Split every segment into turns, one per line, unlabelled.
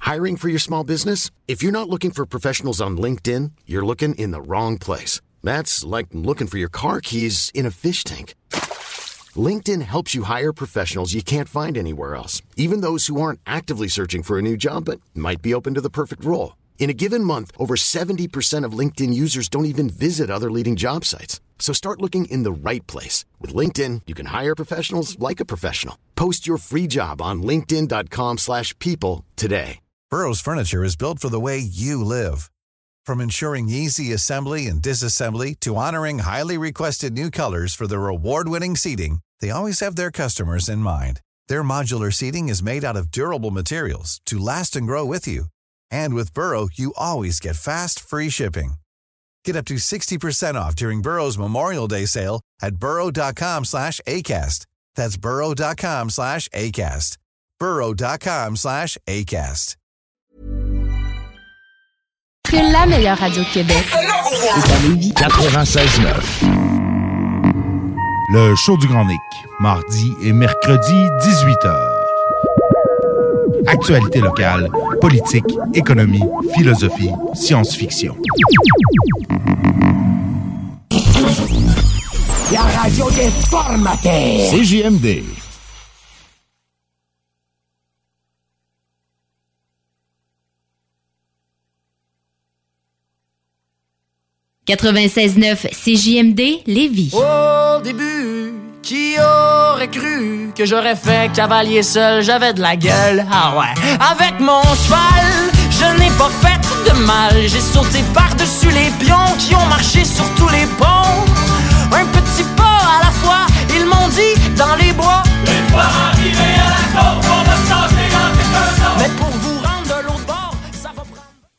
Hiring for your small business? If you're not looking for professionals on LinkedIn, you're looking in the wrong place. That's like looking for your car keys in a fish tank. LinkedIn helps you hire professionals you can't find anywhere else, even those who aren't actively searching for a new job but might be open to the perfect role. In a given month, over 70% of LinkedIn users don't even visit other leading job sites. So start looking in the right place. With LinkedIn, you can hire professionals like a professional. Post your free job on linkedin.com/people today.
Burrow's furniture is built for the way you live. From ensuring easy assembly and disassembly to honoring highly requested new colors for their award-winning seating, they always have their customers in mind. Their modular seating is made out of durable materials to last and grow with you. And with Burrow, you always get fast, free shipping. Get up to 60% off during Burrow's Memorial Day sale at burrow.com/ACAST. That's burrow.com/ACAST. burrow.com/ACAST.
Que la meilleure radio de Québec.
C'est à Lévis. 96.9.
Le show du Grand Nick, mardi et mercredi, 18h. Actualité locale, politique, économie, philosophie, science-fiction.
La radio des formateurs.
CJMD.
« 96.9 CJMD Lévis.
Au début, qui aurait cru que j'aurais fait cavalier seul, j'avais de la gueule, ah ouais. Avec mon cheval, je n'ai pas fait de mal, j'ai sauté par-dessus les pions qui ont marché sur tous les ponts. Un petit pas à la fois, ils m'ont dit dans les bois. Une fois arrivé à la côte, on va changer en quelque chose. Mais pour vous rendre de l'autre bord, ça va prendre...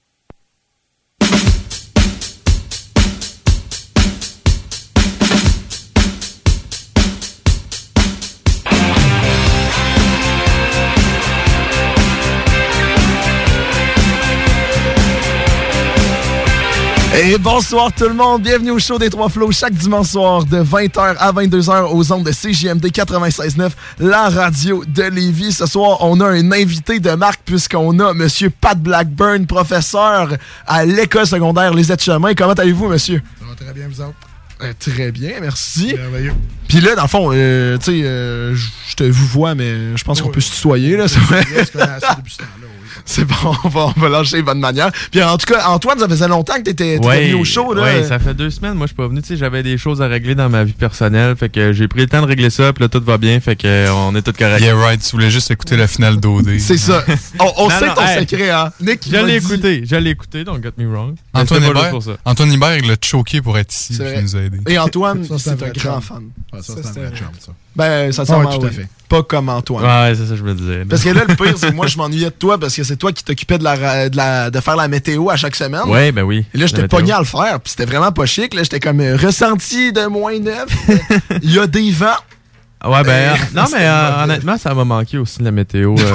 Et bonsoir tout le monde, bienvenue au show des Trois Flots chaque dimanche soir de 20h à 22h aux ondes de CJMD 96.9, la radio de Lévis. Ce soir, on a un invité de marque puisqu'on a monsieur Pat Blackburn, professeur à l'école secondaire Les Aides-Chemins. Comment allez-vous, monsieur?
Ça va très bien, vous autres?
Très bien, merci.
Merveilleux.
Puis là, dans le fond, tu sais, je te vous vois, mais je pense qu'on peut se tutoyer, là. C'est vrai. C'est bon, on va lâcher de bonne manière. Puis en tout cas, Antoine, ça faisait longtemps que t'étais venu au show, là.
Oui, ça fait 2 semaines. Moi, je suis pas venu. Tu sais, j'avais des choses à régler dans ma vie personnelle. Fait que j'ai pris le temps de régler ça. Puis là, tout va bien. Fait que on est tous corrects.
Yeah, right. Tu voulais juste écouter la finale d'OD.
C'est ça. On sait ton secret, hein. Nick,
je l'ai écouté, don't get me wrong.
Antoine Hébert, il l'a choqué pour être ici.
C'est
puis nous aider.
Et Antoine, c'est un grand fan.
Ouais, ça, c'est un vrai chum, ça.
Ben, ça semble
tout à fait.
Pas comme Antoine.
Ouais, c'est ça, je me disais.
Parce que là, le pire, c'est que moi, je m'ennuyais de toi parce que c'est toi qui t'occupais de faire la météo à chaque semaine.
Ouais, ben oui.
Et là, j'étais pogné à le faire, puis c'était vraiment pas chic. Là, j'étais comme ressenti de -9. Il y a des vents.
Ouais, ben, non, mais honnêtement, ça m'a manqué aussi la météo. Non,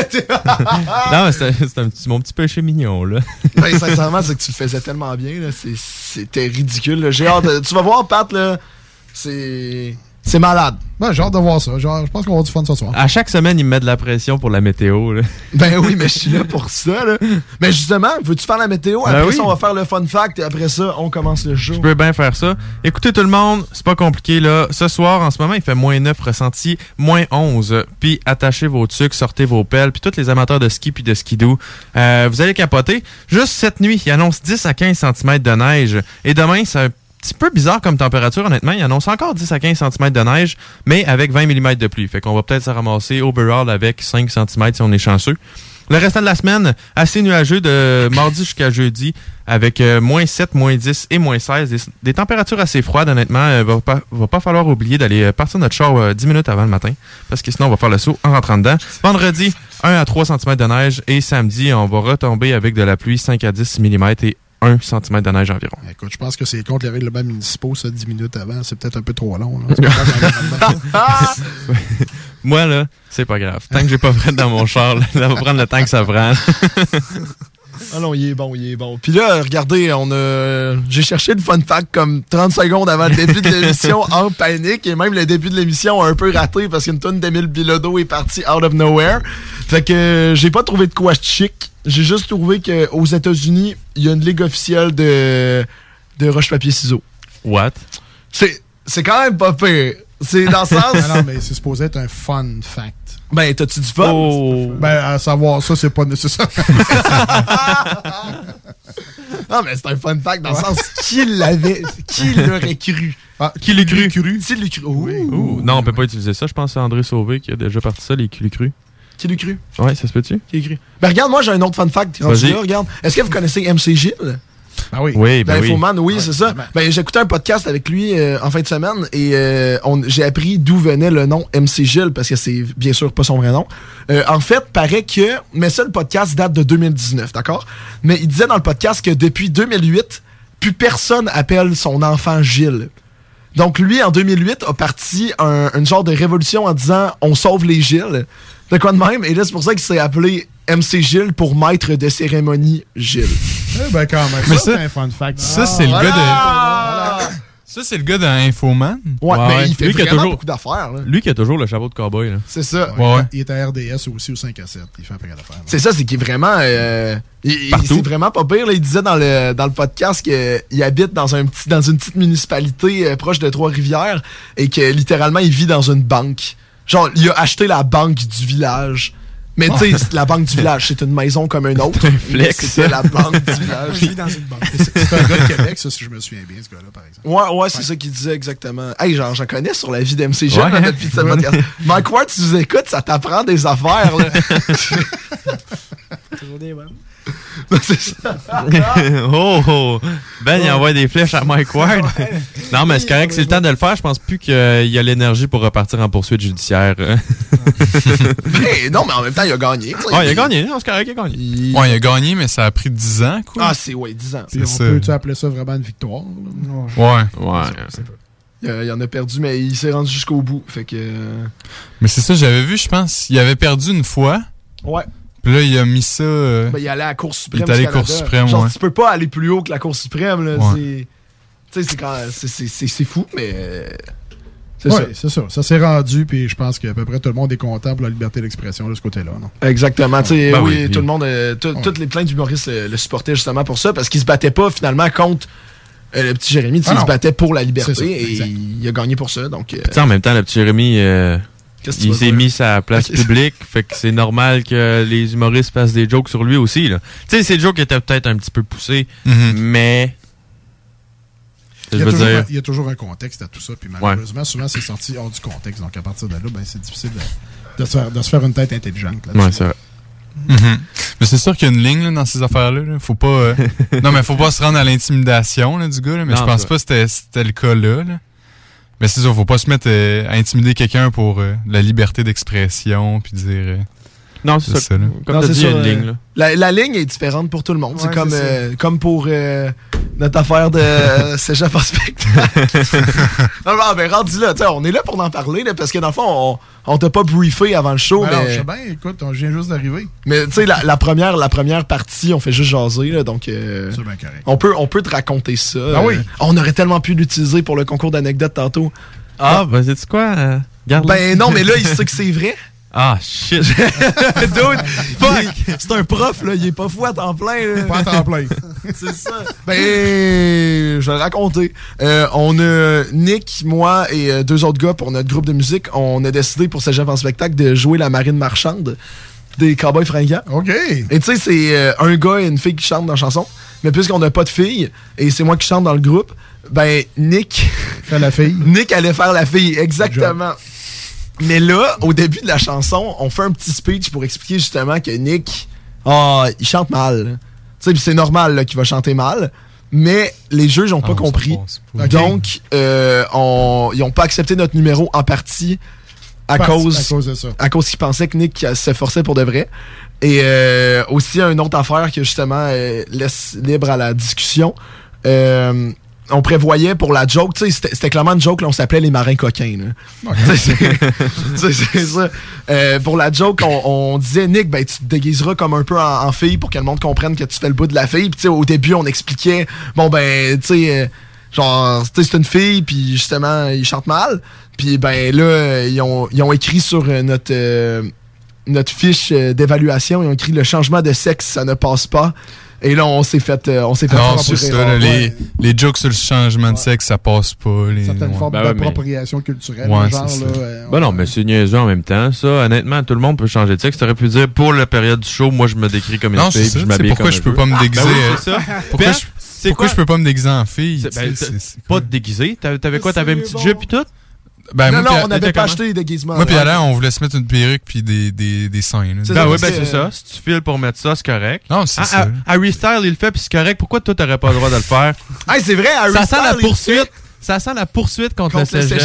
mais c'était mon petit péché mignon, là.
Ben, sincèrement, c'est que tu le faisais tellement bien, là. C'était ridicule, là. J'ai hâte. Tu vas voir, Pat, là. C'est malade.
Ben, j'ai hâte de voir ça. Genre, je pense qu'on va avoir du fun ce soir.
À chaque semaine, il me met de la pression pour la météo, là.
Ben oui, mais je suis là pour ça, là. Mais justement, veux-tu faire la météo? Après ça, on va faire le fun fact et après ça, on commence le show.
Je peux bien faire ça. Écoutez tout le monde, c'est pas compliqué, là. Ce soir, en ce moment, il fait -9 ressenti, -11. Puis attachez vos tucs, sortez vos pelles. Puis tous les amateurs de ski puis de skidoo, vous allez capoter. Juste cette nuit, il annonce 10 à 15 cm de neige. Et demain, c'est un petit peu bizarre comme température, honnêtement. Il annonce encore 10 à 15 cm de neige, mais avec 20 mm de pluie. Fait qu'on va peut-être se ramasser overall avec 5 cm si on est chanceux. Le restant de la semaine, assez nuageux de mardi jusqu'à jeudi, avec -7, -10 et -16. Des températures assez froides, honnêtement. Va pas falloir oublier d'aller partir notre char 10 minutes avant le matin, parce que sinon, on va faire le saut en rentrant dedans. Vendredi, 1 à 3 cm de neige, et samedi, on va retomber avec de la pluie 5 à 10 mm et 1 cm de neige environ.
Écoute, je pense que c'est contre les règlements municipaux, ça, 10 minutes avant. C'est peut-être un peu trop long. Là.
Moi, là, c'est pas grave. Tant que j'ai pas prêt dans mon char, là, ça va prendre le temps que ça prend.
Ah non, il est bon. Puis là, regardez, j'ai cherché le fun fact comme 30 secondes avant le début de l'émission en panique. Et même le début de l'émission a un peu raté parce qu'une tonne d'Émile Bilodeau est partie out of nowhere. Fait que j'ai pas trouvé de quoi chic. J'ai juste trouvé qu'aux États-Unis, il y a une ligue officielle de roche-papier-ciseaux.
What?
C'est quand même pas pire. C'est dans le sens...
Non, mais c'est supposé être un fun fact.
Ben, t'as-tu du fun?
Oh. Ben, à savoir ça, c'est pas nécessaire.
Non, mais c'est un fun fact dans le sens qui l'aurait cru?
Ah, qui l'a cru?
Qui l'a cru?
Ouh. Non, on peut pas utiliser ça. Je pense que c'est André Sauvé qui a déjà parti ça, les qui l'a cru.
Qui l'a cru?
Ouais, ça se peut-tu?
Qui l'a cru? Ben, regarde, moi, j'ai un autre fun fact. Là, regarde. Est-ce que vous connaissez MC Gilles?
Ben oui.
Oui, ben
Infoman, oui, c'est ça. Ben, j'ai écouté un podcast avec lui en fin de semaine et j'ai appris d'où venait le nom MC Gilles parce que c'est bien sûr pas son vrai nom. En fait, paraît que... Mais ça, le podcast date de 2019, d'accord? Mais il disait dans le podcast que depuis 2008, plus personne appelle son enfant Gilles. Donc lui, en 2008, a parti une genre de révolution en disant « On sauve les Gilles ». De quoi de même? Et là, c'est pour ça qu'il s'est appelé MC Gilles pour maître de cérémonie Gilles.
Eh ben quand même,
mais
ça, c'est un fun fact.
Ça, c'est le gars de... Ça, c'est le gars d'Infoman.
Ouais, mais il fait vraiment beaucoup d'affaires. Là.
Lui qui a toujours le chapeau de cowboy. Là.
C'est ça.
Ouais. Il est à RDS aussi au 5 à 7. Il fait un paquet d'affaires.
C'est ça, c'est qu'il est vraiment... c'est vraiment pas pire. Là. Il disait dans le podcast qu'il habite dans une petite municipalité proche de Trois-Rivières et que littéralement, il vit dans une banque. Genre, il a acheté la banque du village. Mais tu sais, la banque du village, c'est une maison comme une autre.
C'est un flex.
C'était la banque du village.
Je vis dans une banque. C'est un gars de Québec, ça, si je me souviens bien, ce gars-là, par exemple.
Ouais, c'est ça qu'il disait exactement. Hey, genre, j'en connais sur la vie d'MC Gilles dans notre vie de ce podcast. Mike Ward, si tu nous écoutes, ça t'apprend des affaires, là.
Toujours des web.
C'est ça.
Ben, il envoie des flèches à Mike Ward. Non, mais c'est correct, c'est le temps de le faire. Je pense plus qu'il y a l'énergie pour repartir en poursuite judiciaire.
Non, mais en même temps, il a gagné.
Ouais, il a gagné. Non, c'est correct, il a gagné.
Ouais, il a gagné, mais ça a pris 10 ans, quoi.
Ah, c'est 10 ans.
Puis on peut-tu appeler ça vraiment une victoire?
Ouais.
Il en a perdu, mais il s'est rendu jusqu'au bout. Fait que...
Mais c'est ça, j'avais vu, je pense. Il avait perdu une fois.
Ouais.
Puis là, il a mis ça...
Ben, il allait à la Cour suprême.
Il est allé à la Cour suprême,
genre,
ouais.
tu peux pas aller plus haut que la Cour suprême, là.
Ouais.
Tu sais, c'est fou, mais...
C'est ça. Ça s'est rendu, puis je pense qu'à peu près tout le monde est content pour la liberté d'expression de ce côté-là. Non?
Exactement.
Ouais.
Ben oui, tout le monde... Toutes les plaintes d'humoristes le supportaient justement pour ça, parce qu'ils se battaient pas, finalement, contre... le petit Jérémy, il se battait pour la liberté
ça,
et il a gagné pour ça. Donc,
en même temps, le petit Jérémy, il s'est mis sa place publique, fait que c'est normal que les humoristes fassent des jokes sur lui aussi. Tu sais, ces jokes étaient peut-être un petit peu poussés, mais...
Il y a toujours un contexte à tout ça, puis malheureusement, souvent, c'est sorti hors du contexte. Donc, à partir de là, ben, c'est difficile de se faire une tête intelligente.
Ouais, c'est vrai.
Mais c'est sûr qu'il y a une ligne là, dans ces affaires-là. Là. Faut pas. Non, mais faut pas se rendre à l'intimidation là, du gars. Là, mais je pense pas que c'était le cas là. Mais c'est sûr, faut pas se mettre à intimider quelqu'un pour la liberté d'expression puis dire.
Non, c'est ça. Comme tu dis, il y a une ligne. Là.
La ligne est différente pour tout le monde. Ouais, c'est comme pour notre affaire de Cégep en spectacle. Non, ben rendu là, on est là pour en parler, là, parce que dans le fond, on t'a pas briefé avant le show.
Ben
mais...
alors, je sais bien, écoute, je viens juste d'arriver.
Mais tu sais, la première partie, on fait juste jaser, là, donc
c'est bien correct.
On peut te raconter ça.
Ben oui.
On aurait tellement pu l'utiliser pour le concours d'anecdotes tantôt.
Ben sais-tu quoi? Garde-le.
Ben non, mais là, il sait que c'est vrai.
Ah, shit.
Dude, fuck. C'est un prof, là. Il est pas fou à temps plein. Là.
Pas à temps plein.
C'est ça. Ben, je vais le raconter. On a Nick, moi et deux autres gars pour notre groupe de musique. On a décidé pour Cégep en spectacle de jouer la marine marchande des Cowboys fringants.
OK.
Et tu sais, c'est un gars et une fille qui chantent dans la chanson. Mais puisqu'on n'a pas de fille et c'est moi qui chante dans le groupe, ben, Nick...
Fait la fille.
Nick allait faire la fille, exactement. Mais là, au début de la chanson, on fait un petit speech pour expliquer justement que Nick, il chante mal. Tu sais, c'est normal là, qu'il va chanter mal, mais les juges n'ont pas compris. Okay. Donc, ils n'ont pas accepté notre numéro en partie à cause de ça. À cause qu'ils pensaient que Nick s'efforçait pour de vrai. Et aussi, une autre affaire que justement laisse libre à la discussion. on prévoyait pour la joke, tu sais, c'était clairement une joke, là, on s'appelait les marins coquins. C'est ça. Pour la joke, on disait, Nick, ben, tu te déguiseras comme un peu en fille pour que le monde comprenne que tu fais le bout de la fille. Puis, tu sais, au début, on expliquait, bon, ben, tu sais, genre, tu sais, c'est une fille, puis justement, il chante mal. Puis, ben, là, ils ont écrit sur notre fiche d'évaluation, ils ont écrit le changement de sexe, ça ne passe pas. Et là, on s'est fait
non, c'est ça, là, les jokes sur le changement de sexe, ça passe pas.
Certaines formes d'appropriation culturelle.
Ouais,
genre,
là, non, mais c'est niaiseux en même temps, ça. Honnêtement, tout le monde peut changer de sexe. T'aurais pu dire, pour la période du show, moi, je me décris comme une fille, puis je m'habille comme un
je peux pas me déguiser.
C'est ça.
Pourquoi je peux pas me déguiser en fille?
Pas te déguiser? T'avais quoi? T'avais une petite jupe et tout?
Ben, non, on n'avait pas acheté des déguisements.
Moi, puis Alain, on voulait se mettre une perruque puis des seins.
C'est ça. Si tu files pour mettre ça, c'est correct.
Non, c'est ça.
Harry Styles, il le fait puis c'est correct. Pourquoi toi, t'aurais pas le droit de le faire?
Hey, c'est vrai, Harry Styles.
Ça sent la poursuite contre le cégep.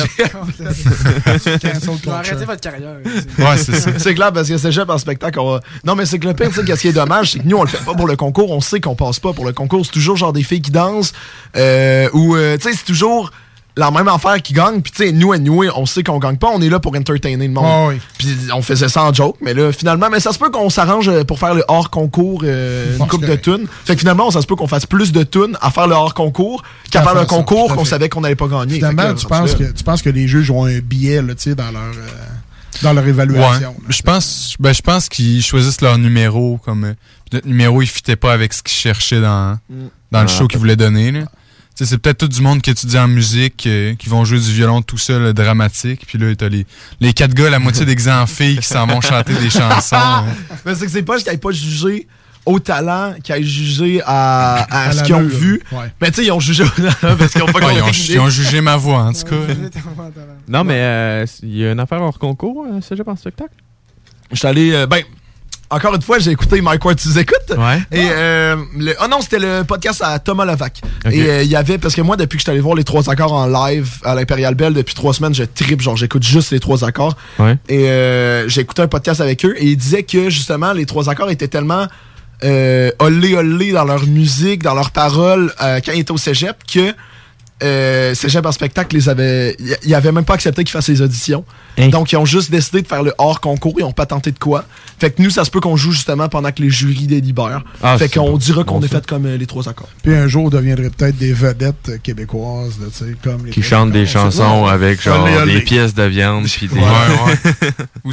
Arrêtez votre carrière.
Ouais, c'est ça.
C'est clair, parce que cégep en spectacle, non, mais c'est que le pire, tu sais, qu'est-ce qui est dommage, c'est que nous, on le fait pas pour le concours. On sait qu'on passe pas pour le concours. C'est toujours genre des filles qui dansent. Ou, tu sais, c'est toujours la même affaire qui gagne. Puis, tu sais, nous, on sait qu'on gagne pas. On est là pour entertainer le monde.
Oh, oui.
Puis, on faisait ça en joke. Mais là, finalement, mais ça se peut qu'on s'arrange pour faire le hors-concours, une couple de tunes. Fait que finalement, ça se peut qu'on fasse plus de tunes à faire le hors-concours qu'à faire le concours qu'on savait qu'on n'allait pas gagner.
Finalement, tu penses que les juges ont un billet, là, tu sais, dans leur évaluation.
Ouais. Je pense qu'ils choisissent leur numéro. Comme notre numéro, il fitait pas avec ce qu'ils cherchaient dans le show qu'ils voulaient donner, là. T'sais, c'est peut-être tout du monde qui étudie en musique, qui vont jouer du violon tout seul, dramatique. Puis là, t'as les 4 gars, la moitié déguisés en filles, qui s'en vont chanter des chansons.
Mais c'est que c'est pas qu'ils n'aient pas jugé au talent, qu'ils aient jugé à ce qu'ils ont vu. Ouais. Mais tu sais, ils ont jugé au talent parce qu'ils n'ont pas compris.
Ils ont jugé ma voix, en tout cas.
Non, mais il y a une affaire hors concours, cégep en spectacle?
Je suis allé... encore une fois, j'ai écouté Mike Ward, tu nous écoutes?
Ouais.
Et non, c'était le podcast à Thomas Levac. Okay. Et il y avait, parce que moi, depuis que je suis allé voir les 3 accords en live à l'Impérial Bell, depuis 3 semaines, je trippe, genre j'écoute juste les 3 accords.
Ouais.
Et j'ai écouté un podcast avec eux et ils disaient que justement, les 3 accords étaient tellement olé dans leur musique, dans leurs paroles, quand ils étaient au cégep, que Cégep en spectacle, ils avaient même pas accepté qu'ils fassent les auditions. Hein? Donc, ils ont juste décidé de faire le hors-concours. Ils ont pas tenté de quoi. Fait que nous, ça se peut qu'on joue justement pendant que les jurys délibèrent. Fait qu'on dira qu'on est fait comme les 3 accords.
Puis un jour, on deviendrait peut-être des vedettes québécoises, tu sais, comme les
qui chantent des chansons avec genre des pièces de viande. Puis des...
Ou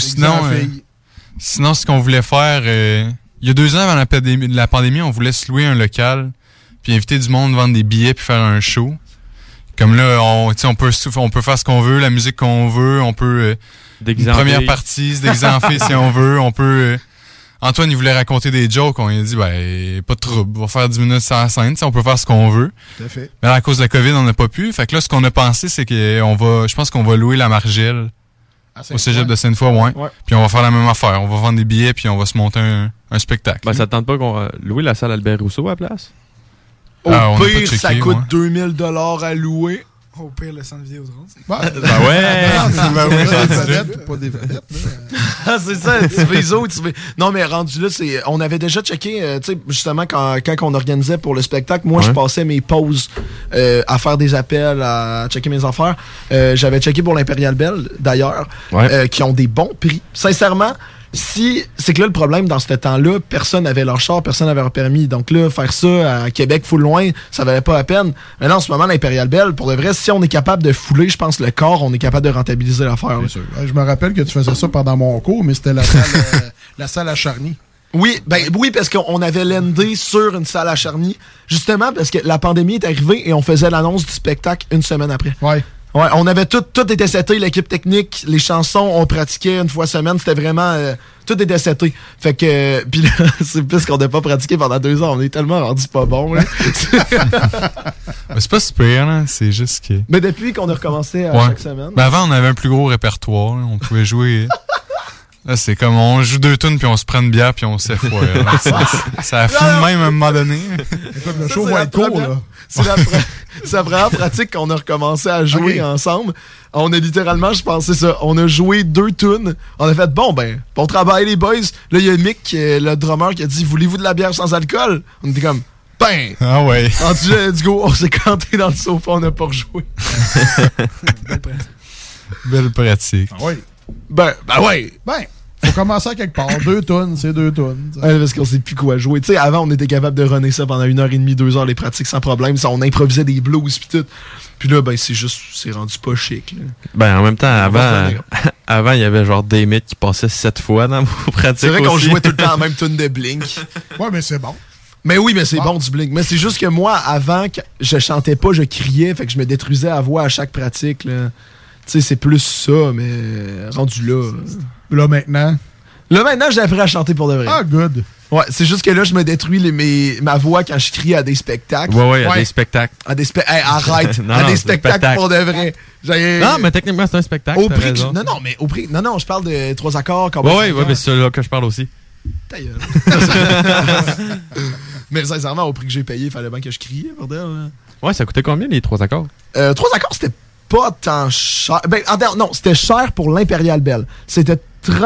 sinon, ce qu'on voulait faire, il y a 2 ans avant la pandémie, on voulait se louer un local, puis inviter du monde, vendre des billets, puis faire un show. Comme là, on peut faire ce qu'on veut, la musique qu'on veut, on peut une première partie, se déguiser en fille si on veut, on peut Antoine, il voulait raconter des jokes, on lui a dit pas de trouble, on va faire 10 minutes sur la scène, on peut faire ce qu'on veut.
Tout à fait.
Mais là, à cause de la COVID, on n'a pas pu. Fait que là, ce qu'on a pensé, c'est que je pense qu'on va louer la Margelle au cégep de Sainte-Foy, ouais. Puis on va faire la même affaire, on va vendre des billets puis on va se monter un spectacle.
Ça te tente pas qu'on louer la salle Albert Rousseau à la place?
Au pire, ça coûte 2000 $ à louer.
Au pire, le centre Vidéotron.
Pas des vedettes. C'est ça, tu fais autres. Non, mais rendu là, on avait déjà checké, tu sais, justement, quand on organisait pour le spectacle, moi, je passais mes pauses à faire des appels, à checker mes affaires. J'avais checké pour l'Impérial Bell, d'ailleurs, qui ont des bons prix. Sincèrement, c'est que là, le problème, dans ce temps-là, personne n'avait leur char, personne n'avait leur permis. Donc là, faire ça à Québec, full loin, ça valait pas la peine. Maintenant, en ce moment, l'Impérial Bell, pour de vrai, si on est capable de fouler, je pense, le corps, on est capable de rentabiliser l'affaire.
Je me rappelle que tu faisais ça pendant mon cours, mais c'était la salle à Charny.
Oui, parce qu'on avait landé sur une salle à Charny, justement parce que la pandémie est arrivée et on faisait l'annonce du spectacle une semaine après. Ouais, on avait tout était seté, l'équipe technique, les chansons, on pratiquait une fois semaine, c'était vraiment tout était seté. Fait que puis là, c'est plus qu'on n'a pas pratiqué pendant 2 ans, on est tellement rendu pas bon.
C'est pas super, là, c'est juste que
mais depuis qu'on a recommencé à chaque semaine.
Mais avant on avait un plus gros répertoire, là, on pouvait jouer. Là, c'est comme on joue 2 tunes puis on se prend une bière puis on s'effoire. Ça a fini même à un moment donné.
Écoute, le show va être court, là.
C'est la première pratique qu'on a recommencé à jouer ensemble. On a littéralement, je pense, c'est ça. On a joué 2 tunes. On a fait, bon travail les boys. Là, il y a Mick, le drummer, qui a dit, voulez-vous de la bière sans alcool? On était comme, Ben!
Ah ouais.
Rendu let's go, on s'est canté dans le sofa, on n'a pas rejoué.
Belle pratique.
Belle pratique.
Ah oui.
Ben ouais.
Ben, faut commencer à quelque part. 2 tonnes, c'est 2 tonnes.
Ouais, parce qu'on sait plus quoi jouer. Tu sais, avant, on était capable de runner ça pendant 1h30, 2 heures, les pratiques sans problème. Ça, on improvisait des blues pis tout. Puis là, ben, c'est rendu pas chic. Là.
Ben, en même temps, avant, il y avait genre des mythes qui passaient 7 fois dans vos pratiques.
C'est vrai qu'on jouait tout le temps la même tune de Blink.
Ouais, mais c'est bon.
Mais oui, mais c'est bon du Blink. Mais c'est juste que moi, avant, je chantais pas, je criais, fait que je me détruisais à voix à chaque pratique. Tu sais, c'est plus ça, mais rendu là.
Là, maintenant,
j'ai appris à chanter pour de vrai.
Ah, good.
Ouais, c'est juste que là, je me détruis ma voix quand je crie à des spectacles.
Ouais, à des spectacles.
Arrête.
Non,
à
non,
des spectacles pour de vrai.
Non, mais techniquement, c'est un spectacle.
Au prix non, je parle de 3 accords.
Ouais, mais c'est là que je parle aussi.
Ta gueule. Mais sincèrement, au prix que j'ai payé, il fallait bien que je crie, bordel.
Ouais, ça coûtait combien les 3 accords?
3 accords, c'était pas tant cher. Ben, non, c'était cher pour l'Imperial Bell. C'était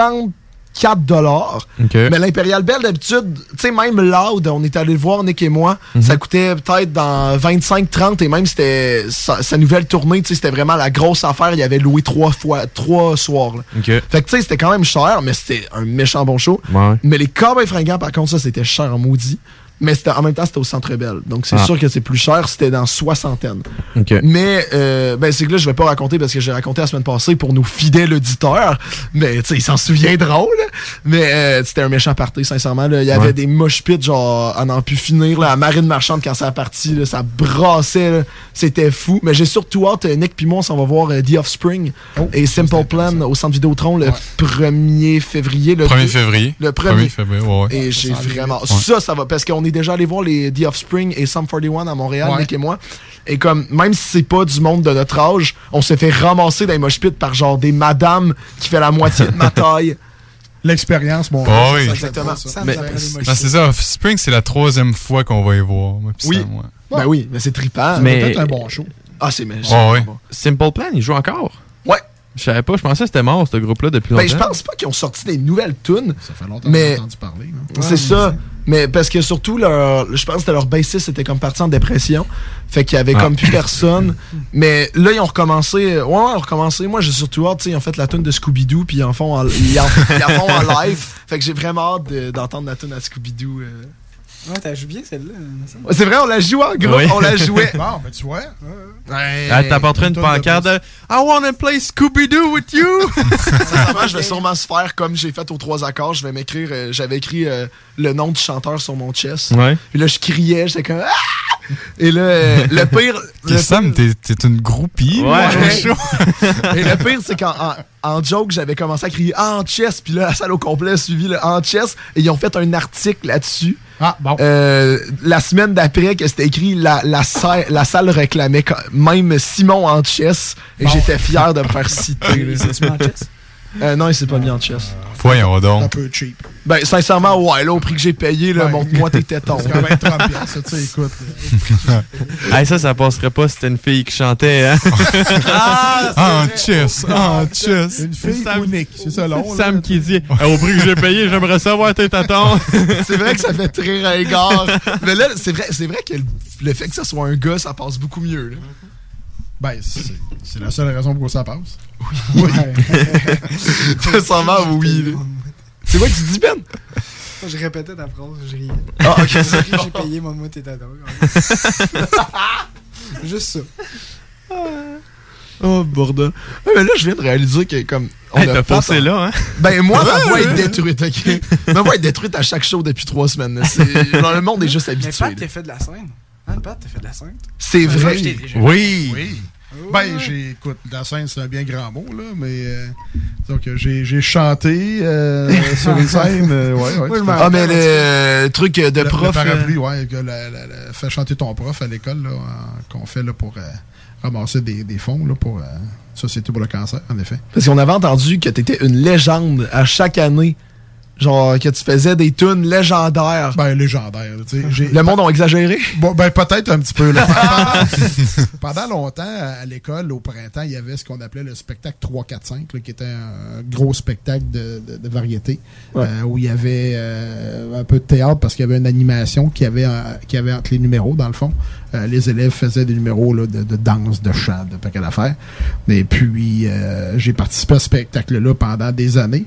34$.
Okay.
Mais l'Imperial Bell, d'habitude, tu sais, même Loud, on est allé le voir, Nick et moi, ça coûtait peut-être dans 25-30, et même c'était sa nouvelle tournée, tu sais, c'était vraiment la grosse affaire. Il avait loué 3 soirs.
Okay.
Fait que tu sais, c'était quand même cher, mais c'était un méchant bon show.
Ouais.
Mais les Cowboys Fringants, par contre, ça, c'était cher en maudit. Mais en même temps, c'était au Centre Bell. Donc, c'est sûr que c'est plus cher. C'était dans 60aine.
Okay.
Mais, c'est que là, je vais pas raconter parce que j'ai raconté la semaine passée pour nos fidèles auditeurs. Mais, tu sais, ils s'en souviendront, là. Mais, c'était un méchant party, sincèrement. Là. Il y avait des mosh pits, genre, à n'en plus finir, là. À Marine Marchande, quand ça a parti, là, ça brassait, là. C'était fou. Mais j'ai surtout hâte, Nick pis moi, on s'en va voir The Offspring et Simple Plan au Centre Vidéotron le 1er février. Le
1er février.
Le 1er
février, ouais.
Et j'ai vraiment... Ça va, parce qu'on est déjà allé voir les The Offspring et Sum 41 à Montréal, Nick et moi. Et comme, même si c'est pas du monde de notre âge, on s'est fait ramasser dans les mosh pits par genre des madames qui fait la moitié de ma taille.
L'expérience, mon
gars. Oui.
Exactement.
C'est ça, Offspring, c'est la 3e fois qu'on va y voir.
Oui. Ben oui, mais c'est trippant.
C'est peut-être un bon show.
Ah, c'est
oui.
bon.
Simple Plan, il joue encore?
Ouais.
Je savais pas, je pensais que c'était mort, ce groupe-là, depuis longtemps.
Ben, je pense pas qu'ils ont sorti des nouvelles tunes.
Ça fait longtemps que j'ai entendu parler.
C'est ça. Mais parce que surtout, je pense que leur bassiste était comme parti en dépression. Fait qu'il y avait comme plus personne. Mais là, ils ont recommencé. Ouais, ils ont recommencé. Moi, j'ai surtout hâte, ils ont fait la tune de Scooby-Doo, puis ils en font en live. Fait que j'ai vraiment hâte d'entendre la tune à Scooby-Doo.
Ouais, t'as joué bien celle-là.
C'est vrai, on la joue en groupe, on la jouait.
Bon, ben tu vois.
T'apporterais une pancarte de I wanna play Scooby-Doo with you.
Sincèrement, je vais sûrement se faire comme j'ai fait aux 3 accords. Je vais m'écrire, j'avais écrit le nom du chanteur sur mon chest.
Ouais.
Puis là, je criais, j'étais comme ah! Et là, le pire.
Sam, t'es une groupie.
Et le pire, c'est qu'en joke, j'avais commencé à crier en chess, puis là, la salle au complet a suivi le en chess, et ils ont fait un article là-dessus.
Ah, bon.
La semaine d'après, que c'était écrit la salle réclamait même Simon en chess, et j'étais fier de me faire citer.
C'est-tu en chess?
Non, il s'est pas mis en chess.
Voyons donc.
Un peu cheap.
Ben, sincèrement, ouais, là, au prix que j'ai payé, là, montre-moi tes tétons.
C'est quand même 30$, ça, tu sais, écoute.
Hey, ça passerait pas si c'était une fille qui chantait, hein?
En chess.
Une fille unique, c'est ça, long.
Sam qui dit, au prix que j'ai payé, j'aimerais savoir tes tétons.
C'est vrai que ça fait très ringard. Mais là, c'est vrai que le fait que ça soit un gars, ça passe beaucoup mieux, là.
Ben, c'est la seule raison pour ça passe.
Oui. Sincèrement, oui. C'est quoi que tu dis, Ben?
Je répétais ta phrase, je riais.
Ah, ok.
J'ai payé, moi, tes tatons. Juste ça.
Oh, bordel. Mais là, je viens de réaliser que, comme.
T'as passé là, hein?
Ben, moi, ma voix est détruite, ok? Ma voix est détruite à chaque show depuis 3 semaines. Le monde est juste habitué.
Mais Pat, t'as fait de la scène. Hein, Pat, t'as fait de la scène.
C'est vrai.
Oui.
Ben, écoute, la scène, c'est un bien grand mot, là, mais donc j'ai chanté sur une scène,
mais le truc de prof.
Le parapluie, fait chanter ton prof à l'école, là, qu'on fait là, pour ramasser des fonds là, pour Société pour le cancer, en effet.
Parce qu'on avait entendu que t'étais une légende à chaque année Genre, que tu faisais des tunes légendaires.
Ben, légendaires.
Le monde a exagéré?
Bon, ben, peut-être un petit peu. Là. Pendant longtemps, à l'école, au printemps, il y avait ce qu'on appelait le spectacle 3-4-5, là, qui était un gros spectacle de variété, où il y avait un peu de théâtre parce qu'il y avait une animation qui avait entre les numéros, dans le fond. Les élèves faisaient des numéros là, de danse, de chant, de paquet d'affaires. Et puis, j'ai participé à ce spectacle-là pendant des années.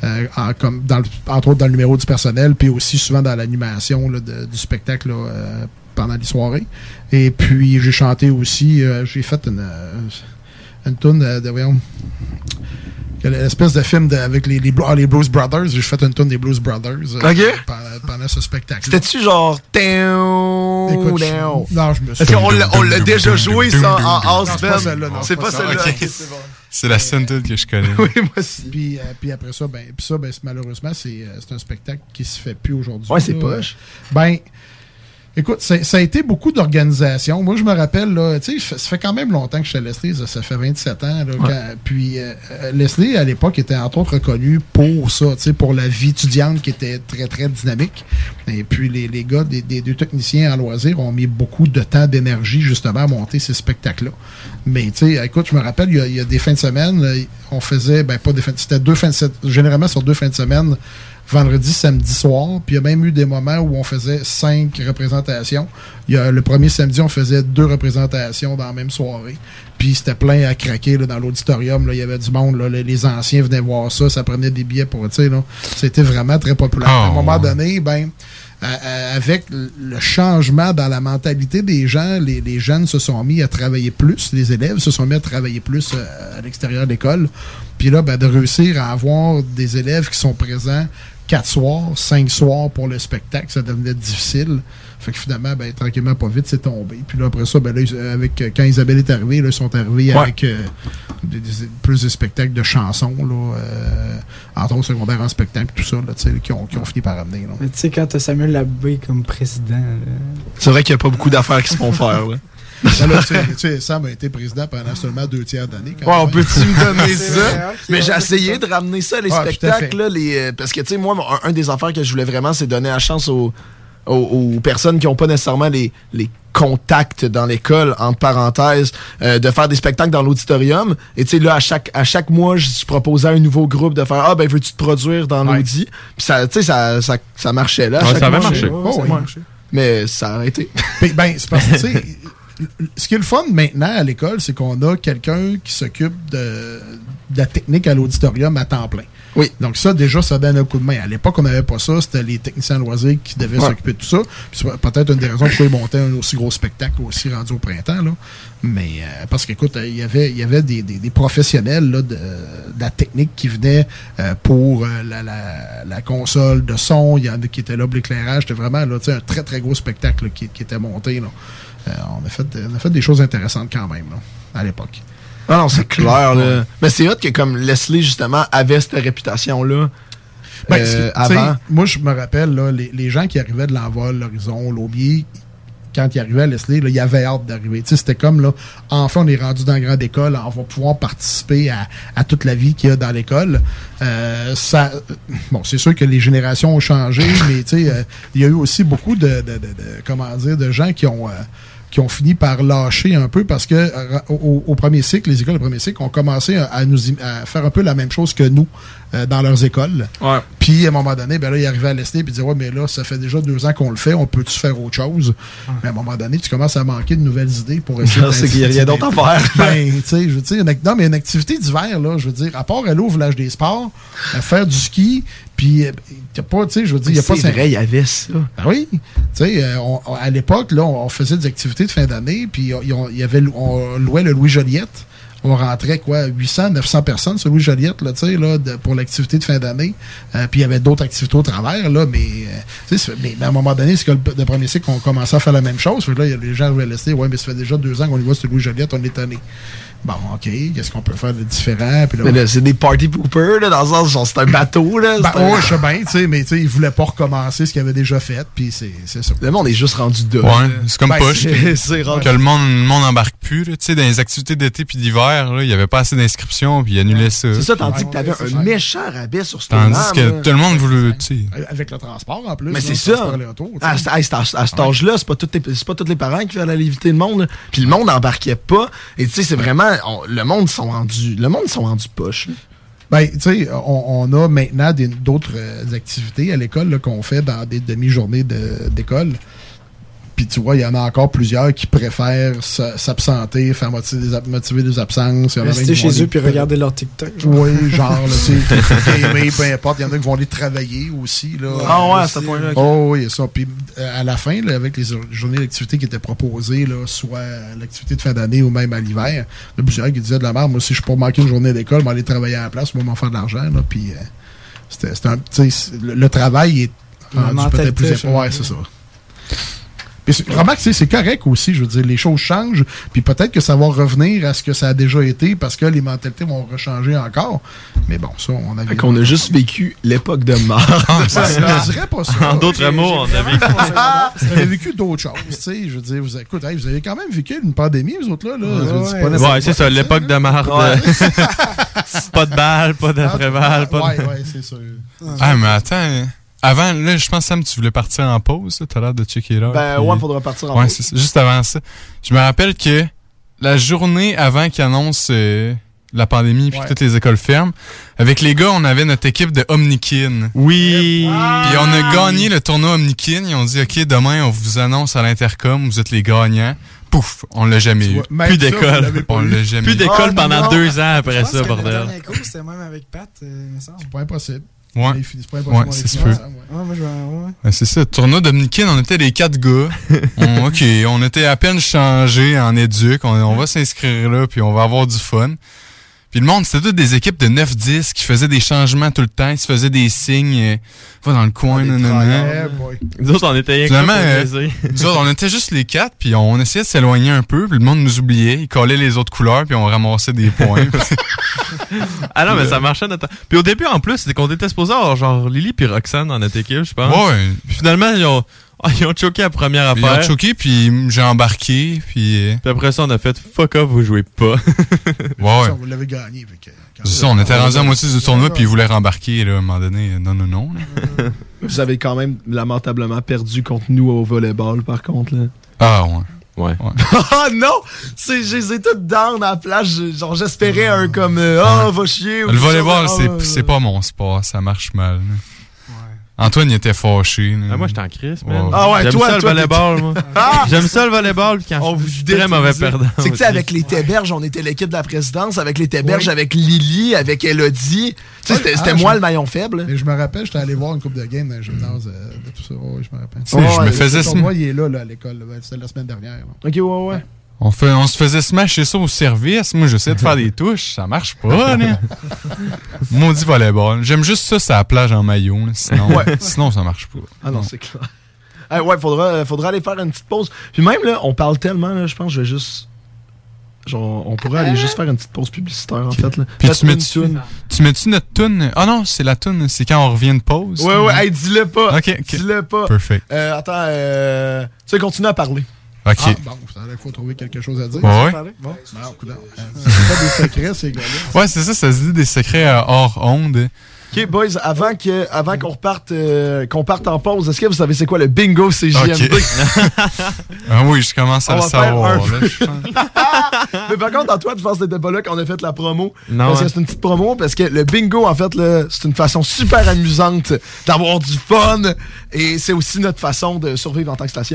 Entre autres dans le numéro du personnel, puis aussi souvent dans l'animation du spectacle là, pendant les soirées. Et puis, j'ai chanté aussi, j'ai fait une toune de voyons, l'espèce de film avec les Blues Brothers. J'ai fait une toune des Blues Brothers pendant ce spectacle.
C'était-tu genre...
Écoute, non, je me suis...
Est-ce qu'on l'a déjà joué, ça, en house band?
C'est pas celle-là.
Okay. C'est la scène toute que je connais.
Oui, moi aussi.
Puis après ça, malheureusement, c'est un spectacle qui se fait plus aujourd'hui.
Ouais, c'est poche.
Ben... Écoute, ça a été beaucoup d'organisation. Moi, je me rappelle, là, tu sais, ça fait quand même longtemps que je suis à Leslie, ça fait 27 ans. Là, puis Leslie, à l'époque, était entre autres reconnu pour ça, tu sais, pour la vie étudiante qui était très, très dynamique. Et puis, les gars des deux techniciens en loisirs ont mis beaucoup de temps, d'énergie, justement, à monter ces spectacles-là. Mais, tu sais, écoute, je me rappelle, il y a des fins de semaine, on faisait, pas des fins, c'était généralement sur 2 fins de semaine, vendredi, samedi soir. Puis il y a même eu des moments où on faisait 5 représentations. Le premier samedi, on faisait 2 représentations dans la même soirée. Puis c'était plein à craquer là, dans l'auditorium. Il y avait du monde. Là, les anciens venaient voir ça. Ça prenait des billets pour... C'était vraiment très populaire. À un moment donné, avec le changement dans la mentalité des gens, les jeunes se sont mis à travailler plus. Les élèves se sont mis à travailler plus à l'extérieur de l'école. Puis là, de réussir à avoir des élèves qui sont présents 4 soirs, 5 soirs pour le spectacle, ça devenait difficile. Fait que finalement, tranquillement, pas vite, c'est tombé. Puis là, après ça, quand Isabelle est arrivée, là, ils sont arrivés avec plus de spectacles de chansons, là, entre autres secondaire en spectacle, tout ça, là, qui ont fini par amener. Là.
Mais tu sais, quand t'as Samuel Labbé comme président...
C'est vrai qu'il n'y a pas beaucoup d'affaires qui se font faire. Là.
Sam a été président pendant seulement 2 tiers d'année.
On peut-tu me donner ça? Mais j'ai essayé de ramener ça, les spectacles. Là, parce que, tu sais, moi, un des affaires que je voulais vraiment, c'est donner la chance aux personnes qui n'ont pas nécessairement les contacts dans l'école, entre parenthèses, de faire des spectacles dans l'auditorium. Et tu sais, là, à chaque mois, je proposais à un nouveau groupe de faire « Ah, veux-tu te produire dans l'audi? » Puis ça, tu sais, ça marchait là.
Ça avait marché.
Mais ça a arrêté.
C'est parce que, tu sais... Ce qui est le fun maintenant à l'école, c'est qu'on a quelqu'un qui s'occupe de la technique à l'auditorium à temps plein.
Oui.
Donc ça, déjà, ça donne un coup de main. À l'époque, on n'avait pas ça. C'était les techniciens loisirs qui devaient s'occuper de tout ça. Puis c'est peut-être une des raisons pourquoi ils montaient un aussi gros spectacle aussi rendu au printemps. Là. Mais parce qu'écoute, il y avait des professionnels là, de la technique qui venaient pour la console de son. Il y en a qui étaient là pour l'éclairage. C'était vraiment là, un très, très gros spectacle là, qui était monté. Là. On a fait des choses intéressantes quand même là, à l'époque.
Ah non, c'est clair. Là. Mais c'est hot que comme Leslie, justement, avait cette réputation-là avant.
Moi, je me rappelle, là, les gens qui arrivaient de l'Envol, l'Horizon, l'Aubier, quand ils arrivaient à Leslie, là, ils avaient hâte d'arriver. C'était comme, là, enfin, on est rendu dans la grande école, on va pouvoir participer à toute la vie qu'il y a dans l'école. C'est sûr que les générations ont changé, mais il y a eu aussi beaucoup de gens qui ont fini par lâcher un peu parce que au premier cycle, les écoles de premier cycle ont commencé à faire un peu la même chose que nous dans leurs écoles.
Ouais.
Puis à un moment donné, là, ils arrivaient à Leslie et disaient mais là, ça fait déjà 2 ans qu'on le fait, on peut-tu faire autre chose? Ouais. Mais à un moment donné, tu commences à manquer de nouvelles idées pour essayer
c'est qu'il y a rien d'autre à faire.
Je veux dire, non, mais une activité d'hiver, là, je veux dire, à part aller au village des sports, faire du ski, puis t'as pas, tu sais, je veux dire, il y a pas...
C'est vrai, il y avait ça.
Ben oui. Tu sais, à l'époque, là, on faisait des activités de fin d'année, puis on louait le Louis Joliette. On rentrait, 800, 900 personnes sur Louis Joliette, là, tu sais, là, pour l'activité de fin d'année. Puis il y avait d'autres activités au travers, là, mais à un moment donné, c'est que le premier cycle, on commençait à faire la même chose. Puis là, les gens avaient laissé, mais ça fait déjà 2 ans qu'on y va sur Louis Joliette, on est tanné. Bon, OK, qu'est-ce qu'on peut faire de différent? Puis là,
mais là, c'est des party poopers, là, dans le sens, genre, c'est un bateau, là.
Ouais, je sais bien, tu sais, mais tu sais, ils voulaient pas recommencer ce qu'ils avaient déjà fait, puis c'est ça.
Le monde est juste rendu de.
Ouais, c'est comme poche.
C'est rendu.
Que le monde embarque plus, tu sais, dans les activités d'été puis d'hiver, il y avait pas assez d'inscriptions, puis ils annulaient ça.
C'est ça, tandis que t'avais un méchant rabais sur ce
tandis que tout le monde voulait, tu sais.
Avec le transport, en plus.
Mais c'est ça. À cet âge-là, c'est pas tous les parents qui veulent aller éviter le monde, puis le monde n'embarquait pas. Et tu sais, c'est vraiment. Le monde sont rendus poche.
Ben, tu sais, on a maintenant d'autres activités à l'école là, qu'on fait dans des demi-journées d'école. Puis tu vois, il y en a encore plusieurs qui préfèrent s'absenter, faire motiver des absences.
Rester chez eux puis regarder leur TikTok.
Oui, genre, là, tu sais, gamer, peu importe. Il y en a qui vont aller travailler aussi. Là,
ah ouais, à ce point-là.
Oh oui, ça. Puis à la fin, là, avec les journées d'activité qui étaient proposées, là, soit l'activité de fin d'année ou même à l'hiver, il y a plusieurs qui disaient de la merde, moi, si je peux manquer une journée d'école, je vais aller travailler à la place, moi, m'en faire de l'argent. Là, puis le travail est rendu peut-être plus important. Ouais, c'est ça. Puis, remarque, c'est correct aussi, je veux dire, les choses changent, puis peut-être que ça va revenir à ce que ça a déjà été parce que les mentalités vont rechanger encore. Mais bon, ça, on a...
Fait qu'on a juste vécu l'époque de mort.
Je dirais pas ça.
En d'autres mots, on a vécu...
Vous avez vécu d'autres choses, tu sais, je veux dire, vous avez quand même vécu une pandémie, vous autres, là.
Ouais, c'est ça, l'époque de marde. Pas de balles, pas d'après-balles.
Ouais, c'est sûr.
Ah, mais attends... Avant, là, je pense, Sam, tu voulais partir en pause. Tu as l'air de checker l'heure.
Ben,
puis...
ouais, il faudra partir en pause.
C'est juste avant ça. Je me rappelle que la journée avant qu'ils annoncent la pandémie puis que toutes les écoles ferment, avec les gars, on avait notre équipe de Omnikin.
Oui!
Puis on a gagné le tournoi Omnikin. Ils ont dit, OK, demain, on vous annonce à l'intercom, vous êtes les gagnants. Pouf, on l'a jamais eu.
Plus d'école.
On l'a jamais eu.
Plus d'école pendant 2 ans après ça, bordel.
Le dernier cours, c'était même avec Pat,
c'est pas impossible.
Ouais, c'est sûr. C'est ça. Tournoi Dominicaine, on était les 4 gars. On était à peine changés en éduc. On va s'inscrire là, puis on va avoir du fun. Puis le monde, c'était toutes des équipes de 9-10 qui faisaient des changements tout le temps. Ils se faisaient des signes. Va dans le coin,
Nous autres, on était
nous autres, on était juste les 4, puis on essayait de s'éloigner un peu. Puis le monde nous oubliait. Ils collaient les autres couleurs, puis on ramassait des points.
Ah non, mais ça marchait notre temps. Puis au début, en plus, c'était qu'on était supposé avoir genre Lily puis Roxane dans notre équipe, je pense.
Ouais.
Puis finalement, ils ont choqué la première affaire.
Ils ont choqué, puis j'ai embarqué, puis
après ça, on a fait fuck off, vous jouez pas.
Ouais.
Vous l'avez gagné.
C'est ça, on était rendu à moitié du tournoi, puis ils voulaient rembarquer, là, à un moment donné. Non.
Vous avez quand même lamentablement perdu contre nous au volleyball, par contre, là.
Ah, ouais.
Ouais.
Ah non! Je les ai toutes down à la plage. Genre, j'espérais un comme va chier.
Le volleyball, c'est pas mon sport. Ça marche mal. Antoine, il était fâché.
Ah, moi, j'étais en crise, man.
Ah ouais,
j'aime ça le volleyball, moi. J'aime ça le volleyball quand je suis très mauvais perdant.
C'est que tu sais, avec les Téberges, on était l'équipe de la présidence. Avec les Téberges, avec Lily, avec Elodie. Tu sais, c'était moi le maillon faible.
Mais je me rappelle, j'étais allé voir une couple de games dans le gymnase de tout ça. Oui, je me rappelle.
Je me faisais ça.
Moi, il est là à l'école. C'était la semaine dernière.
Ok, ouais.
On se faisait smasher ça au service. Moi, j'essayais de faire des touches. Ça marche pas, là. Maudit volleyball. J'aime juste ça, c'est la plage en maillot. Là. Sinon, ça marche pas.
Ah non, c'est clair. Ouais, faudra aller faire une petite pause. Puis même, là, on parle tellement, là, je pense que je vais juste... Genre, on pourrait aller juste faire une petite pause publicitaire, en fait. Là.
Puis tu mets-tu notre toune? Ah non, c'est la toune, c'est quand on revient de pause.
Ouais, dis-le pas.
OK.
Dis-le pas.
Perfect.
Attends, tu sais, continue à parler.
OK.
Ah, bon, il faut trouver quelque chose à dire.
Ouais.
Bon, c'est pas des secrets, ces gars-là.
Ouais, c'est ça se dit des secrets hors onde.
OK, boys, avant qu'on parte en pause, est-ce que vous savez c'est quoi le bingo CJMD?
Ah oui, je commence à le savoir.
Mais par contre, Antoine, je pense que c'était pas là qu'on a fait la promo.
Non.
Parce que c'est une petite promo, parce que le bingo, en fait, là, c'est une façon super amusante d'avoir du fun. Et c'est aussi notre façon de survivre en tant que station.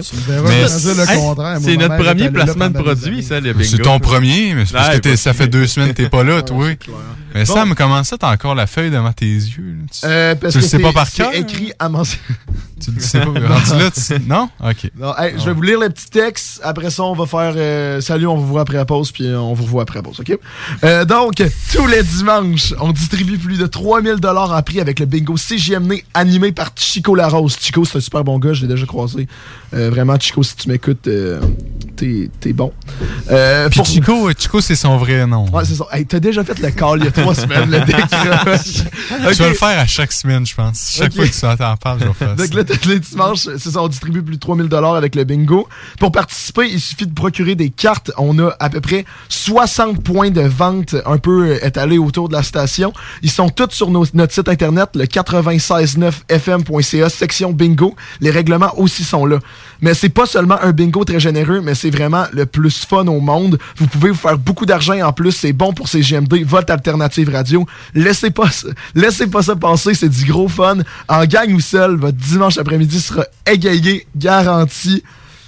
C'est notre premier placement de produit, ça, le bingo.
C'est ton premier, mais c'est parce que ça fait 2 semaines que t'es pas là, toi. Mais bon. Sam, comment ça, t'as encore la feuille devant tes yeux?
Parce
tu le sais pas par cœur?
C'est écrit à mon...
Tu le sais pas? Non? OK.
Non, je vais vous lire le petit texte. Après ça, on va faire salut, on vous voit après la pause, puis on vous revoit après la pause, OK? Donc, tous les dimanches, on distribue plus de 3000 $ en prix avec le bingo CJMD animé par Chico Larose. Chico, c'est un super bon gars, je l'ai déjà croisé. Vraiment, Chico, si tu m'écoutes, t'es bon.
Puis Chico, c'est son vrai nom.
Ouais, c'est ça. Hey, t'as déjà fait le call il y a 3 semaines, le décroche. Okay.
Je vais le faire à chaque semaine, je pense. Chaque fois que tu entends parler, je vais faire ça.
Donc là, tous les dimanches, c'est ça, on distribue plus de 3000 $ avec le bingo. Pour participer, il suffit de procurer des cartes. On a à peu près 60 points de vente un peu étalés autour de la station. Ils sont tous sur notre site internet, le 969fm.ca, section bingo. Les règlements aussi sont là. Mais c'est pas seulement un bingo très généreux, mais c'est vraiment le plus fun au monde. Vous pouvez vous faire beaucoup d'argent en plus. C'est bon pour CJMD, votre alternative radio. Laissez pas ça passer, c'est du gros fun. En gang ou seul, votre dimanche après-midi sera égayé, garanti.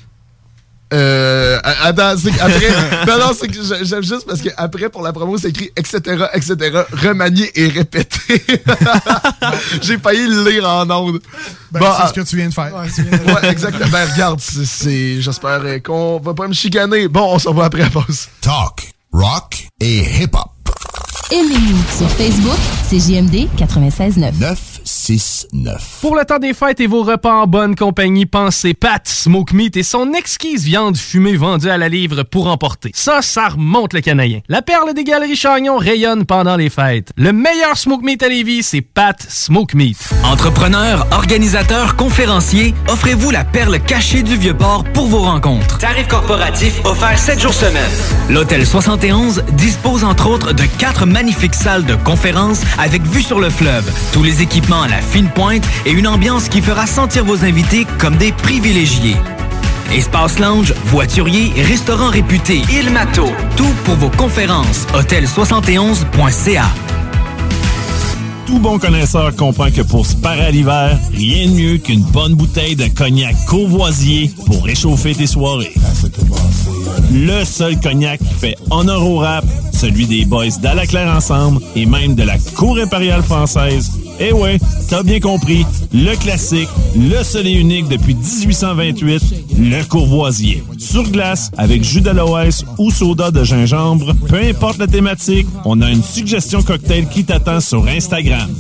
Attends, c'est qu'après... non, c'est que j'aime juste parce qu'après, pour la promo, c'est écrit etc., remanié et répété. J'ai failli le lire en ondes.
Ben, c'est ce que tu viens de faire.
Ouais, exactement. Ben, regarde, j'espère qu'on va pas me chicaner. Bon, on se revoit après la pause.
Talk, rock et hip-hop.
Aimez-nous sur Facebook, CJMD 96.9.
969.
Pour le temps des fêtes et vos repas en bonne compagnie, pensez Pat Smoke Meat et son exquise viande fumée vendue à la livre pour emporter. Ça remonte le canadien. La perle des Galeries Chagnon rayonne pendant les fêtes. Le meilleur Smoke Meat à Lévis, c'est Pat Smoke Meat.
Entrepreneurs, organisateurs, conférenciers, offrez-vous la perle cachée du Vieux-Port pour vos rencontres.
Tarif corporatif offert 7 jours semaine.
L'Hôtel 71 dispose entre autres de 4 magnifiques salles de conférences avec vue sur le fleuve, tous les équipements à la fine pointe et une ambiance qui fera sentir vos invités comme des privilégiés. Espace lounge, voiturier, restaurant réputé,
Il Mato.
Tout pour vos conférences. Hôtel71.ca.
Tout bon connaisseur comprend que pour se parer à l'hiver, rien de mieux qu'une bonne bouteille de cognac Courvoisier pour réchauffer tes soirées. Le seul cognac qui fait honneur au rap, celui des boys d'Alaclaire Ensemble et même de la Cour impériale française. Eh ouais, t'as bien compris, le classique, le seul et unique depuis 1828, le Courvoisier. Sur glace, avec jus d'aloès ou soda de gingembre, peu importe la thématique, on a une suggestion cocktail qui t'attend sur Instagram.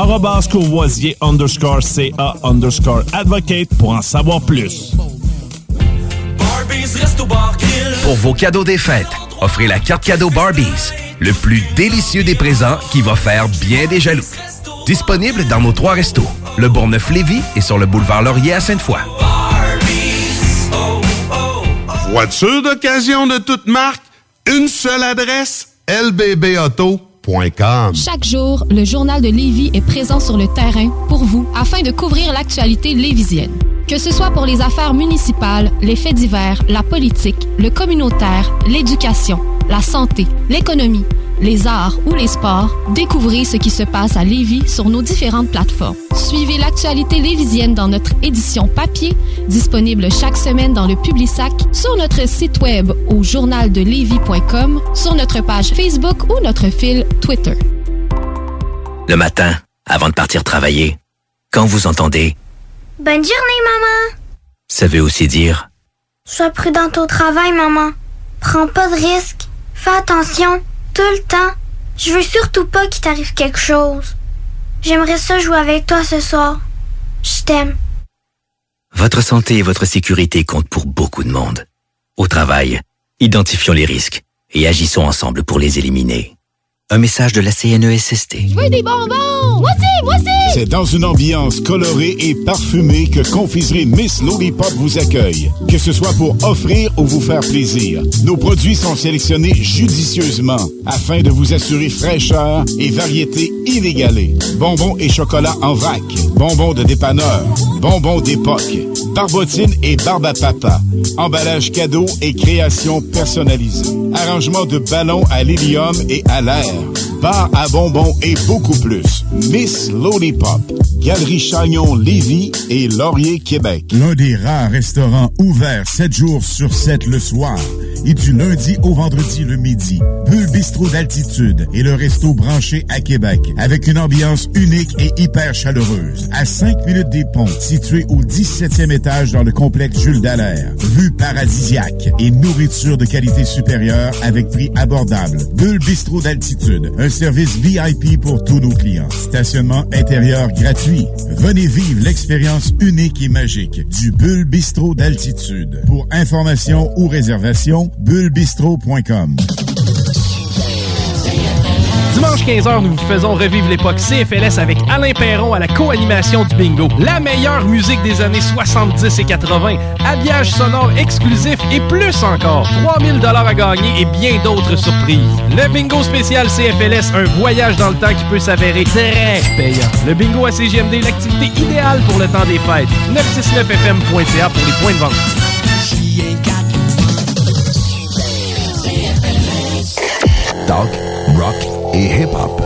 @Courvoisier_CA_advocate pour en savoir plus.
Pour vos cadeaux des fêtes, offrez la carte cadeau Barbies, le plus délicieux des présents qui va faire bien des jaloux. Disponible dans nos 3 restos, le Bourgneuf-Lévis et sur le boulevard Laurier à Sainte-Foy.
Voiture d'occasion de toute marque, une seule adresse, lbbauto.com.
Chaque jour, le Journal de Lévis est présent sur le terrain pour vous afin de couvrir l'actualité lévisienne. Que ce soit pour les affaires municipales, les faits divers, la politique, le communautaire, l'éducation, la santé, l'économie, les arts ou les sports, découvrez ce qui se passe à Lévis sur nos différentes plateformes. Suivez l'actualité lévisienne dans notre édition papier, disponible chaque semaine dans le Publisac, sur notre site web au journaldelevis.com, sur notre page Facebook ou notre fil Twitter.
Le matin, avant de partir travailler, quand vous entendez
« Bonne journée, maman »,
ça veut aussi dire
« Sois prudente au travail, maman. Prends pas de risques. Fais attention. Tout le temps. Je veux surtout pas qu'il t'arrive quelque chose. J'aimerais ça jouer avec toi ce soir. Je t'aime. »
Votre santé et votre sécurité comptent pour beaucoup de monde. Au travail, identifions les risques et agissons ensemble pour les éliminer. Un message de la CNESST.
Je veux des bonbons! Voici!
C'est dans une ambiance colorée et parfumée que Confiserie Miss Lollipop vous accueille. Que ce soit pour offrir ou vous faire plaisir, nos produits sont sélectionnés judicieusement afin de vous assurer fraîcheur et variété inégalée. Bonbons et chocolat en vrac, bonbons de dépanneur, bonbons d'époque, barbotines et barbe à papa, emballage cadeau et création personnalisée, arrangement de ballons à l'hélium et à l'air, bar à bonbons et beaucoup plus. Miss Lollipop, Galerie Chagnon Lévis et Laurier Québec.
L'un des rares restaurants ouverts 7 jours sur 7 le soir.
et du lundi au vendredi le midi. Bulle Bistrot d'altitude est le resto branché à Québec avec une ambiance unique et hyper chaleureuse. À 5 minutes des ponts, situé au 17e étage dans le complexe Jules Dallaire. Vue paradisiaque et nourriture de qualité supérieure avec prix abordable. Bulle Bistrot d'altitude, un service VIP pour tous nos clients. Stationnement intérieur gratuit. Venez vivre l'expérience unique et magique du Bulle Bistrot d'altitude. Pour information ou réservation, bullebistro.com.
Dimanche 15h, nous vous faisons revivre l'époque CFLS avec Alain Perron à la co-animation du bingo. La meilleure musique des années 70 et 80, habillage sonore exclusif et plus encore. 3000 $ à gagner et bien d'autres surprises. Le bingo spécial CFLS, un voyage dans le temps qui peut s'avérer très payant. Le bingo à CJMD, l'activité idéale pour le temps des fêtes. 969fm.ca pour les points de vente.
Talk, rock et hip-hop.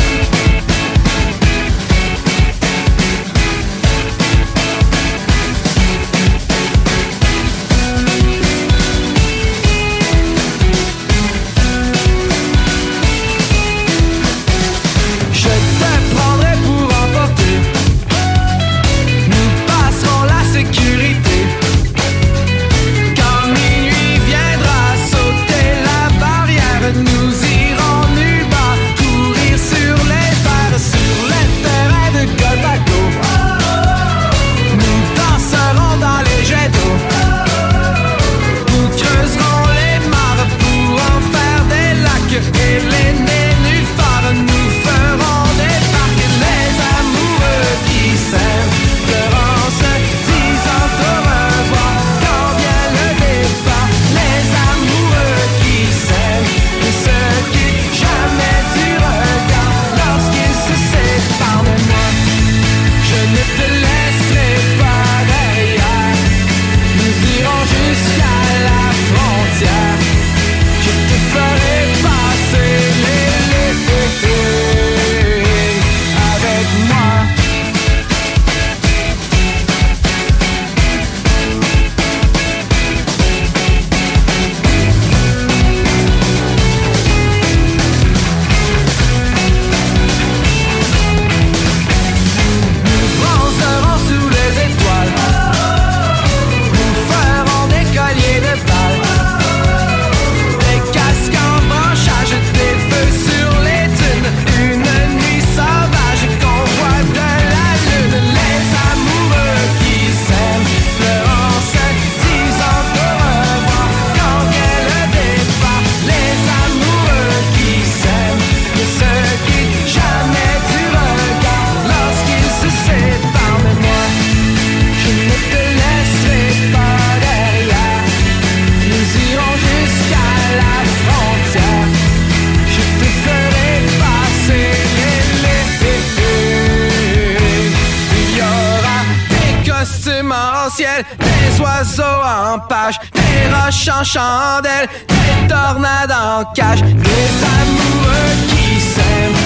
des oiseaux en page, des roches en chandelle, des tornades en cage, des amoureux qui s'aiment,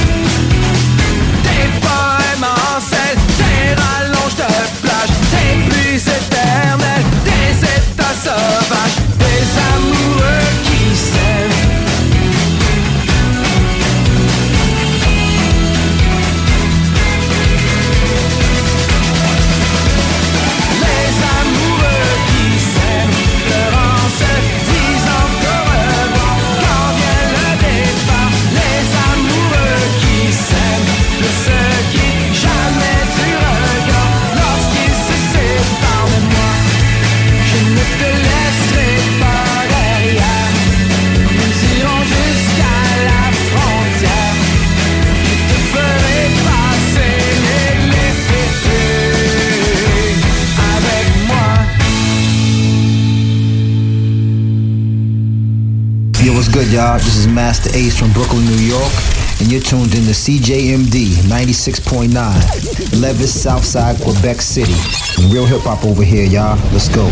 des poèmes en sel, des rallonges de plage, des pluies éternelles, des états sauvages, des amoureux qui s'aiment.
Yo, what's good, y'all? This is Master Ace from Brooklyn, New York, and you're tuned in to CJMD 96.9, Levis, Southside, Quebec City. Real hip-hop over here, y'all. Let's go.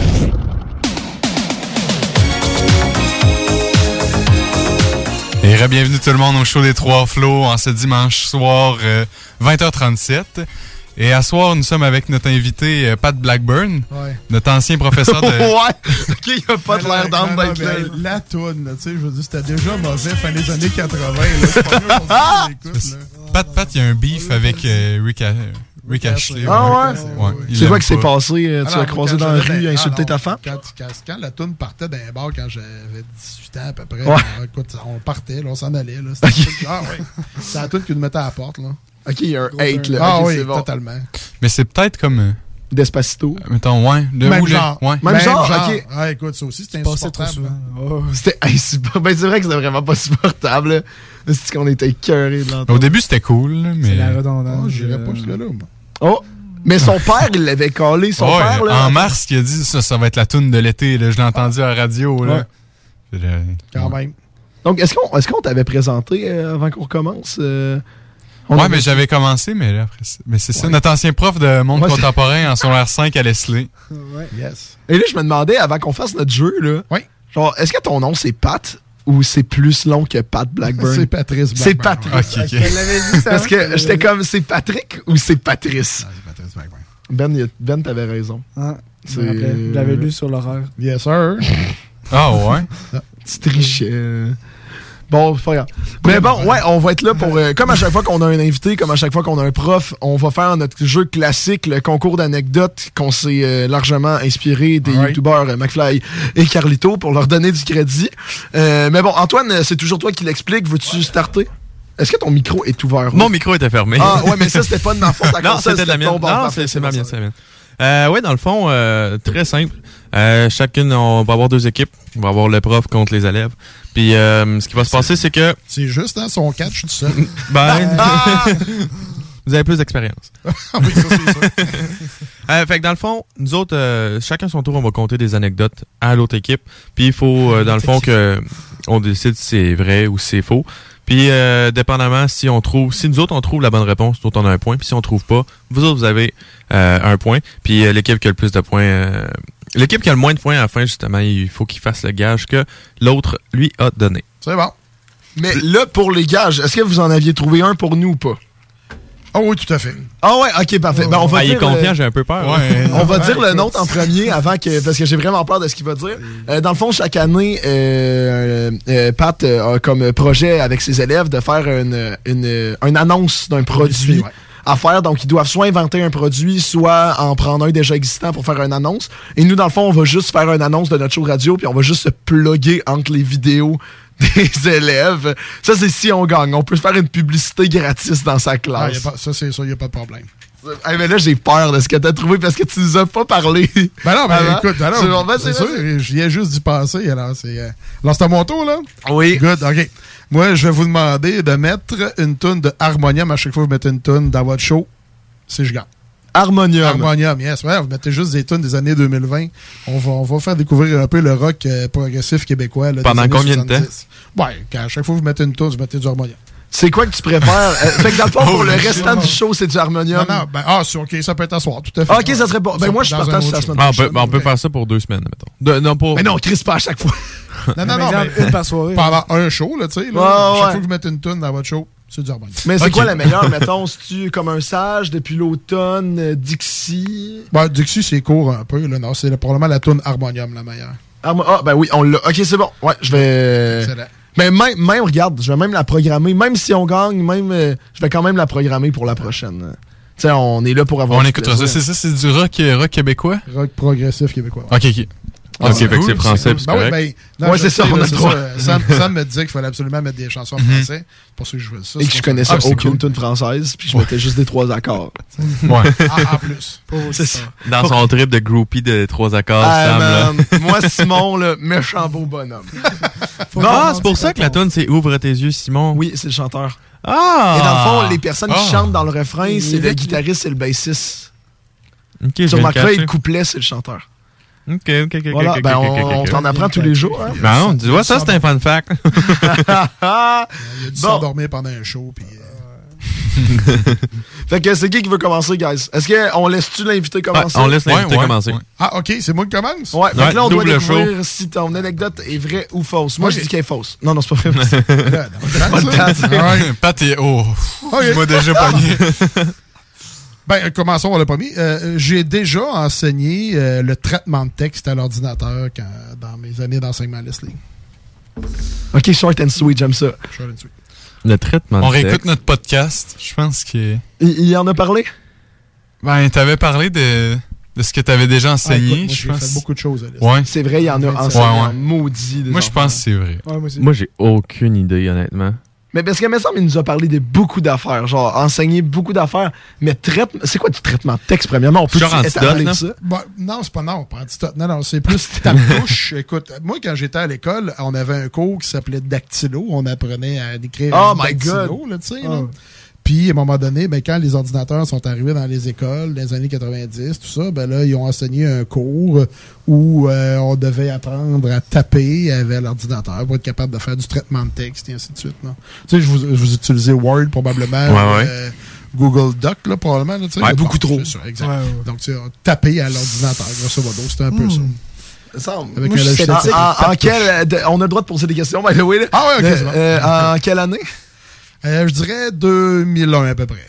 Et bienvenue tout le monde au show des Trois Flots en ce dimanche soir 20h37. Et à soir, nous sommes avec notre invité Pat Blackburn, notre ancien professeur de...
Ouais! OK, il n'y a pas de l'air d'âme d'être là.
La toune, tu sais, je veux dire, c'était déjà mauvais fin des années 80. Là. C'est pas mieux qu'on l'écoute, là.
Pat, il y a un beef avec Rick Ashley.
Ah ouais? C'est quoi qui s'est passé? Tu l'as croisé dans la rue, insulté ta femme?
Quand la toune partait d'un bar, quand j'avais 18 ans à peu près, écoute, on partait, là, on s'en allait. Là. C'est la toune qui nous mettait à la porte. Là.
OK, il y a un hate, là.
Ah
okay,
oui,
bon.
Totalement.
Mais c'est peut-être comme...
Despacito.
Mettons, ouais.
Même genre.
Ouais.
Même genre, OK.
Ah, écoute, ça aussi, c'était insupportable.
C'était insupportable. Ben, c'est vrai que c'était vraiment pas supportable. C'est qu'on était écœurés de l'entendre.
Au début, c'était cool, mais...
C'est la redondance.
J'irais pas jusque-là, moi.
Oh! Mais son père, il l'avait collé. Son père, là.
En mars, il a dit ça va être la toune de l'été. Là. Je l'ai entendu à la radio. Là.
Quand même.
Donc, est-ce qu'on t'avait présenté avant qu'on recommence?
Ouais, mais j'avais commencé, mais là, après, mais c'est ça. Notre ancien prof de monde contemporain en secondaire 5 à Leslie.
Ouais. Yes.
Et là, je me demandais, avant qu'on fasse notre jeu, là, genre, est-ce que ton nom, c'est Pat ou c'est plus long que Pat Blackburn?
C'est Patrice Blackburn.
C'est Patrice.
Okay.
Elle l'avait dit, ça.
Parce que j'étais comme, c'est Patrick ou c'est Patrice?
Non, c'est Patrice Blackburn.
Ben, t'avais raison.
Ah, je l'avais lu sur l'horreur.
Yes, sir.
Ah ouais?
Tu trichais. Bon, c'est pas grave. Mais bon, ouais, on va être là pour... comme à chaque fois qu'on a un invité, comme à chaque fois qu'on a un prof, on va faire notre jeu classique, le concours d'anecdotes qu'on s'est largement inspiré des youtubeurs McFly et Carlito pour leur donner du crédit. Mais bon, Antoine, c'est toujours toi qui l'explique. Veux-tu starter? Est-ce que ton micro est ouvert?
Mon micro était fermé.
Ah ouais, mais ça, c'était pas de ma faute.
Non, c'était de la mienne. Non, c'est ma mienne, c'est la mienne. Oui, dans le fond, très simple. Chacune, on va avoir 2 équipes. On va avoir le prof contre les élèves. Puis, ce qui va se passer, c'est que...
C'est juste, hein, son catch, je suis tout seul.
Vous avez plus d'expérience.
Oui, ça, c'est ça.
Fait que dans le fond, nous autres, chacun son tour, on va compter des anecdotes à l'autre équipe. Puis, il faut, dans le fond, que on décide si c'est vrai ou si c'est faux. Puis, dépendamment, si nous autres, on trouve la bonne réponse, nous autres, on a un point. Puis, si on trouve pas, vous autres, vous avez un point. Puis, l'équipe qui a le plus de points... l'équipe qui a le moins de points à la fin, justement, il faut qu'il fasse le gage que l'autre, lui, a donné.
C'est bon.
Mais là, pour les gages, est-ce que vous en aviez trouvé un pour nous ou pas?
Ah oui, tout à fait.
Ah ouais, ok, parfait. Ben, on va dire,
il est confiant, j'ai un peu peur.
Ouais.
On va dire le nôtre en premier avant parce que j'ai vraiment peur de ce qu'il va dire. Dans le fond, chaque année, Pat a comme projet avec ses élèves de faire une annonce d'un produit à faire. Donc, ils doivent soit inventer un produit, soit en prendre un déjà existant pour faire une annonce. Et nous, dans le fond, on va juste faire une annonce de notre show radio, puis on va juste se plugger entre les vidéos des élèves. Ça, c'est si on gagne. On peut faire une publicité gratis dans sa classe.
Ça, c'est ça, il n'y a pas de problème.
Hey, mais là, j'ai peur de ce que t'as trouvé parce que tu nous as pas parlé.
Ben non, mais écoute,
c'est
sûr, je viens juste d'y passer. Alors, c'est à mon tour, là?
Oui.
Good, OK. Moi, je vais vous demander de mettre une toune de Harmonium à chaque fois que vous mettez une toune dans votre show. Si je gagne. Harmonium, yes. Ouais, vous mettez juste des tunes des années 2020. On va faire découvrir un peu le rock progressif québécois. Là,
pendant combien de temps?
Ouais, à chaque fois que vous mettez une tune, vous mettez du Harmonium.
C'est quoi que tu préfères? Fait que dans le fond, pour le restant du show, c'est du Harmonium.
Non, OK, ça peut être à soir, tout à fait.
OK, ça serait pas. Ben moi, je partage la semaine prochaine.
On peut faire ça pour 2 semaines, mettons.
Mais non, Chris, pas à chaque fois.
Non, mais une par soirée. Pendant un show, là, tu sais. Chaque fois que vous mettez une tune dans votre show, c'est du Harmonium.
Mais c'est quoi la meilleure, mettons? C'est-tu comme un sage depuis l'automne, Dixie?
Ben, Dixie, c'est court un peu, là. Non, c'est probablement la tune Harmonium, la meilleure.
Ah, ben oui, on l'a. OK, c'est bon. Ouais, je vais...
Excellent.
Mais même, regarde, je vais même la programmer. Même si on gagne, je vais quand même la programmer pour la prochaine. Tu sais, on est là pour avoir...
On écoutera ça. C'est ça, c'est du rock québécois?
Rock progressif québécois.
OK.
OK, fait que c'est français, c'est correct.
Ouais, c'est ça, on a le droit.
Sam me disait qu'il fallait absolument mettre des chansons en français. C'est pour ça que je veux ça.
Et que je connaissais aucune tune française, puis je mettais juste des 3 accords.
Ouais.
En plus.
C'est ça.
Dans son trip de groupie de 3 accords, Sam, là.
Moi, Simon, le méchant beau bonhomme.
C'est pour ça que la tune, c'est Ouvre tes yeux, Simon.
Oui, c'est le chanteur.
Ah!
Et dans le fond, les personnes qui chantent dans le refrain, c'est le guitariste et le bassiste.
OK,
sur Marc-Claude, le couplet, c'est le chanteur.
OK.
Voilà, on t'en apprend tous les jours. Hein?
Ben non, tu vois, ça, c'est un fun fact.
Il a dû s'endormir pendant un show, puis...
Fait que c'est qui veut commencer, guys? Est-ce qu'on laisse-tu l'invité commencer?
On laisse l'invité commencer.
Ah, OK, c'est moi qui commence?
Ouais, fait que là, on doit découvrir si ton anecdote est vraie ou fausse. Moi, je dis qu'elle est fausse. Non, c'est pas vrai.
Pat est... Oh, je m'ai déjà pogné.
Ben, commençons, on l'a pas mis. J'ai déjà enseigné le traitement de texte à l'ordinateur dans mes années d'enseignement Leslie.
OK, short and sweet, j'aime ça.
Short and sweet.
Le traitement
On
de texte.
réécoute notre podcast. Je pense qu'il...
Il en a parlé?
Ben, t'avais parlé de ce que t'avais déjà enseigné,
écoute,
je
moi,
pense.
j'ai fait beaucoup de choses.
Ouais.
C'est vrai, il y en a enseigné en maudit.
Moi, je pense que c'est vrai.
Ouais, moi aussi.
Moi, j'ai aucune idée, honnêtement.
Mais parce que, me semble, il nous a parlé de beaucoup d'affaires. Genre, enseigner beaucoup d'affaires. Mais c'est quoi du traitement de texte, premièrement? On peut étaler ça?
Non, c'est pas antidote. Non, c'est plus tape-touche. Écoute, moi, quand j'étais à l'école, on avait un cours qui s'appelait dactylo. On apprenait à écrire dactylo, là, tu sais. là. Puis, à un moment donné, ben, quand les ordinateurs sont arrivés dans les écoles, dans les années 90, tout ça, ben là, ils ont enseigné un cours où on devait apprendre à taper avec l'ordinateur pour être capable de faire du traitement de texte et ainsi de suite. Non? Tu sais, vous utilisez Word probablement, Google Doc, là, probablement. Là,
ouais, beaucoup trop.
C'est ça, exact. Donc, tu sais, taper à l'ordinateur, grosso modo, c'était un peu ça. Avec un logiciel.
On a le droit de poser des questions, by the way.
Ah ouais, ok.
En quelle année?
Je dirais 2001 à peu près.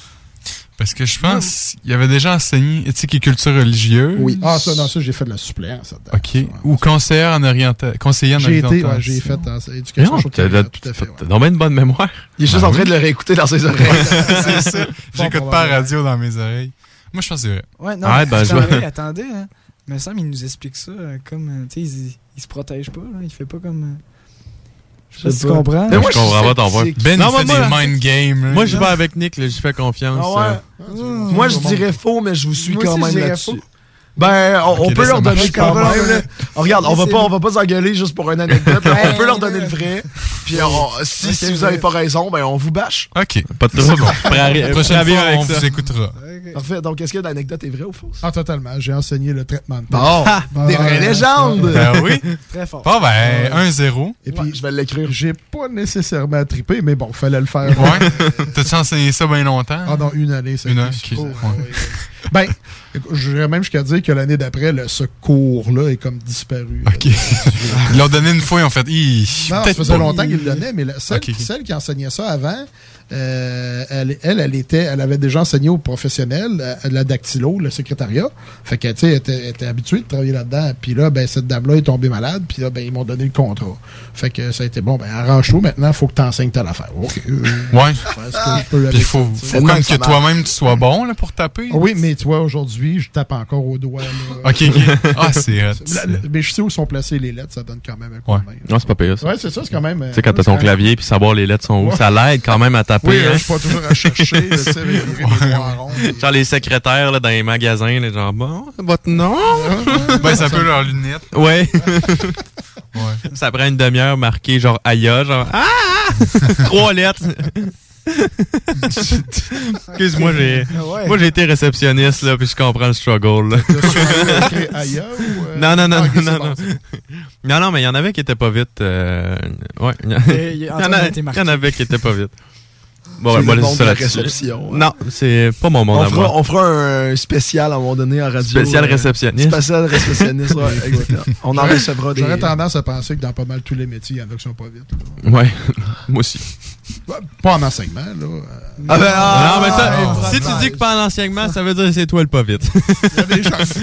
Parce que je pense qu'il y avait déjà enseigné éthique et culture religieuse.
Oui. Ah, ça, j'ai fait de la suppléance.
OK. Ou conseiller en orientation.
J'ai fait éducation.
T'as donc une bonne mémoire.
Il est juste en train de le réécouter dans ses oreilles.
C'est ça. J'écoute pas la radio dans mes oreilles. Moi, je pense que c'est vrai.
Ouais, non, attendez, hein. Mais Sam, il nous explique ça comme, tu sais, il se protège pas, là. Il fait pas comme... Je sais pas si tu comprends.
Mais moi, je comprends pas ton point.
Ben, il fait des mind games.
Moi, je vais avec Nick, j'y fais confiance.
Moi, je dirais faux, mais je vous suis quand même là-dessus. Ben, on peut leur donner quand même. Regarde, on va pas s'engueuler juste pour une anecdote. On peut leur donner le vrai. Puis si vous avez pas raison, ben on vous bâche.
OK.
Pas de trouble.
Prochaine fois, on vous écoutera.
Parfait. Donc, est-ce que l'anecdote est vraie ou fausse?
Ah, totalement. J'ai enseigné le traitement de
texte. Bon, des vraies légendes.
Ben oui.
Très fort.
Bon, ben, 1-0.
Et puis, je vais l'écrire. J'ai pas nécessairement trippé, mais bon, fallait le faire.
Ouais. T'as-tu enseigné ça bien longtemps?
Ah non, une année.
Une année.
Ben, j'irais même jusqu'à dire que l'année d'après, ce cours-là est comme disparu.
OK. Ils l'ont donné une fois, ils ont fait...
Non, ça faisait longtemps qu'ils le donnaient, mais celle qui enseignait ça avant, elle avait déjà enseigné aux professionnels la dactylo, le secrétariat. Fait que, tu sais, elle était habituée de travailler là-dedans. Puis là, ben, cette dame-là est tombée malade. Puis là, ben, ils m'ont donné le contrat. Fait que ça a été bon, ben, arrange-toi maintenant, il faut que tu enseignes telle affaire. OK.
Ouais. Puis il faut comme que toi-même, tu sois bon là, pour taper.
Oui, mais tu vois, aujourd'hui, je tape encore au doigt. Là.
OK. Ah, c'est hot.
Mais je sais où sont placées les lettres, ça donne quand même un coup de main.
Non, c'est pas pire, ça.
Ouais, c'est ça, c'est quand même...
Tu sais, quand t'as ton clavier puis savoir les lettres sont où, ça l'aide quand même à taper.
Oui, je suis pas toujours à chercher, tu sais, avec des moirons.
Genre les secrétaires là, dans les magasins, les genre, bon, votre nom?
Ben, ça peut leurs lunettes.
Ouais. Ça prend une demi-heure marquée genre Aya, genre, 3 lettres. Excuse-moi, moi j'ai été réceptionniste là, puis je comprends le struggle. Là. Non, mais il y en avait qui étaient pas vite. Ouais, il y en avait qui étaient pas vite. Bon,
c'est
moi,
le monde
ça
de la
là-dessus.
réception.
Non, c'est pas mon monde à moi.
On fera un spécial à un moment donné en radio.
Spécial réceptionniste.
Spécial réceptionniste, ouais, exactement. On en recevra des...
J'aurais tendance à penser que dans pas mal tous les métiers, il y en a qui sont pas vite.
Ouais, moi aussi.
Pas en enseignement, là.
Non, mais ça, si tu dis que pas en enseignement, ça veut dire que c'est toi le pas vite.
Il y a des chances.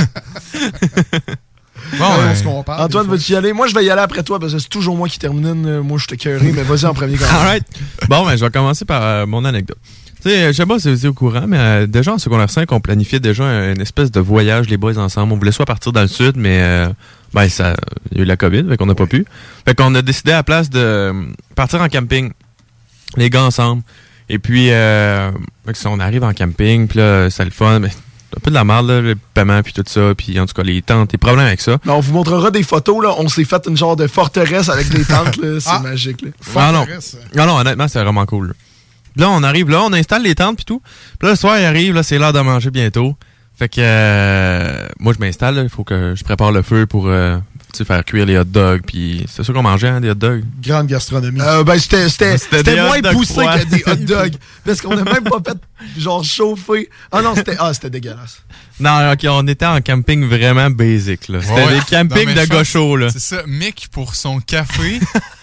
Bon, Antoine, veux-tu y aller? Moi, je vais y aller après toi parce que c'est toujours moi qui termine. Moi, je t'ai cœuré, mais vas-y en premier quand même.
Alright. Bon, ben, je vais commencer par mon anecdote. Tu sais, je sais pas si vous êtes au courant, mais déjà en secondaire 5, on planifiait déjà une espèce de voyage, les boys ensemble. On voulait soit partir dans le sud, mais ben, il y a eu la COVID, fait qu'on n'a pas pu. Fait qu'on a décidé à la place de partir en camping, les gars ensemble. Et puis, on arrive en camping, puis là, c'est le fun, mais un peu de la merde, là, le paiement, puis tout ça, puis en tout cas, les tentes, les problèmes avec ça.
Ben, on vous montrera des photos, là. On s'est fait une genre de forteresse avec les tentes, là. C'est magique, là.
Forteresse.
Non, honnêtement, c'est vraiment cool, là. Là, on arrive là, on installe les tentes, puis tout. Puis là, le soir, il arrive, là, c'est l'heure de manger bientôt. Fait que, moi, je m'installe, il faut que je prépare le feu pour, faire cuire les hot dogs, puis c'est ça qu'on mangeait, hein, des hot dogs.
Grande gastronomie.
Ben, c'était moins poussé
froids.
que des hot dogs. Parce qu'on a même pas fait, genre, chauffer. Ah non, c'était dégueulasse.
Non, OK, on était en camping vraiment basic, là. C'était des campings de gars chauds, là.
C'est ça, Mick, pour son café,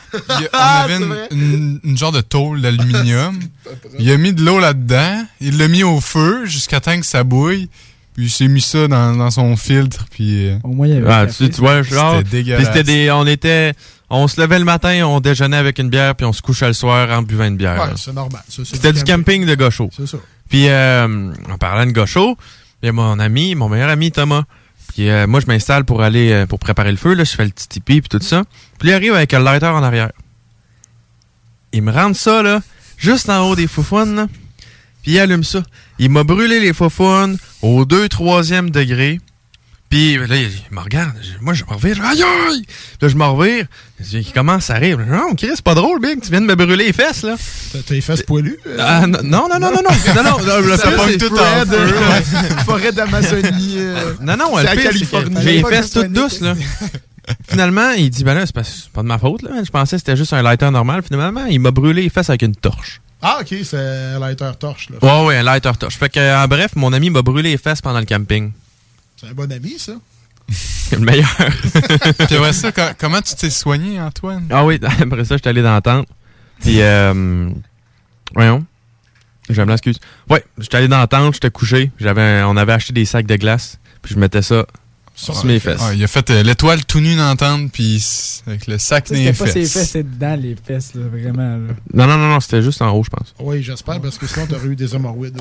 on avait une genre de tôle d'aluminium. Il a mis de l'eau là-dedans. Il l'a mis au feu jusqu'à temps que ça bouille. Puis il s'est mis ça dans son filtre. Puis,
au moins, il y avait
tu vois, genre,
c'était dégueulasse.
Puis on se levait le matin, on déjeunait avec une bière, puis on se couchait le soir en buvant une bière.
Ouais, c'est normal.
C'était du camping de gars chauds.
C'est ça.
Puis en parlant de gars chauds, il y a mon meilleur ami Thomas. Puis moi, je m'installe pour aller pour préparer le feu. Là, je fais le petit tipi puis tout ça. Puis il arrive avec le lighter en arrière. Il me rentre ça, là, juste en haut des foufounes, là. Puis il allume ça. Il m'a brûlé les foufounes au 2/3 degré. Puis là, il me regarde. Moi, je me revire. Aïe, aïe! Là, je me revire. Il commence à rire. Non, Chris, c'est pas drôle, Big. Tu viens de me brûler les fesses, là.
T'as les fesses poilues?
Non.
Ça
pogne
tout en feu. Forêt d'Amazonie.
Non,
c'est la Californie.
J'ai les fesses toutes douces, là. Finalement, il dit, ben là, c'est pas de ma faute, là. Je pensais que c'était juste un lighter normal. Finalement, il m'a brûlé les fesses avec une torche.
Ah, OK, c'est un lighter torche, là.
Ouais, un lighter torche. Fait que, en bref, mon ami m'a brûlé les fesses pendant le camping.
C'est un bon ami, ça.
Le meilleur.
Puis après ça, comment tu t'es soigné, Antoine?
Ah oui, après ça, j'étais allé dans la tente. Puis, voyons. Je me l'excuse. Ouais, j'étais allé dans la tente, j'étais couché. On avait acheté des sacs de glace. Puis je mettais ça sur mes fesses.
Il a fait l'étoile tout nu dans la tente, puis avec le sac dans les fesses.
C'était pas ses fesses, c'était dans les fesses, là, vraiment. Là.
Non, c'était juste en haut, je pense.
Oui, j'espère, parce que sinon, t'aurais eu des hémorroïdes.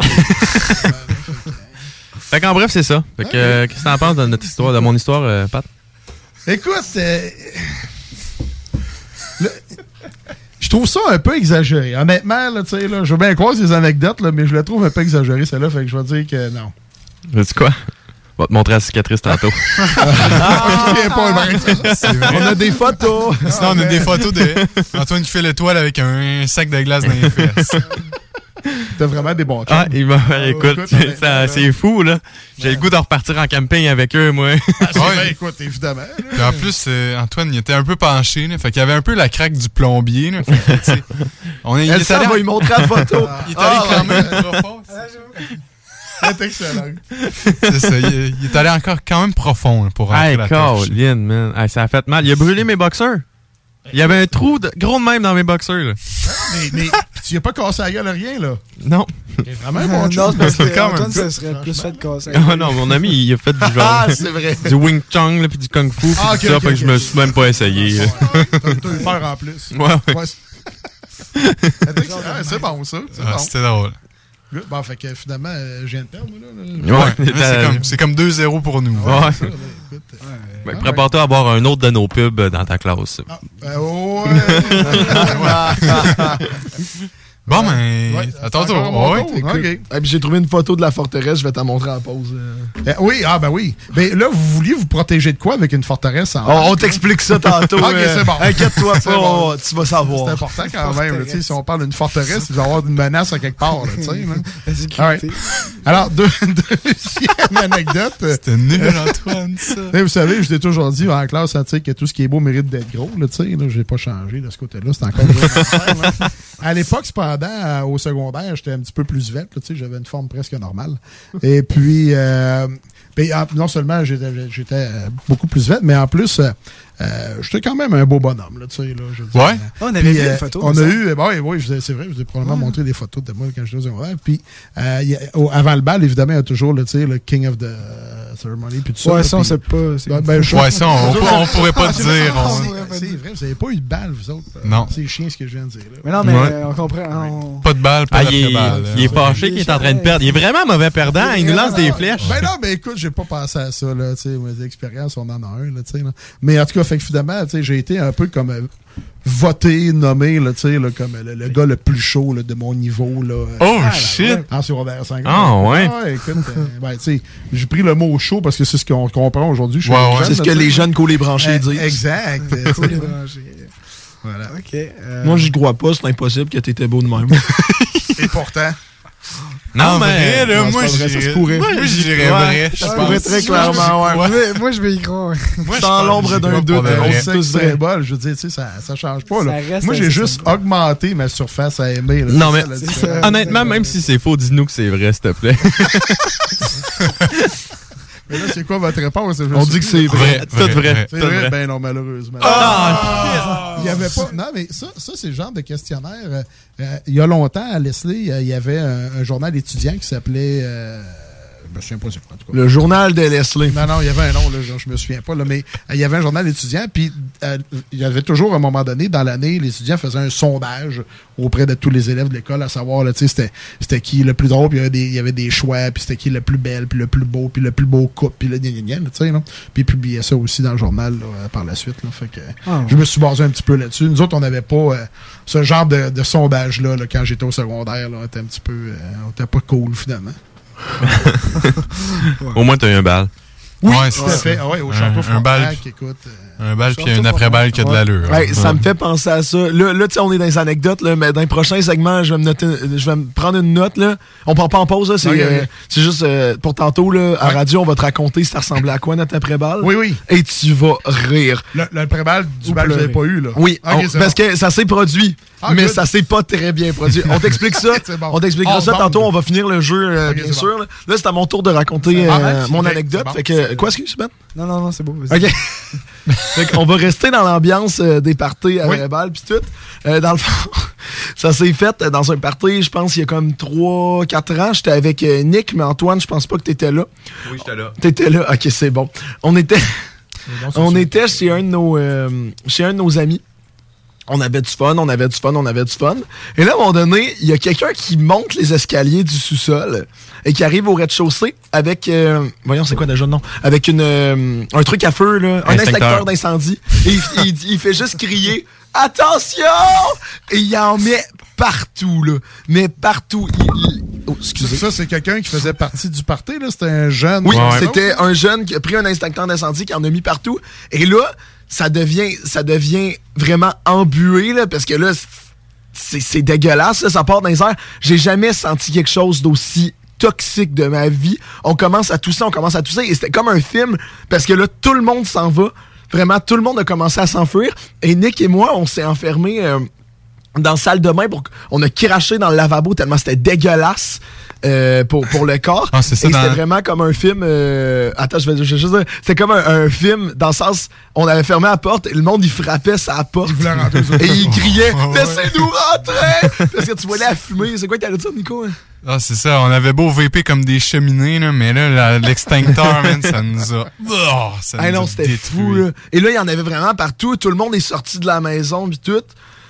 Fait qu'en bref, c'est ça. Fait que, qu'est-ce que t'en penses de notre histoire, de mon histoire, Pat?
Écoute, je trouve ça un peu exagéré. Honnêtement, là, tu sais, je veux bien croire ces anecdotes, là, mais je la trouve un peu exagérée, celle-là, fait que je vais dire que non.
Sais-tu quoi? On va te montrer la cicatrice tantôt.
On a des photos.
Sinon, on a des photos d'Antoine qui fait l'étoile avec un sac de glace dans les fesses.
T'as vraiment des bons
chums. Écoute, c'est fou, là. J'ai le goût de repartir en camping avec eux, moi.
Écoute, évidemment.
Puis en plus, Antoine, il était un peu penché, là, fait qu'il y avait un peu la craque du plombier. Là, fait que,
il est allé va lui montrer la photo.
Il est allé quand même profond.
C'est excellent.
C'est ça, il est allé encore quand même profond là, pour rentrer la torche.
Man. Ça a fait mal. Il a brûlé mes boxeurs. Il y avait un trou gros de même dans mes boxeurs. Là.
Mais tu n'as pas cassé la gueule à rien, là?
Non.
C'est vraiment bon.
Non, parce que Antoine, ça serait plus fait de casser.
Ah non, mon ami, il a fait du genre.
Ah, c'est vrai.
Du Wing Chun, puis du Kung Fu, puis tout ça. Fait que je me suis même pas essayé.
T'as eu peur en plus.
Ouais.
C'est bon, ça.
C'était drôle.
Bon, fait que finalement, je viens de perdre, là.
Ouais, c'est comme 2-0 pour nous.
Ouais. Prépare-toi à avoir un autre de nos pubs dans ta classe.
Bon, mais à ton tour.
OK. J'ai trouvé une photo de la forteresse, je vais t'en montrer en pause.
Oui, oui. Mais là, vous vouliez vous protéger de quoi avec une forteresse?
On t'explique ça tantôt.
OK, c'est bon.
Inquiète-toi pas, tu vas savoir.
C'est important quand même. Si on parle d'une forteresse, il va y avoir une menace à quelque part. Alors, deuxième anecdote.
C'était nul, Antoine, ça.
Vous savez, je t'ai toujours dit en classe, que tout ce qui est beau mérite d'être gros. Je n'ai pas changé de ce côté-là. C'est encore à l'époque, cependant, au secondaire, j'étais un petit peu plus vête. J'avais une forme presque normale. Et puis, non seulement j'étais beaucoup plus vête, mais en plus, j'étais quand même un beau bonhomme.
Ouais.
On avait vu une photo.
On a eu, oui, c'est vrai, je vous ai probablement montré des photos de moi quand j'étais au secondaire. Puis, avant le bal, évidemment, il y a toujours le King of the Ceremony. Puis tout ça.
Ouais, ça, on sait pas.
Ouais, ça, on pourrait pas te dire.
C'est vrai, vous n'avez pas eu de bal, vous autres.
Non.
C'est chiant ce que je viens de dire.
Mais non, mais on comprend.
Pas de balle, pas de balle.
Il est fâché qu'il est en train de perdre. Il est vraiment mauvais perdant. Il nous lance des flèches.
Ben non, mais écoute, j'ai pas pensé à ça. Mes expériences, on en a un. Mais en tout cas, fait que finalement, j'ai été un peu comme voté, nommé comme le gars le plus chaud de mon niveau.
Shit!
En secondaire 5.
Ah, ouais.
Écoute, j'ai pris le mot chaud parce que c'est ce qu'on comprend aujourd'hui.
C'est ce que les jeunes collés branchés disent.
Exact.
Collés branchés.
Voilà.
OK.
Moi, j'y crois pas. C'est impossible que t'étais beau de même.
Et pourtant...
Non, mais
moi, j'irais vrai.
Je pourrais très clairement,
Moi, je vais y croire.
Sans l'ombre d'un doute.
On sait tous très bol. Je veux dire, ça change pas. Moi, j'ai juste augmenté ma surface à aimer.
Non, mais honnêtement, même si c'est faux, dis-nous que c'est vrai, s'il te plaît.
Mais là, c'est quoi votre réponse?
On dit que c'est vrai.
Tout vrai.
C'est vrai? Ben non, malheureusement. Il y avait pas... Non, mais ça c'est le genre de questionnaire. Il y a longtemps, à Leslie, il y avait un journal étudiant qui s'appelait... je me souviens pas c'est quoi, en tout cas.
Le journal de Leslie.
Non, il y avait un nom, là, je me souviens pas, là, mais il y avait un journal étudiant, puis il y avait toujours, à un moment donné, dans l'année, les étudiants faisaient un sondage auprès de tous les élèves de l'école, à savoir, là, c'était qui le plus drôle, puis il y avait des choix, puis c'était qui le plus belle, puis le plus beau, puis le plus beau couple, puis le tu sais, là. Puis ils publiaient ça aussi dans le journal, là, par la suite, là, fait que je me suis basé un petit peu là-dessus. Nous autres, on n'avait pas ce genre de sondage-là, là, quand j'étais au secondaire, là, on était un petit peu, on était pas cool, finalement.
Au moins, t'as eu un bal.
Oui, tout à fait. Ah ouais, au château Frontenac, écoute.
Un bal puis un après-bal qui a de l'allure.
Ouais, ça me fait penser à ça. Là tu sais, on est dans les anecdotes, là, mais dans les prochains segments, je vais me prendre une note. Là. On prend pas en pause. Là, c'est juste pour tantôt, là, à radio, on va te raconter si ça ressemblait à quoi notre après-bal.
Oui.
Et tu vas rire.
L'après-bal du bal, vous n'avez pas eu, là?
Oui, parce que ça s'est produit. Mais ça s'est pas très bien produit. On t'explique ça.
Bon.
On t'expliquera ça tantôt. On va finir le jeu, bien sûr. Là, c'est à mon tour de raconter mon anecdote.
Bon,
fait que, quoi, excuse, Ben?
Non, c'est beau.
OK. Fait qu'on va rester dans l'ambiance des parties à la balle puis tout. Dans le fond, ça s'est fait dans un party, je pense, il y a comme 3-4 ans. J'étais avec Nick, mais Antoine, je pense pas que t'étais là.
Oui, j'étais là.
T'étais là? OK, c'est bon. On était chez un de nos amis. On avait du fun. Et là, à un moment donné, il y a quelqu'un qui monte les escaliers du sous-sol et qui arrive au rez-de-chaussée avec... voyons, c'est quoi déjà le nom? Avec un truc à feu, là, un extincteur d'incendie. Et il fait juste crier « Attention! » Et il en met partout, là. Mais partout. Oh, excusez.
Ça, c'est quelqu'un qui faisait partie du party, là? C'était un jeune?
Oui, c'était un jeune qui a pris un extincteur d'incendie, qui en a mis partout. Et là... Ça devient vraiment embué, là, parce que là, c'est dégueulasse, là, ça part dans les airs. J'ai jamais senti quelque chose d'aussi toxique de ma vie. On commence à tousser, et c'était comme un film, parce que là, tout le monde s'en va. Vraiment, tout le monde a commencé à s'enfuir. Et Nick et moi, on s'est enfermés dans la salle de bain. On a craché dans le lavabo tellement c'était dégueulasse. Pour le corps.
Ah, c'est ça,
et c'était vraiment comme un film... attends, je vais juste dire... C'était comme un film dans le sens... On avait fermé la porte et le monde, il frappait sa porte.
Il voulait rentrer.
Et il criait « Laissez-nous rentrer! » Parce que tu voulais la fumée. C'est quoi que t'allais dire, Nico? Hein?
Ah, c'est ça. On avait beau vaper comme des cheminées, là, mais là, l'extincteur, man, ça nous a... Oh, ça nous
non,
a
c'était
détruit.
fou, là. Et là, il y en avait vraiment partout. Tout le monde est sorti de la maison, puis tout.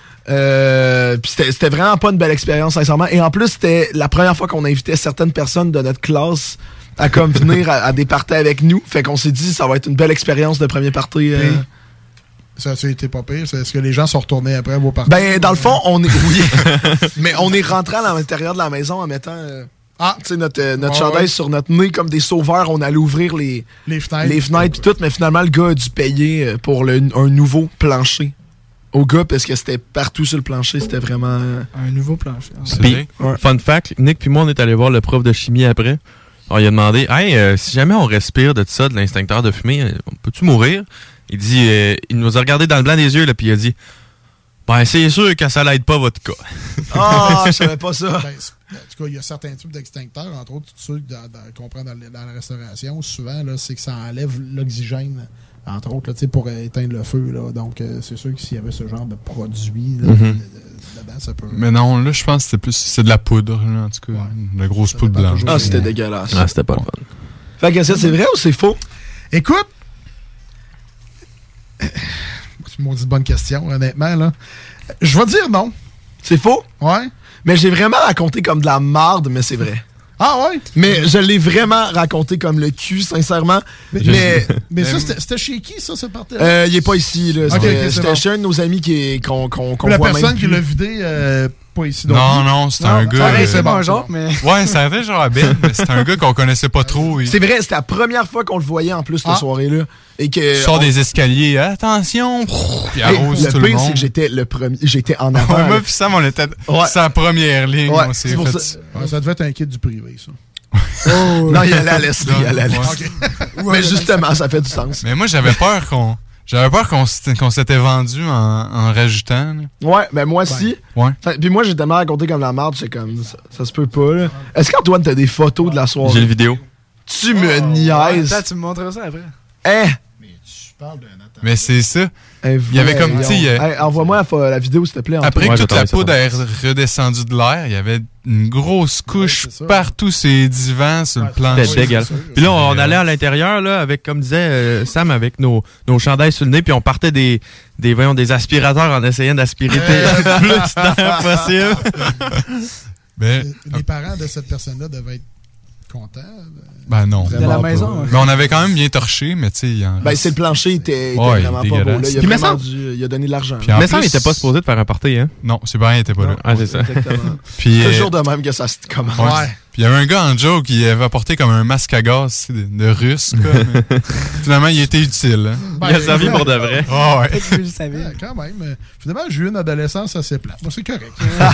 Puis c'était vraiment pas une belle expérience, sincèrement. Et en plus, c'était la première fois qu'on invitait certaines personnes de notre classe à comme venir à des parties avec nous. Fait qu'on s'est dit, ça va être une belle expérience de premier party.
Ça a été pas pire? Est-ce que les gens sont retournés après vos parties?
Ben, dans le fond, oui. Mais on est rentré à l'intérieur de la maison en mettant... tu sais, notre chandail sur notre nez comme des sauveurs. On allait ouvrir les fenêtres et tout. Mais finalement, le gars a dû payer pour un nouveau plancher au gars, parce que c'était partout sur le plancher, c'était vraiment...
Un nouveau plancher.
Puis, fun fact, Nick puis moi, on est allé voir le prof de chimie après. Alors, il a demandé, « Hey, si jamais on respire de ça, de l'extincteur de fumée, peux-tu mourir? » Il dit, il nous a regardé dans le blanc des yeux, là, puis il a dit, « Ben, c'est sûr que ça l'aide pas votre cas. »
Ah, je savais pas ça.
En tout cas, il y a certains types d'extincteurs, entre autres, ceux qu'on prend dans la restauration, souvent, là, c'est que ça enlève l'oxygène. Entre autres, là, pour éteindre le feu. Là. Donc, c'est sûr que s'il y avait ce genre de produit là, dedans, ça peut...
Mais non, là, je pense que c'était plus... C'est de la poudre, là, en tout cas. De la grosse poudre blanche.
Ah, c'était dégueulasse.
Ah, c'était pas le fun.
Fait que ça, c'est vrai ou c'est faux?
Écoute... C'est une maudite bonne question, honnêtement, là. Je vais dire non.
C'est faux?
Ouais.
Mais j'ai vraiment raconté comme de la marde, mais c'est vrai.
Ah ouais?
Mais je l'ai vraiment raconté comme le cul, sincèrement.
Mais ça, c'était chez qui, ça, ce parti?
Il est pas ici, là. C'était chez un de nos amis qu'on voit même.
La personne qui l'a vidé, pas ici.
Non, c'était un gars...
C'est bon, genre, mais...
Ouais, ça avait genre à Ben, mais c'était un gars qu'on connaissait pas trop.
C'est vrai, c'était la première fois qu'on le voyait, en plus, cette soirée-là. Et que...
Sort des escaliers, attention! Puis arrose tout le monde.
Le pire, c'est que j'étais le premier, j'étais en avant.
Moi pis Sam, on était sa première ligne.
Ouais,
on s'est fait...
ça devait être un kit du privé, ça.
Non, il allait à Leslie, Mais justement, ça fait du sens.
Mais moi, j'avais peur qu'on s'était vendu en rajoutant. Là.
Ouais, ben moi aussi.
Ouais.
Puis moi, j'ai tellement raconté comme la merde, c'est comme ça se peut pas. Là. Est-ce qu'Antoine, t'as des photos de la soirée?
J'ai le vidéo.
Tu me niaises.
Attends, tu me montreras ça après.
Hein?
Mais c'est ça. Il y avait comme, tu sais...
envoie-moi la vidéo, s'il te plaît.
Après que toute la poudre est redescendue de l'air, il y avait une grosse couche partout ces divans sur le plancher.
C'était dégueulasse. Puis là, on allait à l'intérieur, là, avec, comme disait Sam, avec nos chandails sur le nez, puis on partait des aspirateurs en essayant d'aspirer le plus d'air possible.
Les parents de cette personne-là devaient être contents.
Ben non.
De la maison.
Mais on avait quand même bien torché, mais tu sais...
c'est le plancher était vraiment pas beau. Là. Il a donné de l'argent.
Mais ça, il était pas supposé de faire un party, hein?
Non, c'est bien, il était pas là.
Ah, c'est ça.
Exactement.
Puis,
toujours de même que ça se commence.
Ouais. Puis il y avait un gars en joke qui avait apporté comme un masque à gaz de russe. Finalement, il était utile. Hein?
Il a servi pour de vrai.
Oh, ouais.
Je le savais.
Quand même. Finalement, j'ai eu une adolescence assez plate. Moi, c'est correct.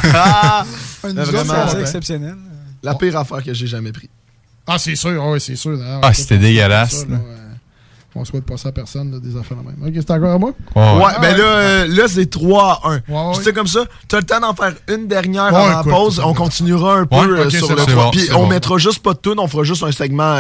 Vraiment exceptionnel.
La pire affaire que j'ai jamais pris.
Ah, c'est sûr. Oui, c'est sûr.
C'était dégueulasse.
On souhaite pas ça à personne, là, des affaires de même. Ok, c'est encore à moi?
Là, c'est 3-1. Je sais comme ça, tu as le temps d'en faire une dernière avant la pause. On continuera un peu sur le 3. Puis on mettra juste pas de tune, on fera juste un segment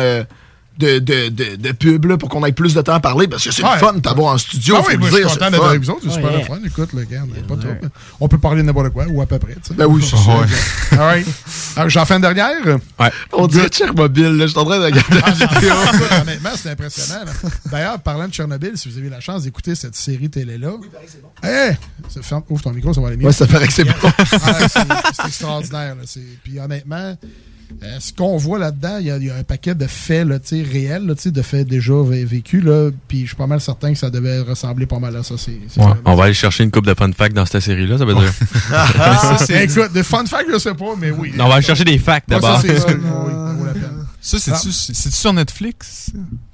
de pub là, pour qu'on ait plus de temps à parler parce que c'est le fun de t'avoir en studio.
Ah oui, moi, je suis content d'être avec vous autres. C'est super le fun. Écoute, le gars, pas trop. On peut parler de n'importe quoi ou à peu près.
Ben oui, c'est ça.
All right. Alors, j'en fais une dernière.
Ouais. On dirait Tchernobyl. Je suis en train de regarder la vidéo.
Honnêtement, c'est impressionnant. D'ailleurs, parlant de Tchernobyl, si vous avez la chance d'écouter cette série télé-là. Ouvre ton micro, ça va aller mieux.
Ouais, ça paraît que c'est bon.
C'est extraordinaire. Puis honnêtement, ce qu'on voit là-dedans, il y a un paquet de faits là, réels, là, de faits déjà vécus. Puis je suis pas mal certain que ça devait ressembler pas mal à ça.
On va aller chercher une coupe de fun facts dans cette série-là, ça veut dire.
Écoute, des fun facts, je sais pas, mais oui.
Non, on va aller chercher des facts d'abord.
Ça, ça vaut la peine.
Ça, c'est-tu sur Netflix?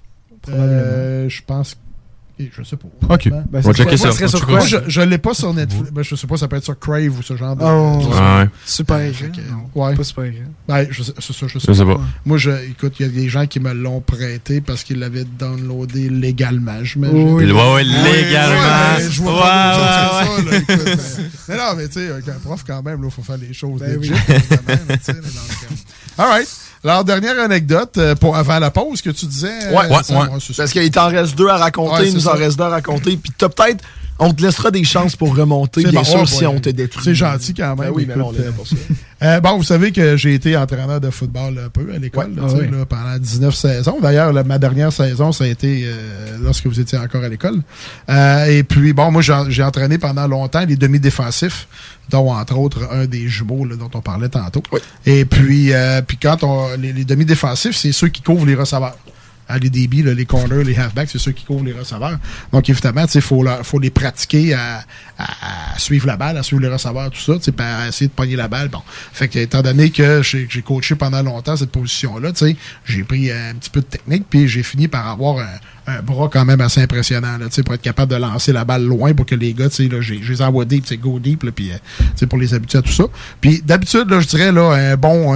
Je pense que... Je sais pas.
OK.
On va checker ça.
Moi, je l'ai pas sur Netflix. Ben, je sais pas, ça peut être sur Crave ou ce genre de...
Super écrit.
Ouais.
Pas super écrit.
Ben, je sais pas. Moi, écoute, il y a des gens qui me l'ont prêté parce qu'ils l'avaient downloadé légalement, j'imagine.
Oui, légalement.
Je vois pas ça, là, écoute. Mais non, mais tu sais, avec un prof, quand même, il faut faire les choses legit, évidemment. All right. Alors, dernière anecdote, avant la pause, que tu disais.
Ouais. Parce qu'il t'en reste 2 à raconter, il nous en reste 2 à raconter. Puis peut-être, on te laissera des chances pour remonter, bien sûr, si on te détruit.
C'est gentil quand même.
Ben oui, mais on est là pour ça.
Bon, vous savez que j'ai été entraîneur de football un peu à l'école là, pendant 19 saisons. D'ailleurs, ma dernière saison, ça a été lorsque vous étiez encore à l'école. Et puis, bon, moi, j'ai entraîné pendant longtemps les demi-défensifs, dont, entre autres, un des jumeaux là, dont on parlait tantôt. Oui. Et puis quand les demi-défensifs, c'est ceux qui couvrent les receveurs. Les DB, les corners, les halfbacks, c'est ceux qui couvrent les receveurs. Donc, évidemment, il faut les pratiquer à suivre la balle, à suivre les receveurs, tout ça, à essayer de pogner la balle. Bon. Fait que, étant donné que j'ai coaché pendant longtemps cette position-là, j'ai pris un petit peu de technique, puis j'ai fini par avoir un bras quand même assez impressionnant, là, pour être capable de lancer la balle loin pour que les gars, je les envoie deep, go deep, puis pour les habituer à tout ça. Puis d'habitude, là, je dirais là, un bon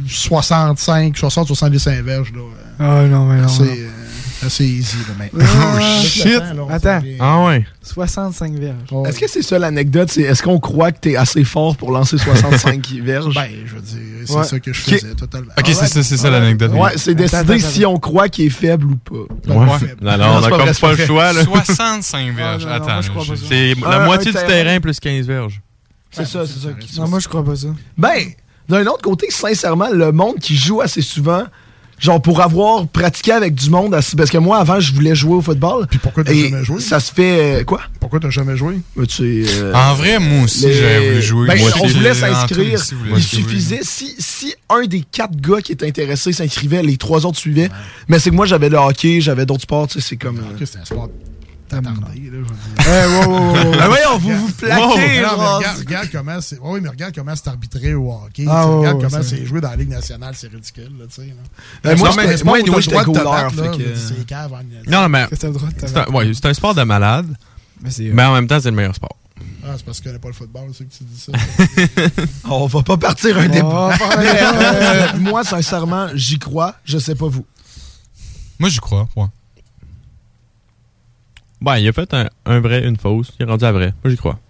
60-75 verges. Là,
non, mais non.
assez easy là, maintenant.
Oh, shit! Attends.
Ah ouais.
65 verges.
Oh. Est-ce que c'est ça l'anecdote? Est-ce qu'on croit que t'es assez fort pour lancer 65 verges?
Ben, je veux dire, c'est ça que je faisais totalement.
Ok, c'est ça l'anecdote.
Ouais, c'est décider si on croit qu'il est faible ou pas.
Ouais. Non, on a comme pas le choix. Là.
65 verges. Attends,
c'est la moitié du terrain plus 15 verges.
C'est ça.
Non, moi, je crois pas ça.
Ben, d'un autre côté, sincèrement, le monde qui joue assez souvent... Genre, pour avoir pratiqué avec du monde, parce que moi, avant, je voulais jouer au football.
Puis pourquoi t'as jamais joué?
Ça se fait... quoi?
Pourquoi t'as jamais joué?
En vrai, moi aussi, j'avais voulu jouer.
Ben, on voulait s'inscrire. Il suffisait, si un des 4 gars qui étaient intéressés s'inscrivait, les 3 autres suivaient. Ouais. Mais c'est que moi, j'avais le hockey, j'avais d'autres sports, tu sais, c'est comme...
Okay, c'est un sport...
attardé,
là, voyons, vous plaquez.
Regarde comment c'est. Oui, mais regarde comment c'est arbitré au hockey. Regarde comment c'est joué dans la Ligue nationale, c'est ridicule, là, tu sais. Moi, j'étais goaler, c'est cave.
Non, mais c'est un sport de malade, mais en même temps, c'est le meilleur sport.
Ah, c'est parce que tu connais pas le football, c'est que tu dis ça.
On va pas partir un débat. Moi, sincèrement, j'y crois. Je sais pas vous.
Moi, j'y crois, ouais.
Ben, il a fait un vrai, une fausse. Il est rendu à vrai. Moi, j'y crois.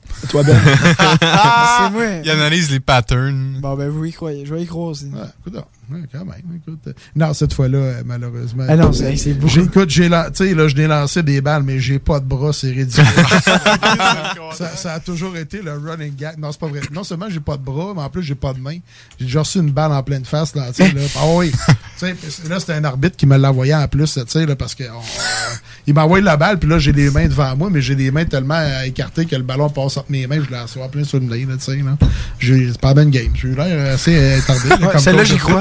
Toi, Ben.
C'est moi.
Il analyse les patterns.
Bon, ben, vous y croyez. Je vais y croire aussi.
Écoute, quand même. Écoute. Non, cette fois-là, malheureusement.
Ah non, c'est beau.
Écoute, je n'ai lancé des balles, mais j'ai pas de bras, c'est ridicule. ça a toujours été le running gag. Non, c'est pas vrai. Non seulement j'ai pas de bras, mais en plus, j'ai pas de main. J'ai déjà reçu une balle en pleine face. Là, là. Ah oui. Là, c'était un arbitre qui me l'envoyait en plus, là, parce que il m'a envoyé la balle, puis là, j'ai les mains devant moi, mais j'ai les mains tellement écartées que le ballon passe entre mes mains, je l'ai assois plein sur une ligne, tu sais, là. C'est pas une game. J'ai eu l'air assez attardé.
Celle-là, j'y crois.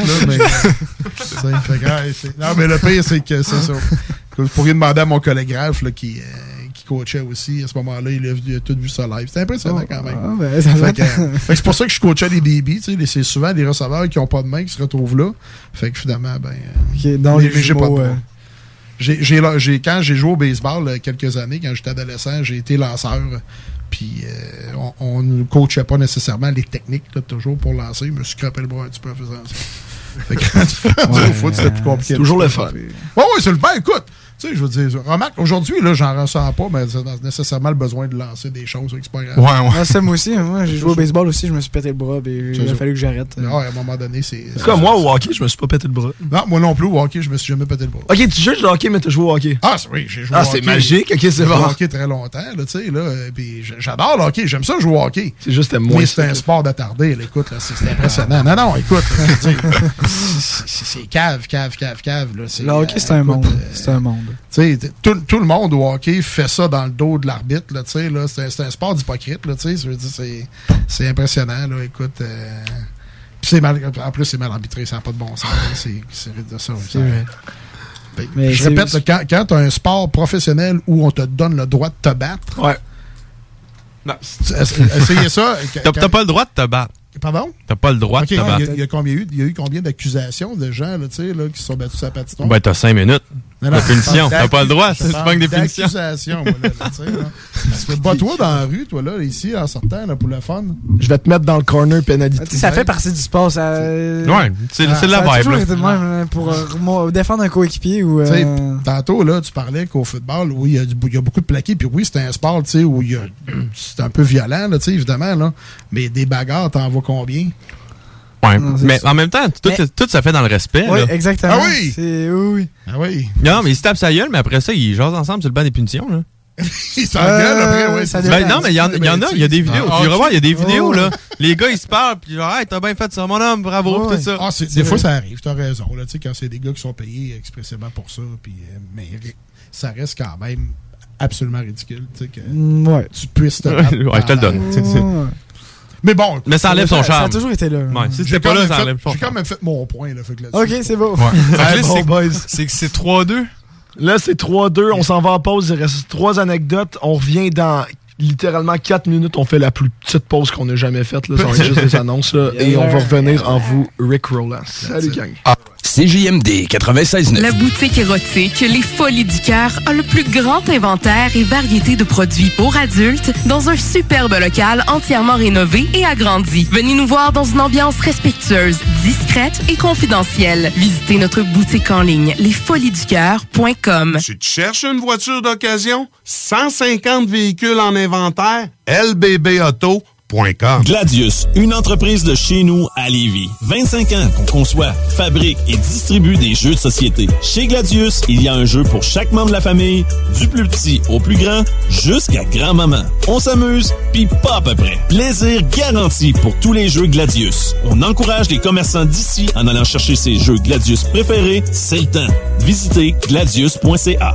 Non, mais le pire, c'est que c'est ça. Vous pourriez demander à mon collègue Ralph là, qui coachait aussi à ce moment-là, il a tout vu ça live. C'était impressionnant quand même. C'est pour ça que je coachais les DB. C'est souvent des receveurs qui n'ont pas de main qui se retrouvent là. Fait que finalement, mais j'ai pas de bras. Quand j'ai joué au baseball quelques années, quand j'étais adolescent, j'ai été lanceur. Puis on ne coachait pas nécessairement les techniques là, toujours pour lancer. Je me suis crapé le bras un petit peu en faisant ça. Fait que quand tu fais au foot, c'était plus compliqué.
C'est toujours le fun.
Oui, c'est le fun. Écoute, tu sais, je veux dire, remarque, aujourd'hui, là, j'en ressens pas, mais c'est nécessairement le besoin de lancer des choses, c'est pas grave.
Ouais. Ça, moi aussi, j'ai joué au baseball aussi, je me suis pété le bras, et il a fallu que j'arrête.
Non, à un moment donné, c'est.
Comme moi, au hockey, je me suis pas pété le bras.
Non, moi non plus, au hockey, je me suis jamais pété le bras.
Ok, tu joues au hockey, mais tu joues au hockey.
Ah, oui, j'ai joué au hockey.
Ah, c'est magique, ok, c'est bon.
J'ai joué au hockey très longtemps, là, tu sais, là. Puis j'adore le hockey, j'aime ça jouer au hockey.
C'est juste moins.
Mais c'est un sport d'attardé, écoute, là, c'est impressionnant. Non, écoute, c'est cave, là.
Le hockey, c'est un monde. C'est un monde.
Tu sais, tout le monde au hockey fait ça dans le dos de l'arbitre, là, tu sais, là. C'est un sport d'hypocrite, là, tu sais. C'est impressionnant, là, écoute. Puis en plus, c'est mal arbitré, ça n'a pas de bon sens. C'est ça. Mais je répète, là, quand tu as un sport professionnel où on te donne le droit de te battre.
Ouais.
Non. Essayez ça.
T'as pas le droit de te battre.
Pardon?
T'as pas le droit de te battre.
Il y a eu combien d'accusations de gens là, qui se sont battus sur la patinoire?
Ben, t'as 5 minutes. De punition. T'as pas le droit. Tu manques des punitions.
D'accusations, moi, là, tu sais, là. Parce que bats-toi dans la rue, toi, là, ici, en sortant, là, pour le fun.
Je vais te mettre dans le corner pénalité.
Ça fait partie du sport.
Ouais, c'est de la vibe.
Toujours été de même pour défendre un coéquipier.
Tantôt, là, tu parlais qu'au football, oui, il y a beaucoup de plaqués, puis oui, c'est un sport, tu sais, où c'est un peu violent, là, tu sais, évidemment, là. Mais des bagarres, t'en vois combien?
Ouais, mais en même temps, tout ça fait dans le respect.
Oui,
là.
exactement.
Ah oui!
Oui.
Ah oui.
Non, mais ils se tapent sa gueule, mais après ça, ils jasent ensemble sur le banc des punitions. Là.
Ils s'engueulent après, oui.
Non, mais il y en a, il y a des vidéos. Tu vas voir, il y a des vidéos, là. Les gars, ils se parlent, puis genre, hey, t'as bien fait ça, mon homme, bravo, tout ça.
Des fois, ça arrive, t'as raison, là, tu sais, quand c'est des gars qui sont payés expressément pour ça, puis, mais ça reste quand même absolument ridicule, tu sais, que tu puisses te battre.
Ouais, je te le donne.
Mais bon.
Mais ça enlève son charme.
Ça a toujours été là.
Ouais, si c'était pas là, ça enlève son charme.
J'ai quand même fait mon point, là. Fait que
OK, c'est beau.
C'est que c'est 3-2.
Là, c'est 3-2. On s'en va en pause. Il reste 3 anecdotes. On revient dans littéralement 4 minutes. On fait la plus petite pause qu'on ait jamais faite. Là. Ça va être juste des annonces. Là, et on va revenir en vous Rick Rowland. Salut, gang.
CJMD 96.9.
La boutique érotique Les Folies du Cœur a le plus grand inventaire et variété de produits pour adultes dans un superbe local entièrement rénové et agrandi. Venez nous voir dans une ambiance respectueuse, discrète et confidentielle. Visitez notre boutique en ligne lesfoliesducoeur.com.
Tu te cherches une voiture d'occasion? 150 véhicules en inventaire? LBBauto.com.
Gladius, une entreprise de chez nous à Lévis. 25 ans qu'on conçoit, fabrique et distribue des jeux de société. Chez Gladius, il y a un jeu pour chaque membre de la famille, du plus petit au plus grand, jusqu'à grand-maman. On s'amuse, puis pas à peu près. Plaisir garanti pour tous les jeux Gladius. On encourage les commerçants d'ici en allant chercher ses jeux Gladius préférés. C'est le temps. Visitez gladius.ca.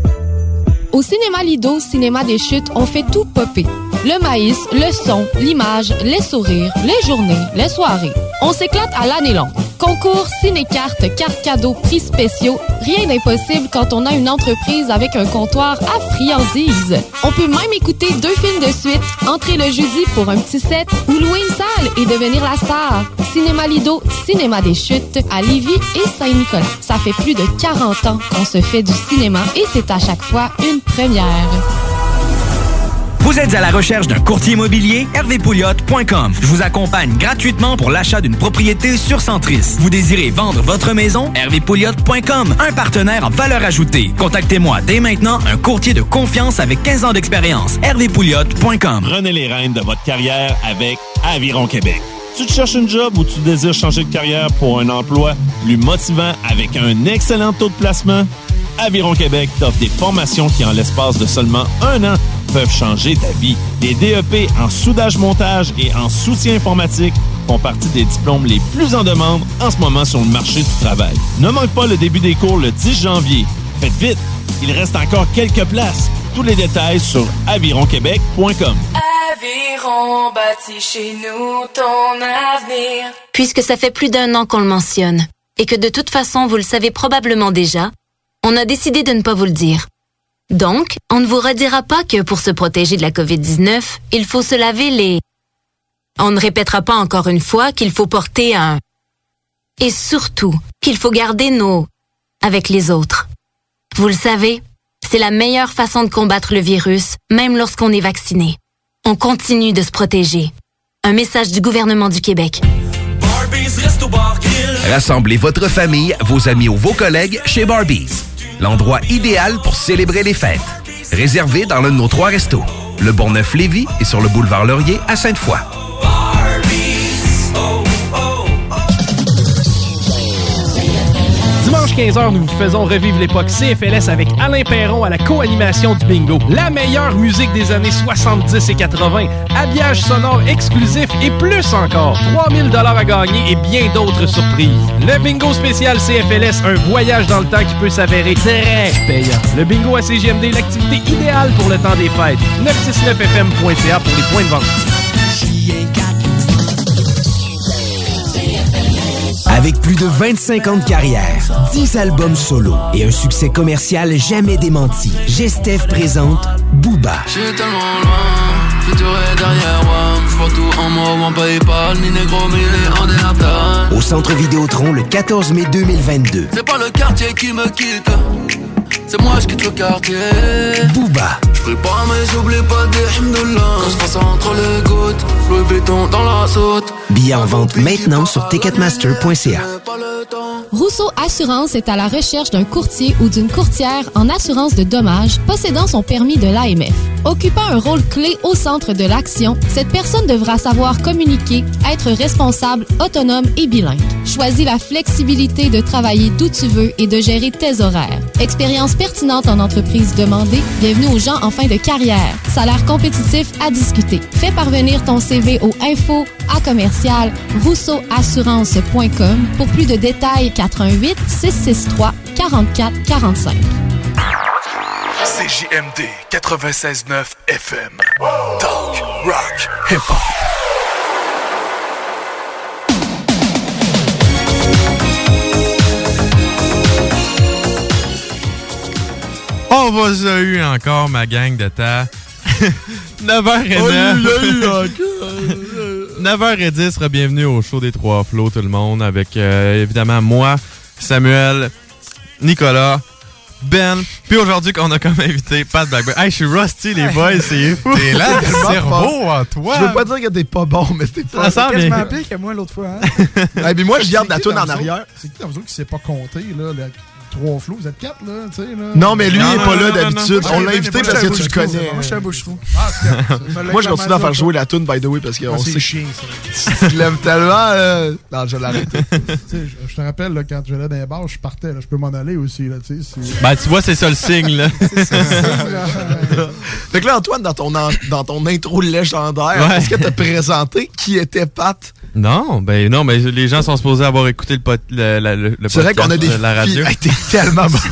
Au Cinéma Lido, Cinéma des Chutes, on fait tout popper. Le maïs, le son, l'image, les sourires, les journées, les soirées. On s'éclate à l'année longue. Concours, ciné-cartes, cartes cadeaux, prix spéciaux. Rien d'impossible quand on a une entreprise avec un comptoir à friandises. On peut même écouter 2 films de suite, entrer le jeudi pour un petit set ou louer une salle et devenir la star. Cinéma Lido, Cinéma des Chutes, à Lévis et Saint-Nicolas. Ça fait plus de 40 ans qu'on se fait du cinéma et c'est à chaque fois une première.
Vous êtes à la recherche d'un courtier immobilier? hervépouliotte.com. Je vous accompagne gratuitement pour l'achat d'une propriété sur Centris. Vous désirez vendre votre maison? hervépouliotte.com. Un partenaire en valeur ajoutée. Contactez-moi dès maintenant, un courtier de confiance avec 15 ans d'expérience. hervépouliotte.com.
Prenez les rênes de votre carrière avec Aviron Québec. Tu te cherches une job ou tu désires changer de carrière pour un emploi plus motivant avec un excellent taux de placement? Aviron Québec t'offre des formations qui, en l'espace de seulement 1 an, peuvent changer ta vie. Les DEP en soudage-montage et en soutien informatique font partie des diplômes les plus en demande en ce moment sur le marché du travail. Ne manque pas le début des cours le 10 janvier. Faites vite, il reste encore quelques places. Tous les détails sur avironquebec.com.
Aviron bâtit chez nous ton avenir.
Puisque ça fait plus d'1 an qu'on le mentionne, et que de toute façon vous le savez probablement déjà, on a décidé de ne pas vous le dire. Donc, on ne vous redira pas que pour se protéger de la COVID-19, il faut se laver les... On ne répétera pas encore une fois qu'il faut porter un... Et surtout, qu'il faut garder nos... avec les autres. Vous le savez, c'est la meilleure façon de combattre le virus, même lorsqu'on est vacciné. On continue de se protéger. Un message du gouvernement du Québec.
Rassemblez votre famille, vos amis ou vos collègues chez Barbies. L'endroit idéal pour célébrer les fêtes. Réservé dans l'un de nos 3 restos. Le Bourgneuf-Lévis et sur le boulevard Laurier à Sainte-Foy.
Dimanche 15h, nous vous faisons revivre l'époque CFLS avec Alain Perron à la co-animation du bingo. La meilleure musique des années 70 et 80, habillage sonore exclusif et plus encore. 3000 $ à gagner et bien d'autres surprises. Le bingo spécial CFLS, un voyage dans le temps qui peut s'avérer très payant. Le bingo à CJMD, l'activité idéale pour le temps des fêtes. 969fm.ca pour les points de vente.
Avec plus de 25 ans de carrière, 10 albums solo et un succès commercial jamais démenti, Gestev présente Booba.
J'suis tellement loin, futur est derrière moi. J'vois tout en moi, ou en PayPal, ni négro, ni en dénatale.
Au Centre Vidéotron le 14 mai 2022.
C'est pas le quartier qui me quitte, c'est moi je quitte le quartier.
Booba.
J'prie pas mais j'oublie pas des hymnes. Quand j'passe entre les gouttes, Louis Vuitton dans la saute.
Billets en vente maintenant sur ticketmaster.ca.
Rousseau Assurance est à la recherche d'un courtier ou d'une courtière en assurance de dommages possédant son permis de l'AMF. Occupant un rôle clé au centre de l'action, cette personne devra savoir communiquer, être responsable, autonome et bilingue. Choisis la flexibilité de travailler d'où tu veux et de gérer tes horaires. Expérience pertinente en entreprise demandée, bienvenue aux gens en fin de carrière. Salaire compétitif à discuter. Fais parvenir ton CV au info@rousseauassurance.com. Pour plus de détails, 418 663 44 45.
CJMD 96.9 FM. Talk, rock, hip-hop.
On va saluer encore ma gang de temps. 9h09. 9h10, bienvenue au show des 3 flots, tout le monde, avec évidemment moi, Samuel, Nicolas, Ben, puis aujourd'hui qu'on a comme invité Pat Blackburn. Hey, je suis rusty, les boys, c'est fou.
T'es là, le cerveau en toi.
Je veux pas dire que t'es pas bon, mais c'était pas...
Ça quasiment pire que moi l'autre fois. Hein?
Et puis moi, je garde la toune en arrière.
C'est qui dans vous autres qui sait pas compter, là, 3 flots, vous êtes 4, là, tu sais, là.
Non, mais lui, il est pas là d'habitude. On l'a invité parce que tu le connais.
Moi, je suis un bouche-trou.
Moi, je continue à faire jouer la toune, by the way, parce qu'on sait.
C'est chiant, ça.
Tu l'aimes tellement, non, je l'arrête.
Je te rappelle, là, quand je allais dans les bars, je partais, là. Je peux m'en aller aussi, là, tu sais.
Ben, tu vois, c'est ça le signe, là.
Fait que là, Antoine, dans ton intro légendaire, est-ce que t'as présenté qui était Pat?
Non, mais les gens sont supposés avoir écouté le podcast.
C'est vrai qu'on a des
la radio.
T'es tellement mauvais.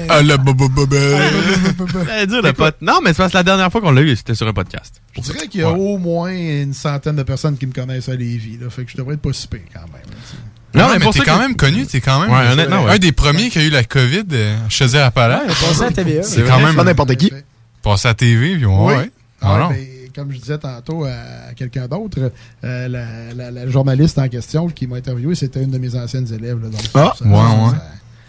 Non, mais c'est parce que la dernière fois qu'on l'a eu, c'était sur un podcast.
Je dirais qu'il y a au moins une centaine de personnes qui me connaissent à Lévis, là. Fait que je devrais être pas si pire quand même.
Non, mais t'es quand même connu, t'es quand même un des premiers qui a eu la COVID, Chaudière à Palais.
Passé à TVA.
C'est quand même
pas n'importe qui.
Passé à TV, puis ouais.
Comme je disais tantôt à quelqu'un d'autre, la journaliste en question qui m'a interviewé, c'était une de mes anciennes élèves. Là, donc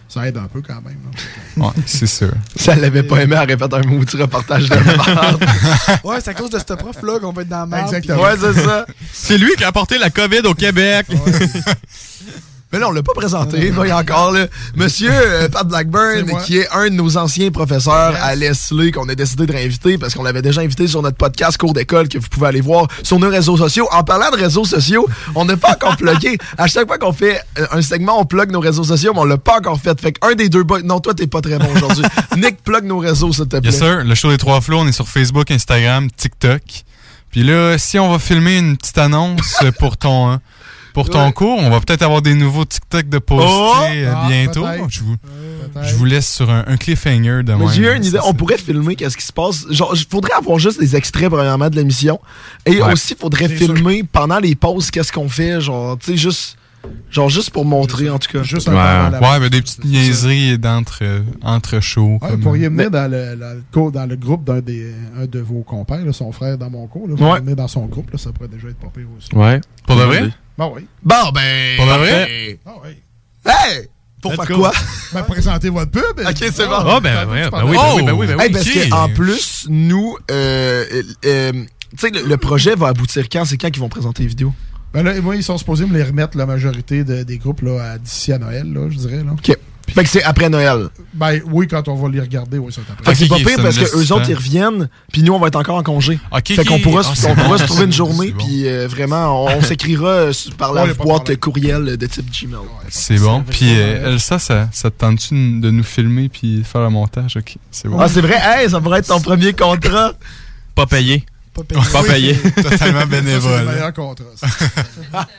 ça aide un peu quand même.
Ouais, c'est sûr.
Ça l'avait pas aimé à répéter un maudit reportage de merde.
Ouais, c'est à cause de ce prof-là qu'on va être dans la merde.
Exactement.
Ouais, c'est ça.
C'est lui qui a apporté la COVID au Québec.
Mais là, on l'a pas présenté. Il y a encore là, Monsieur Pat Blackburn, qui est un de nos anciens professeurs à Leslie, qu'on a décidé de réinviter parce qu'on l'avait déjà invité sur notre podcast Cours d'école que vous pouvez aller voir sur nos réseaux sociaux. En parlant de réseaux sociaux, on n'a pas encore plugué. À chaque fois qu'on fait un segment, on plug nos réseaux sociaux, mais on l'a pas encore fait. Fait qu'un des deux boys... Non, toi, t'es pas très bon aujourd'hui. Nick, plug nos réseaux, s'il te plaît.
Yes, sir. Le show des Trois Flots, on est sur Facebook, Instagram, TikTok. Puis là, si on va filmer une petite annonce pour ton cours, on va peut-être avoir des nouveaux TikTok de poster bientôt. Je vous laisse sur un cliffhanger de moi.
J'ai eu une idée. On pourrait filmer qu'est-ce qui se passe. Genre, il faudrait avoir juste des extraits, premièrement, de l'émission. Et aussi, il faudrait filmer pendant les pauses qu'est-ce qu'on fait. Genre, tu sais, juste pour montrer, en tout cas.
Juste
mais des petites niaiseries entre shows.
Vous pourriez venir dans le groupe d'un de vos compères, là, son frère dans mon cours. Là, vous pourriez venir dans son groupe, là, ça pourrait déjà être pas pire aussi.
Ouais.
Pour de vrai?
Bon, oui.
Bon, ben...
Pour de vrai?
Ah oui.
Hey! Pour faire quoi?
Ben, présenter votre pub.
Ok, c'est bon.
Ah, ben oui.
Hey, parce qu'en plus, nous, tu sais, le projet va aboutir quand? C'est quand qu'ils vont présenter les vidéos?
Ben là, moi, ils sont supposés me les remettre, la majorité des groupes, là, d'ici à Noël, là, je dirais. Là.
OK. Fait que c'est après Noël.
Ben oui, quand on va les regarder, oui, ça va être
après. Fait que c'est pas pire parce qu'eux autres, ils reviennent, puis nous, on va être encore en congé. Fait qu'on pourra se trouver une journée, puis vraiment, on s'écrira par la boîte courriel de type Gmail.
C'est bon. Puis Elsa, ça te tente-tu de nous filmer puis faire le montage? OK, c'est bon.
Ah, c'est vrai? Hey, ça pourrait être ton premier contrat.
Pas payé. Pas payé.
Totalement bénévole.
C'est le meilleur contrat, ça.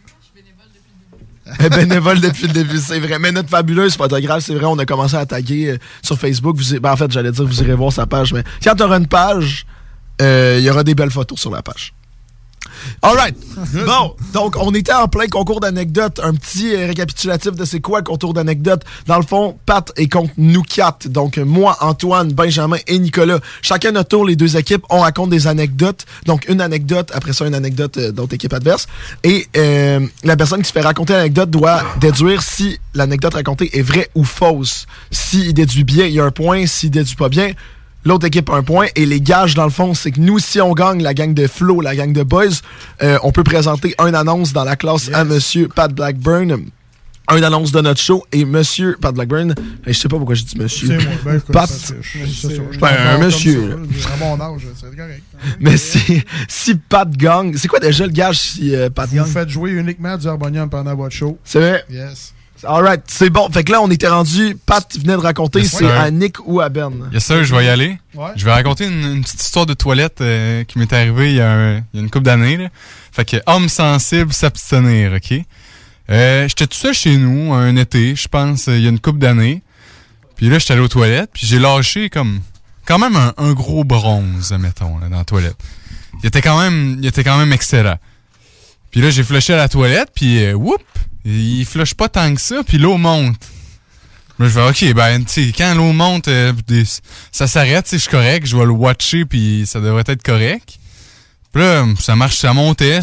Bénévole depuis le début, c'est vrai. Mais notre fabuleuse photographe, c'est vrai, on a commencé à taguer sur Facebook. En fait, j'allais dire, vous irez voir sa page, mais quand tu auras une page, il y aura des belles photos sur la page. Alright. Bon, donc on était en plein concours d'anecdotes. Un petit récapitulatif de c'est quoi le concours d'anecdotes. Dans le fond, Pat est contre nous quatre. Donc moi, Antoine, Benjamin et Nicolas. Chacun notre tour, les deux équipes, on raconte des anecdotes. Donc une anecdote, après ça une anecdote d'autre équipe adverse. Et la personne qui se fait raconter l'anecdote doit déduire si l'anecdote racontée est vraie ou fausse. S'il déduit bien, il y a un point. S'il déduit pas bien, l'autre équipe a un point. Et les gages, dans le fond, c'est que nous, si on gagne, la gang de Flo, la gang de Boys, on peut présenter une annonce dans la classe à Monsieur Pat Blackburn. Une annonce de notre show. Et Monsieur Pat Blackburn, je sais pas pourquoi j'ai dit Monsieur. Pat. Un monsieur.
À mon âge, c'est correct.
Mais si Pat gagne, c'est quoi déjà le gage si Pat gagne?
Vous faites jouer uniquement du harmonium pendant votre show.
C'est vrai?
Yes.
Alright, c'est bon. Fait que là, on était rendu. Pat venait de raconter, c'est à Nick ou à Ben.
Yes, sir, je vais y aller.
Ouais.
Je vais raconter une petite histoire de toilette qui m'est arrivée il y a une couple d'années. Là. Fait que homme sensible, s'abstenir, OK? J'étais tout seul chez nous, un été, je pense, il y a une couple d'années. Puis là, j'étais allé aux toilettes, puis j'ai lâché comme quand même un gros bronze, mettons, là, dans la toilette. Il était quand même excellent. Puis là, j'ai flushé à la toilette, puis whoop! Il flush pas tant que ça, puis l'eau monte. Là, je vais, OK, ben, tu sais, quand l'eau monte, ça s'arrête, je suis correct, je vais le watcher, puis ça devrait être correct. Puis là, ça montait,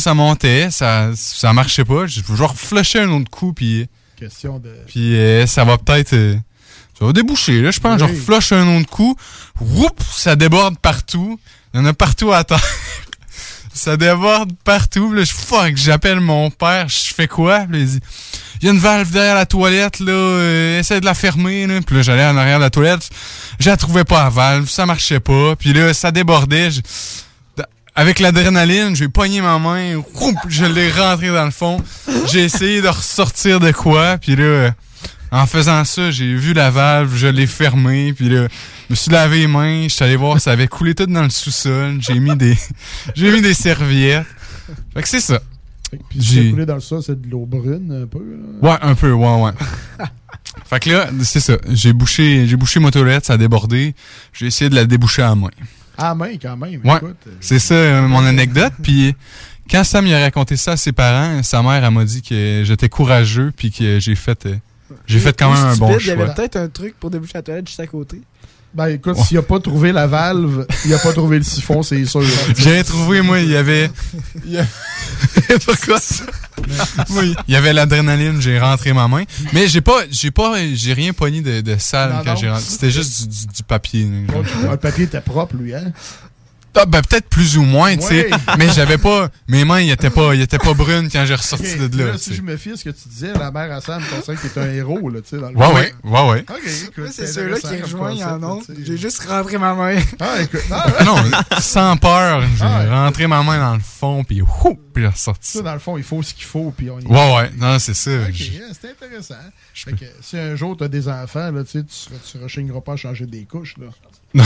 ça marchait pas. Je vais reflusher un autre coup, puis...
Question de...
Puis ça va peut-être... ça va déboucher, là, je pense. Oui. Je reflush un autre coup, whoop, ça déborde partout. Il y en a partout à terre. Ça déborde partout. Là, j'appelle mon père. Je fais quoi? Puis là, il dit, il y a une valve derrière la toilette, là. Essaie de la fermer, là. Puis là, j'allais en arrière de la toilette. Je la trouvais pas, la valve. Ça marchait pas. Puis là, ça débordait. Avec l'adrénaline, j'ai pogné ma main. Je l'ai rentré dans le fond. J'ai essayé de ressortir de quoi. Puis là, en faisant ça, j'ai vu la valve. Je l'ai fermée. Puis là, je me suis lavé les mains, je suis allé voir, ça avait coulé tout dans le sous-sol. J'ai mis des serviettes. Fait que c'est ça.
Puis ce qui a coulé dans le sol, c'est de l'eau brune un peu? Là.
Ouais, un peu, ouais. Fait que là, c'est ça. J'ai bouché ma toilette, ça a débordé. J'ai essayé de la déboucher à la main.
À la main, quand même.
Ouais,
écoute,
c'est ça mon anecdote. Puis quand Sam il a raconté ça à ses parents, sa mère, elle m'a dit que j'étais courageux puis que j'ai fait quand même un bon choix.
Il y avait peut-être un truc pour déboucher la toilette juste à côté.
Ben écoute, s'il a pas trouvé la valve, il a pas trouvé le siphon, c'est sûr.
J'ai trouvé, moi, il y avait...
Pourquoi?
Oui, il y avait l'adrénaline, j'ai rentré ma main. Mais j'ai rien pogné de sale quand j'ai rentré. C'était juste du papier.
Le papier était propre, lui, hein?
Ah, ben, peut-être plus ou moins, tu sais. Mais j'avais pas. Mes mains, ils étaient pas brunes quand j'ai ressorti de là.
Si je me fie à ce que tu disais, la mère à Sam pensait qu'il était un héros, là, tu sais, dans le
Ouais.
OK, écoute.
C'est ceux-là qui rejoignent en ondes. J'ai juste rentré ma main.
Ah, écoute.
Non, sans peur, j'ai rentré ma main dans le fond, puis j'ai ressorti.
Ça, dans le fond, il faut ce qu'il faut, puis on y
Ouais. Non, c'est ça.
OK, c'est intéressant. Fait que si un jour tu as des enfants, là, tu rechigneras pas à changer des couches, là.
Non,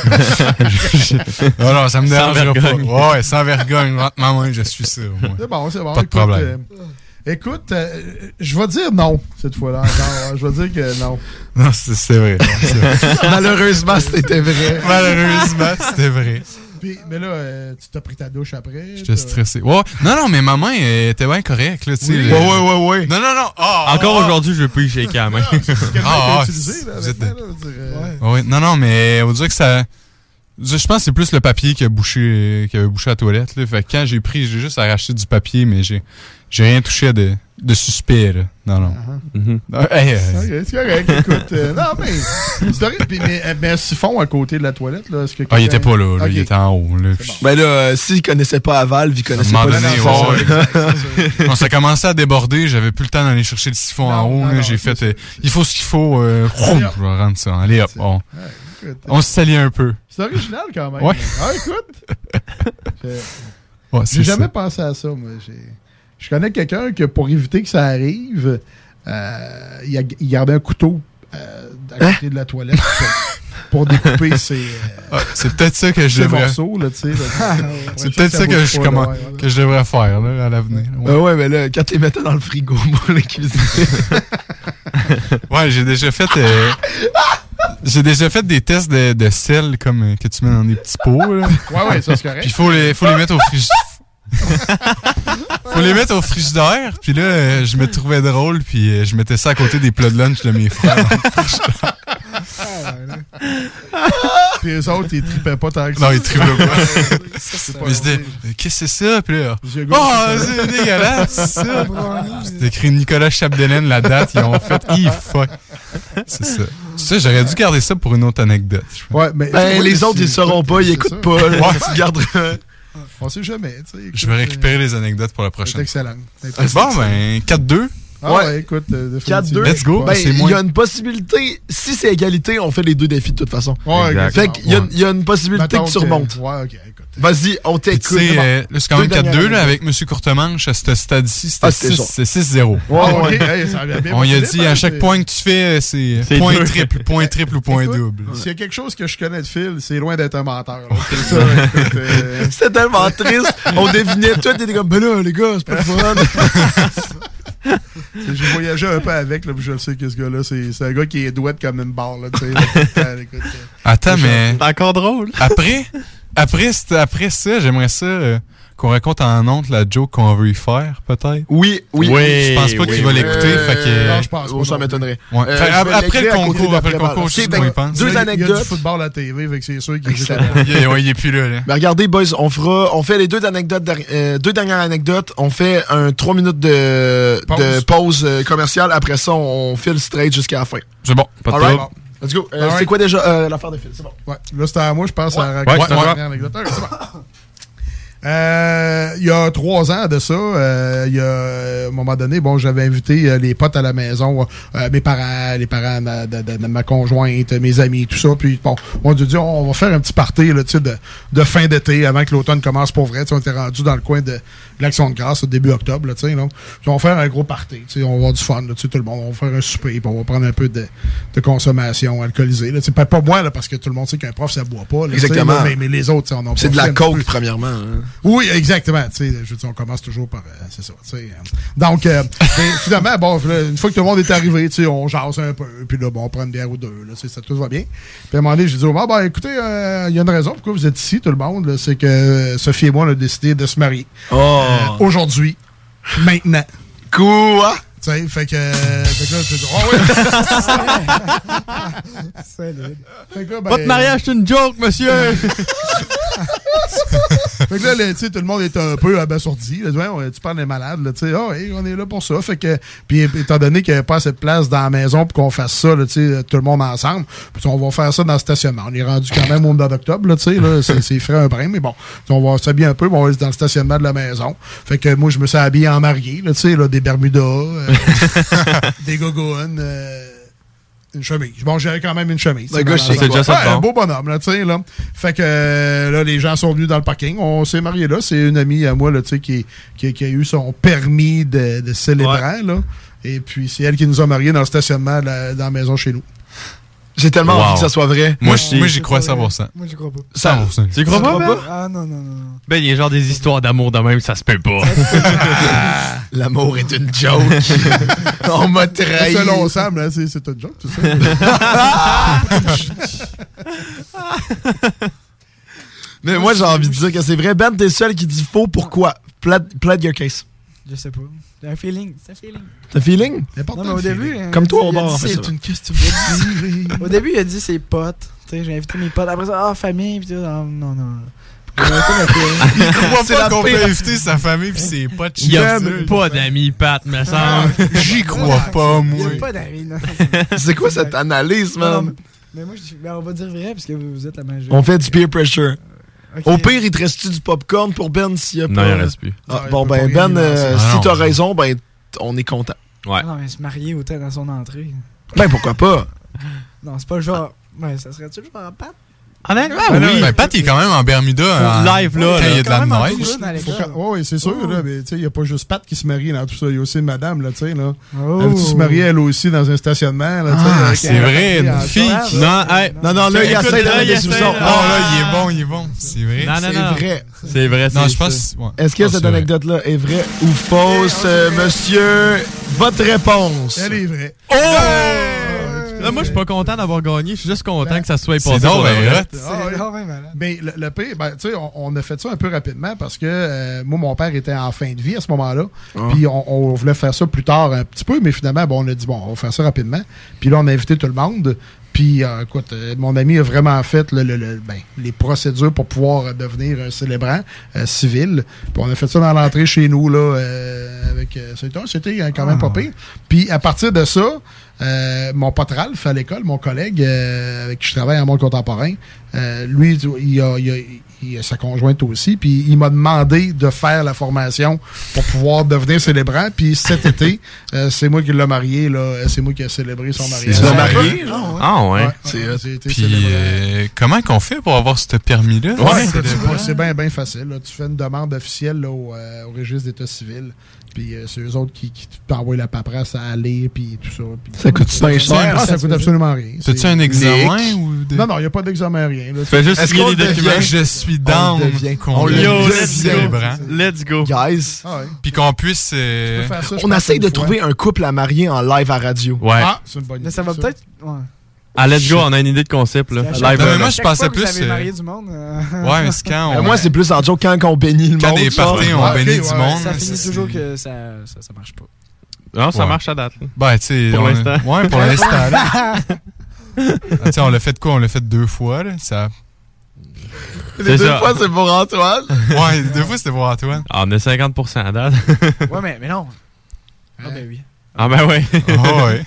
ça me dérangera pas. Ouais, sans vergogne, rentre ma main, je suis sûr.
C'est bon.
Pas de problème.
Écoute, je vais dire non, cette fois-là encore. Je vais dire que non.
Non, c'est vrai.
Malheureusement, c'était vrai.
Mais là, tu t'as pris ta douche après?
J'étais stressé. Ouais. Non, mais ma main était bien correcte, là, tu sais.
Oui. Ouais.
Non. Encore aujourd'hui, je veux plus y shaker la main.
Oui. Non, mais on dirait que ça... Je pense que c'est plus le papier qui avait bouché la toilette, là. Fait que quand j'ai juste arraché du papier, mais j'ai rien touché de suspect, là. Non.
OK, c'est correct. Écoute, non, mais... C'est horrible. Mais un siphon à côté de la toilette, là, est-ce que...
il était pas là. Il était en haut, là.
Bon. Ben là, s'il connaissait pas à Valve, il connaissait pas le siphon.
Ça commençait à déborder. J'avais plus le temps d'aller chercher le siphon en haut. Là. J'ai fait... il faut ce qu'il faut. Je vais rendre ça. Allez, hop. On se salit un peu.
C'est original, quand même.
Ouais.
Ah, écoute. J'ai jamais pensé à ça, moi. Je connais quelqu'un que, pour éviter que ça arrive, il gardait un couteau à côté de la toilette pour découper ses...
c'est peut-être ça que je devrais...
morceaux, là, tu sais.
C'est peut-être ça que je devrais faire, là, à l'avenir.
Ouais, mais là, quand tu les mettais dans le frigo pour les cuisiner...
Ouais, j'ai déjà fait... J'ai déjà fait des tests de sel comme que tu mets dans des petits pots. Là.
Ouais, ça c'est correct.
Puis faut les mettre au frigidaire. Faut les mettre au frigidaire. Puis là, je me trouvais drôle. Puis je mettais ça à côté des plats de lunch de mes frères.
Puis eux autres, ils tripaient pas tant que ça.
Non, ils tripaient pas. Ils se disaient, qu'est-ce que c'est ça? Puis là, c'est dégueulasse, ça. C'était écrit Nicolas Chapdelaine, la date. Ils ont fait, fuck. C'est ça. Tu sais, j'aurais dû garder ça pour une autre anecdote.
Ouais, mais
les autres, ils ne sauront pas, ils n'écoutent pas. Tu garderas.
On sait jamais.
Je vais récupérer les anecdotes pour la prochaine.
C'est excellent.
Bon, ben, 4-2.
Ouais, écoute,
4-2.
Let's go.
Ben, il y a une possibilité, si c'est égalité, on fait les deux défis de toute façon.
Ouais,
fait qu'il y a une possibilité que tu remontes.
Ouais, ok, écoute.
Vas-y, on t'écoute.
Là, c'est quand même 4-2, là, avec M. Courtemanche, à ce stade-ci, c'était 6-0.
Ouais,
on y a dit, à chaque point que tu fais, c'est point triple ou point double.
S'il y a quelque chose que je connais de Phil, c'est loin d'être un menteur.
C'est tellement triste. On devinait tout, et était comme, ben là, les gars, c'est pas le fun.
J'ai voyagé un peu avec, là, puis je sais que ce gars-là, c'est un gars qui est douette comme une barre. Là,
attends, mais...
C'est encore drôle.
Après ça, j'aimerais ça qu'on raconte en honte la joke qu'on veut y faire, peut-être.
Oui.
Je pense pas qu'il va l'écouter, fait que...
Non, je pense pas.
Ça m'étonnerait.
Ouais. Après le concours, je sais qu'on y pense.
Deux anecdotes.
Il y a du football à la TV, fait que c'est sûr qu'il
il est plus là.
Mais regardez, boys, on fait les deux dernières anecdotes. On fait un 3 minutes de pause commerciale. Après ça, on file straight jusqu'à la fin.
C'est bon. Pas de problème.
Let's go. C'est quoi déjà l'affaire de Phil? C'est bon.
Ouais. Là, c'était à moi, je pense, à raconter la dernière anecdote. C'est bon. Il y a 3 ans de ça, à un moment donné, j'avais invité les potes à la maison, mes parents, les parents de ma conjointe, mes amis, tout ça. Puis on a dit, on va faire un petit party là, de fin d'été avant que l'automne commence pour vrai. On était rendu dans le coin de l'Action de grâce au début octobre. Là, puis on va faire un gros party. On va avoir du fun, là, tout le monde. On va faire un souper, puis on va prendre un peu de consommation alcoolisée. Là. Pas moi, là, parce que tout le monde sait qu'un prof, ça boit pas. Là,
exactement.
Là, mais les autres, on a
c'est de la coke, premièrement. Hein.
Oui, exactement. Je veux dire, on commence toujours par... c'est ça. Donc, finalement, une fois que tout le monde est arrivé, on jase un peu, puis là, on prend une bière ou deux. Là, ça tout va bien. Puis à un moment donné, j'ai dit, écoutez, il y a une raison pourquoi vous êtes ici, tout le monde. C'est que Sophie et moi, on a décidé de se marier. Aujourd'hui. Maintenant.
Quoi?
Fait que là, tu dis, ouais.
Solide.
Votre mariage, c'est une joke, monsieur!
Fait que là, tu sais, tout le monde est un peu abasourdi. Là, tu parles des malades, là, tu sais, on est là pour ça. Fait que, puis étant donné qu'il n'y avait pas assez de place dans la maison pour qu'on fasse ça, là, tu sais, tout le monde ensemble, puis on va faire ça dans le stationnement. On est rendu quand même au mois d'octobre, là, tu sais, là, c'est frais un brin, mais bon, on va s'habiller un peu, on va aller dans le stationnement de la maison. Fait que moi, je me suis habillé en marié, là, tu sais, là, des bermudas, des gogoons, une chemise. Bon, j'avais quand même une chemise.
C'est déjà ça.
Un beau bonhomme, là, tu sais, là. Fait que, là, les gens sont venus dans le parking. On s'est mariés là. C'est une amie à moi, là, tu sais, qui a eu son permis de célébrant, là. Et puis, c'est elle qui nous a mariés dans le stationnement dans la maison chez nous.
J'ai tellement envie que ça soit vrai.
Moi, j'y crois 100%.
Moi, j'y crois pas.
100%.
Tu y crois pas, Ben?
Ah, non.
Ben, il y a genre des histoires d'amour de même, ça se peut pas.
L'amour est une joke. On m'a trahi.
Selon Sam, là, c'est une joke, tout ça.
Mais moi, j'ai envie de dire que c'est vrai. Ben, t'es seul qui dit faux. Pourquoi? Plead your case.
Je sais pas. J'ai un feeling. C'est un feeling.
T'as feeling?
Non, mais au début...
Comme toi, au bord.
C'est une question de... Au début, il a dit ses potes. Tu sais, j'ai invité mes potes. Après ça, famille. Puis non.
Il croit pas qu'on peut inviter sa famille pis ses potes.
Il y a pas d'amis, Pat, me semble.
J'y crois pas, moi.
Il y a pas d'amis, non.
C'est quoi cette analyse, man?
Mais moi, on va dire vrai, parce que vous êtes la majorité.
On fait du peer pressure.
Okay.
Au pire, il te reste-tu du popcorn pour Ben s'il y a pas...
Non, il reste plus.
Bon, Ben, si t'as raison, ben, on est content.
Ouais.
Non, mais se marier autant dans son entrée.
Ben, pourquoi pas?
Non, c'est pas le genre... Ouais, ça serait-tu le genre Pat?
Honnêtement,
oui. Ben, Pat, il est quand même en Bermuda.
Live, là.
Il y a de la neige.
Oui, c'est sûr, là. Mais, tu sais, il n'y a pas juste Pat qui se marie dans tout ça. Il y a aussi une madame, là, tu sais, là. Elle veut se marier, elle aussi, dans un stationnement, là,
tu sais. C'est vrai, une fille.
Non, là, il essaie de mettre des soupçons.
Non, là, il est bon. C'est vrai.
C'est vrai.
C'est vrai.
Non, je pense...
Est-ce que cette anecdote-là est vraie ou fausse, monsieur? Votre réponse.
Elle est vraie.
Oh! Là, moi, je suis pas content d'avoir gagné. Je suis juste content que ça soit passé.
C'est malade.
Mais le pire, tu sais, on a fait ça un peu rapidement parce que moi, mon père était en fin de vie à ce moment-là. Puis on voulait faire ça plus tard un petit peu, mais finalement, on a dit, on va faire ça rapidement. Puis là, on a invité tout le monde. Puis, écoute, mon ami a vraiment fait les procédures pour pouvoir devenir un célébrant civil. Puis on a fait ça dans l'entrée chez nous, là, avec... C'était quand même pas pire. Puis, à partir de ça, mon pote Ralph à l'école, mon collègue avec qui je travaille en monde contemporain, lui, il a sa conjointe aussi, puis il m'a demandé de faire la formation pour pouvoir devenir célébrant. Puis cet été, c'est moi qui l'ai marié, là. C'est moi qui ai célébré son mariage.
Tu l'as marié?
Ah ouais.
Puis comment qu'on fait pour avoir ce permis-là?
C'est bien facile. Là. Tu fais une demande officielle là, au registre d'état civil. Puis c'est eux autres qui t'envoient la paperasse à aller, puis tout ça.
Ça coûte pas cher.
Ça coûte absolument rien.
T'as-tu un examen?
Non, il n'y a pas d'examen, rien. Là.
Fais juste signer les documents.
Je suis down.
On
let's go.
Guys.
Puis qu'on puisse...
On essaye de trouver un couple à marier en live à radio.
Ouais.
C'est une bonne idée.
Mais ça va peut-être...
Ah, let's go, on a une idée de concept, là.
Live, mais moi, je pensais plus...
Vous avez marié du monde.
Ouais, mais c'est quand...
Moi, c'est plus en joke quand on bénit le monde.
Quand des parties, on bénit du monde.
Ça finit toujours que ça marche pas.
Non, ça marche à date.
Ben, tu sais...
Pour l'instant.
Ouais, pour l'instant, là. Tu sais, on l'a fait quoi? On l'a fait 2 fois, là. Ça...
Les 2 fois, c'est pour Antoine.
Ouais, 2 fois, c'était pour Antoine.
Ah, on a 50% à date.
Ouais, mais non. Ah, ben oui.
Ah, ben ouais.
Ah, ouais.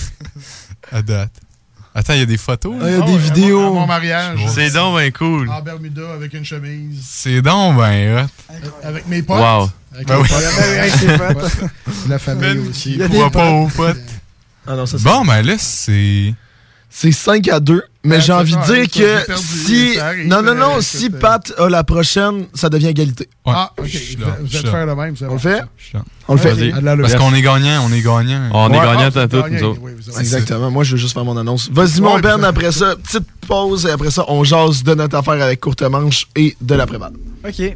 À date. Attends, il y a des photos?
Il y a des vidéos.
Mon mariage.
C'est donc ben cool.
En Bermuda avec une chemise.
C'est donc ben hot.
Avec mes potes.
Wow.
Avec mes potes. La famille aussi.
Il croit pas aux potes.
Ah non, ça,
bon, ben là, c'est...
C'est 5-2, mais j'ai envie de dire que si... Non, si Pat a la prochaine, ça devient égalité.
Ouais.
Ah, OK. Vous êtes faire le même.
On le fait?
On le fait. Parce qu'on est gagnant,
On est gagnant à tout, nous autres.
Exactement. Moi, je veux juste faire mon annonce. Vas-y, mon Ben, après ça, petite pause, et après ça, on jase de notre affaire avec Courte Manche et de l'après-balle.
OK.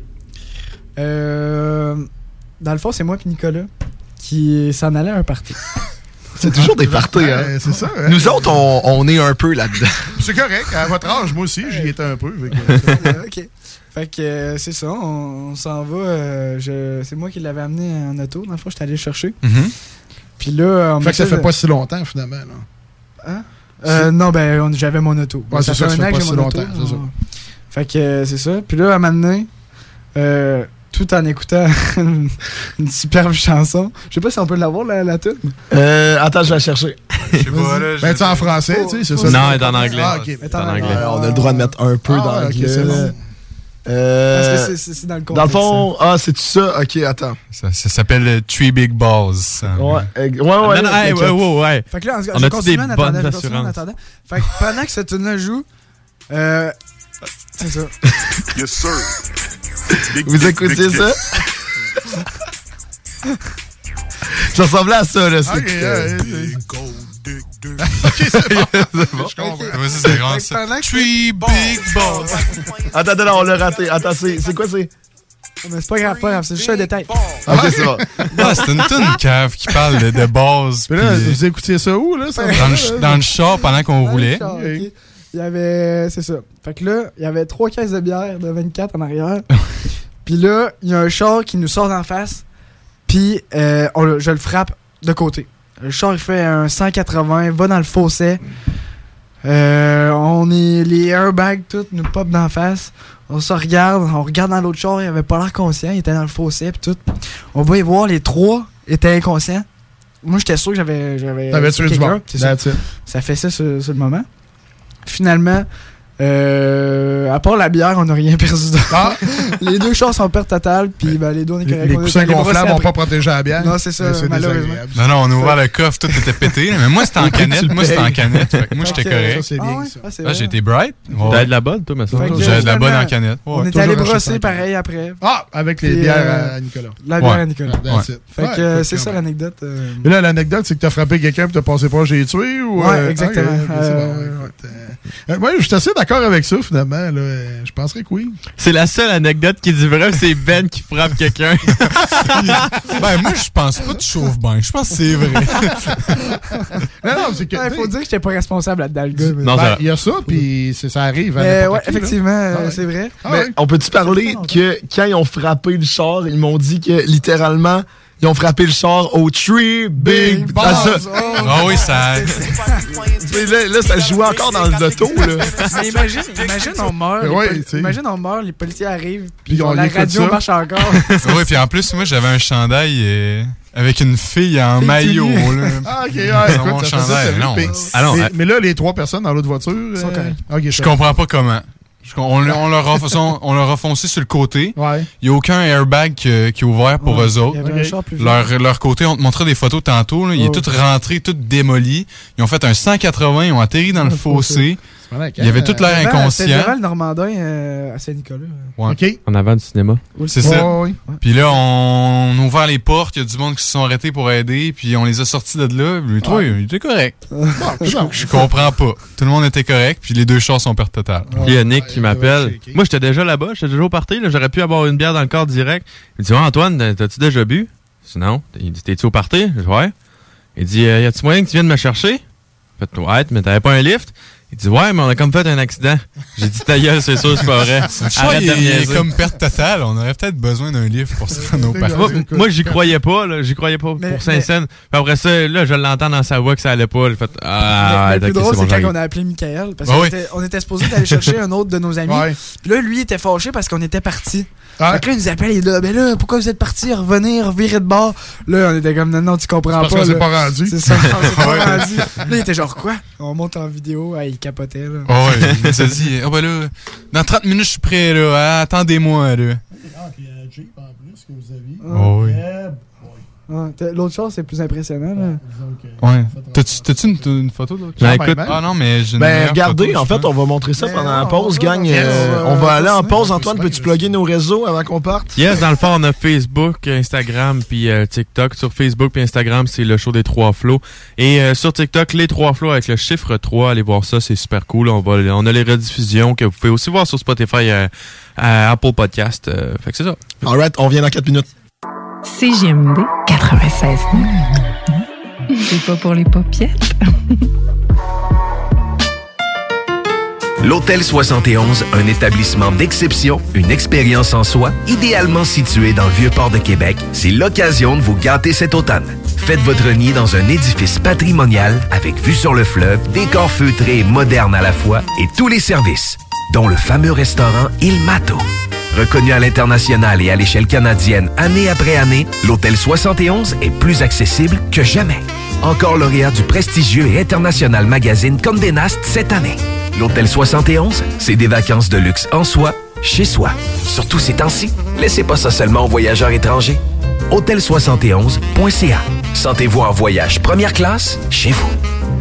Dans le fond, c'est moi et Nicolas qui s'en allait à un party.
C'est toujours des parties, hein?
C'est ça. Hein?
Nous autres, on est un peu là-dedans.
C'est correct. À votre âge, moi aussi, j'y étais un peu.
OK. Fait que c'est ça, on s'en va. C'est moi qui l'avais amené en auto. Dans le fond, j'étais allé le chercher. Puis là...
Fait que ça fait pas si longtemps, finalement.
Là. Hein? Non, ben, j'avais mon auto.
Ouais, ça fait un an que j'ai mon auto.
Fait que c'est ça. Puis là, à un moment donné, tout en écoutant une superbe chanson. Je sais pas si on peut l'avoir, la tune.
Attends, je vais la chercher.
Je sais pas, là.
Ben, tu es en français, tu sais, c'est ça?
Non, elle est en anglais.
Ah, ok.
Elle est en anglais.
On a le droit de mettre un peu d'anglais.
Ok, c'est bon.
Parce que c'est dans le contexte.
Dans le fond, c'est tout ça? Ok, attends.
Ça s'appelle Three Big Balls.
Ouais.
Ouais.
Fait que là,
on a-tu des bonnes
en
assurances?
attendant. Fait que pendant que cette tune-là joue, c'est ça.
Yes, sir.
Vous écoutiez ça? Ça ressemblait à ça, là.
Ok, c'est bon. Je comprends.
C'est vraiment ça.
Three Big Balls.
Attends, on l'a raté. Attends, c'est quoi, c'est?
Mais c'est pas grave, c'est juste un détail.
Ok, c'est bon.
C'est une tune cave qui parle de base.
Mais là, vous écoutiez ça où, là?
Dans le char pendant qu'on roulait.
Il y avait... C'est ça. Fait que là, il y avait 3 caisses de bière de 24 en arrière. Puis là, il y a un char qui nous sort d'en face. Puis je le frappe de côté. Le char, il fait un 180, va dans le fossé. On est... Les airbags, tout, nous pop d'en face. On regarde dans l'autre char, il avait pas l'air conscient, il était dans le fossé, puis tout. On va y voir, les 3 étaient inconscients. Moi, j'étais sûr que j'avais
T'avais tué du monde.
Ça fait ça sur le moment. Finalement, à part la bière, on n'a rien perdu. Les 2 chars sont en perte totale, puis les deux, on est correct.
Les coussins gonflables n'ont pas protégé la bière.
Non, c'est ça, malheureusement.
Non, on a ouvert le coffre, tout était pété. Mais moi, c'était en canette. Fait que moi, j'étais correct.
Ça, c'est bien, ça.
J'ai été bright.
T'as de la bonne, toi, mais ça.
J'ai de la bonne en canette.
On est allé brosser pareil après.
Avec les bières à Nicolas.
La bière à Nicolas.
Fait
que c'est ça l'anecdote.
Mais là, l'anecdote, c'est que t'as frappé quelqu'un et t'as passé pas, j'ai tué ou.
Ouais, exactement.
Moi, je suis assez d'accord avec ça, finalement. Je penserais que oui.
C'est la seule anecdote qui dit vrai, c'est Ben qui frappe quelqu'un.
Moi, je pense pas que tu chauffes bien. Je pense que c'est vrai.
Non, c'est que. Il faut dire que j'étais pas responsable là-dedans, le gars.
Non, il y a ça, puis ça arrive.
Ouais, effectivement, c'est vrai.
Mais on peut-tu parler que quand ils ont frappé le char, ils m'ont dit que littéralement, ils ont frappé le char au Three Big Balls.
Ah oui, ça.
Là, ça jouait encore dans l'auto, là.
Mais imagine, on meurt. Imagine, on meurt, les policiers arrivent, puis la radio marche encore.
Oui, puis en plus, moi, j'avais un chandail avec une fille en maillot.
Ah, ok, écoute, ça faisait mais là, les 3 personnes dans l'autre voiture
sont correctes.
Je comprends pas comment. On leur a foncé sur le côté.
Ouais.
Il n'y a aucun airbag qui est ouvert pour eux autres. Leur côté, on te montrait des photos tantôt. Là. Il est tout rentré, tout démoli. Ils ont fait un 180, ils ont atterri dans le fossé. Il y avait tout l'air inconscient.
C'était devant le Normandin à Saint-Nicolas.
Ouais.
Okay.
En avant du cinéma.
C'est ça. Puis là, on a ouvert les portes. Il y a du monde qui se sont arrêtés pour aider. Puis on les a sortis de là. Lui, toi, il était correct. Je comprends pas. Tout le monde était correct. Puis les 2 chars sont perte totale.
Il y a Nick qui m'appelle. Moi, j'étais déjà là-bas. J'étais déjà au party. J'aurais pu avoir une bière dans le corps direct. Il dit, Antoine, t'as-tu déjà bu? Non. Il dit, t'es-tu au party? Je dis, ouais. Il dit, y a-tu moyen que tu viennes me chercher? Fait, ouais, mais t'avais pas un lift? Il dit, ouais, mais on a comme fait un accident. J'ai dit, ta gueule, c'est sûr, c'est pas vrai.
Arrête de me niaiser. Comme perte totale, on aurait peut-être besoin d'un livre pour se rendre au parti.
Moi, j'y croyais pas, là. J'y croyais pas pour Saint-Saëns. Puis après ça, là, je l'entends dans sa voix que ça allait pas. Le fait,
le plus drôle, c'est quand on a appelé Michael. Parce qu'on était supposé d'aller chercher un autre de nos amis. Puis là, lui, il était fâché parce qu'on était partis. Fait que là, il nous appelle, il dit, ben là, pourquoi vous êtes partis, revenir, virer de bord? Là, on était comme, non, tu comprends pas.
Parce qu'on s'est pas rendu.
C'est ça, on s'est pas rendu. Là, il était genre, quoi? On monte en vidéo, il capotait, là.
Il nous a dit, dans 30 minutes, je suis prêt, là. Attendez-moi, là.
Puis un Jeep en plus que vous aviez.
L'autre chose, c'est plus impressionnant. Là.
Ouais. T'as-tu une photo de l'autre chose?
Ah
non, mais j'ai
regardez, en fait, on va montrer ça pendant la pause, gang. On va aller en pause. Antoine, peux-tu plugger nos réseaux avant qu'on parte?
Yes, dans le fond, on a Facebook, Instagram, puis TikTok. Sur Facebook puis Instagram, c'est le show des 3 flots. Et sur TikTok, les 3 flots avec le chiffre 3. Allez voir ça, c'est super cool. On a les rediffusions que vous pouvez aussi voir sur Spotify, Apple Podcast. Fait que c'est ça.
Alright, on vient dans 4 minutes.
CJMD 96. C'est pas pour les paupiettes.
L'Hôtel 71, un établissement d'exception, une expérience en soi, idéalement situé dans le Vieux-Port de Québec, c'est l'occasion de vous gâter cet automne. Faites votre nid dans un édifice patrimonial avec vue sur le fleuve, décor feutré et moderne à la fois et tous les services, dont le fameux restaurant Il Mato. Reconnu à l'international et à l'échelle canadienne année après année, l'Hôtel 71 est plus accessible que jamais. Encore lauréat du prestigieux et international magazine Condé Nast cette année. L'Hôtel 71, c'est des vacances de luxe en soi, chez soi. Surtout ces temps-ci, laissez pas ça seulement aux voyageurs étrangers. Hôtel71.ca. Sentez-vous en voyage première classe chez vous.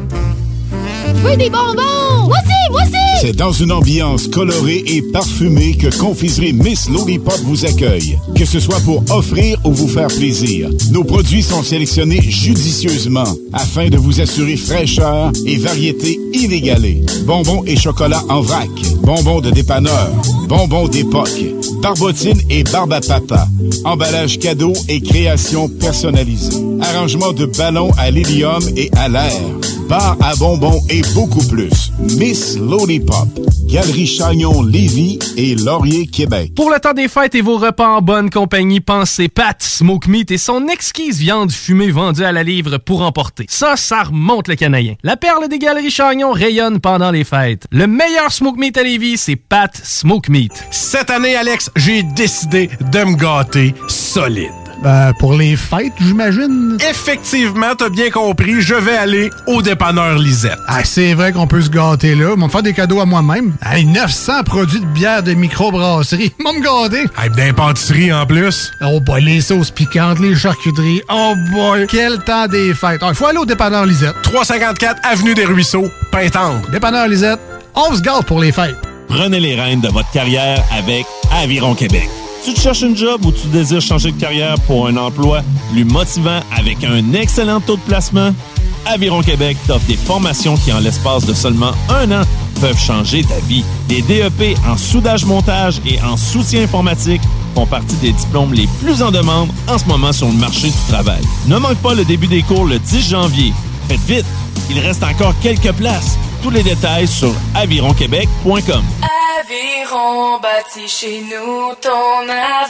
Je veux des bonbons! Voici!
C'est dans une ambiance colorée et parfumée que Confiserie Miss Lollipop vous accueille. Que ce soit pour offrir ou vous faire plaisir, nos produits sont sélectionnés judicieusement afin de vous assurer fraîcheur et variété inégalée. Bonbons et chocolat en vrac, bonbons de dépanneur, bonbons d'époque, barbotines et barbe à papa, emballage cadeau et création personnalisée, arrangement de ballons à l'hélium et à l'air, bar à bonbons et beaucoup plus. Miss Lollipop, Galerie Chagnon Lévis et Laurier Québec.
Pour le temps des fêtes et vos repas en bonne compagnie, pensez Pat Smoke Meat et son exquise viande fumée vendue à la livre pour emporter. Ça remonte le canadien. La perle des Galeries Chagnon rayonne pendant les fêtes. Le meilleur Smoke Meat à Lévis, c'est Pat Smoke Meat.
Cette année, Alex, j'ai décidé de me gâter solide.
Pour les fêtes, j'imagine.
Effectivement, t'as bien compris, je vais aller au dépanneur Lisette.
Ah, c'est vrai qu'on peut se gâter là. Ils vont me faire des cadeaux à moi-même. Hey, 900 produits de bière de microbrasserie. Ils vont me gâter.
Hey, d'impantisserie en plus.
Oh boy, les sauces piquantes, les charcuteries. Oh boy, quel temps des fêtes. Il faut aller au dépanneur Lisette.
354 Avenue des Ruisseaux, Pintendre.
Dépanneur Lisette, on se gâte pour les fêtes.
Prenez les rênes de votre carrière avec Aviron Québec. Tu te cherches une job ou tu désires changer de carrière pour un emploi plus motivant avec un excellent taux de placement? Aviron Québec t'offre des formations qui, en l'espace de seulement 1 an, peuvent changer ta vie. Les DEP en soudage-montage et en soutien informatique font partie des diplômes les plus en demande en ce moment sur le marché du travail. Ne manque pas le début des cours le 10 janvier. Faites vite, il reste encore quelques places. Tous les détails sur avironquebec.com.
Aviron bâtit chez nous ton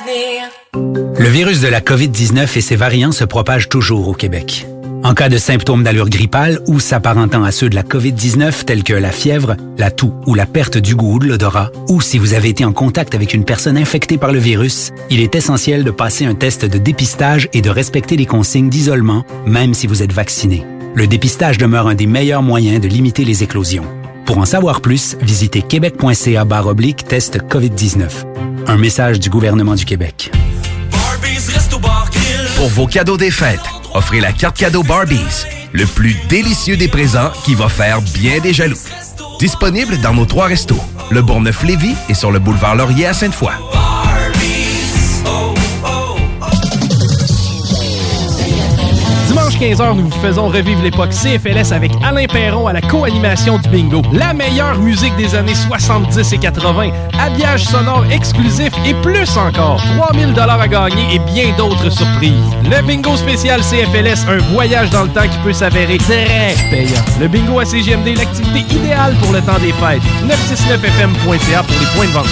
avenir.
Le virus de la COVID-19 et ses variants se propagent toujours au Québec. En cas de symptômes d'allure grippale ou s'apparentant à ceux de la COVID-19 tels que la fièvre, la toux ou la perte du goût ou de l'odorat, ou si vous avez été en contact avec une personne infectée par le virus, il est essentiel de passer un test de dépistage et de respecter les consignes d'isolement, même si vous êtes vacciné. Le dépistage demeure un des meilleurs moyens de limiter les éclosions. Pour en savoir plus, visitez québec.ca/test COVID-19. Un message du gouvernement du Québec.
Pour vos cadeaux des fêtes, offrez la carte cadeau Barbies, le plus délicieux des présents qui va faire bien des jaloux. Disponible dans nos 3 restos, le Bourgneuf-Lévis et sur le boulevard Laurier à Sainte-Foy.
Dimanche 15h, nous vous faisons revivre l'époque CFLS avec Alain Perron à la co-animation du bingo. La meilleure musique des années 70 et 80, habillage sonore exclusif et plus encore. 3000 $ à gagner et bien d'autres surprises. Le bingo spécial CFLS, un voyage dans le temps qui peut s'avérer très payant. Le bingo à CJMD, l'activité idéale pour le temps des fêtes. 969fm.ca pour les points de vente.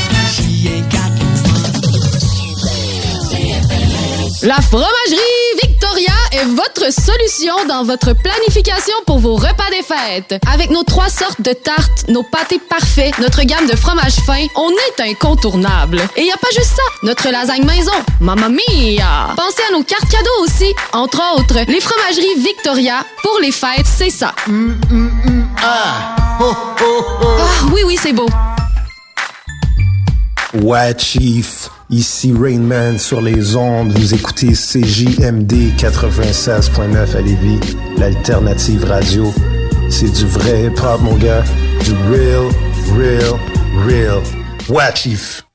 La fromagerie Victoria est votre solution dans votre planification pour vos repas des fêtes. Avec nos 3 sortes de tartes, nos pâtés parfaits, notre gamme de fromages fins, on est incontournable. Et y a pas juste ça, notre lasagne maison, mamma mia! Pensez à nos cartes cadeaux aussi. Entre autres, les fromageries Victoria, pour les fêtes, c'est ça. Ah, oui, c'est beau.
Ouais, Chief. Ici Rainman sur les ondes. Vous écoutez CJMD 96.9 à Lévis, l'alternative radio. C'est du vrai hip-hop, mon gars. Du real. Ouais, Chief.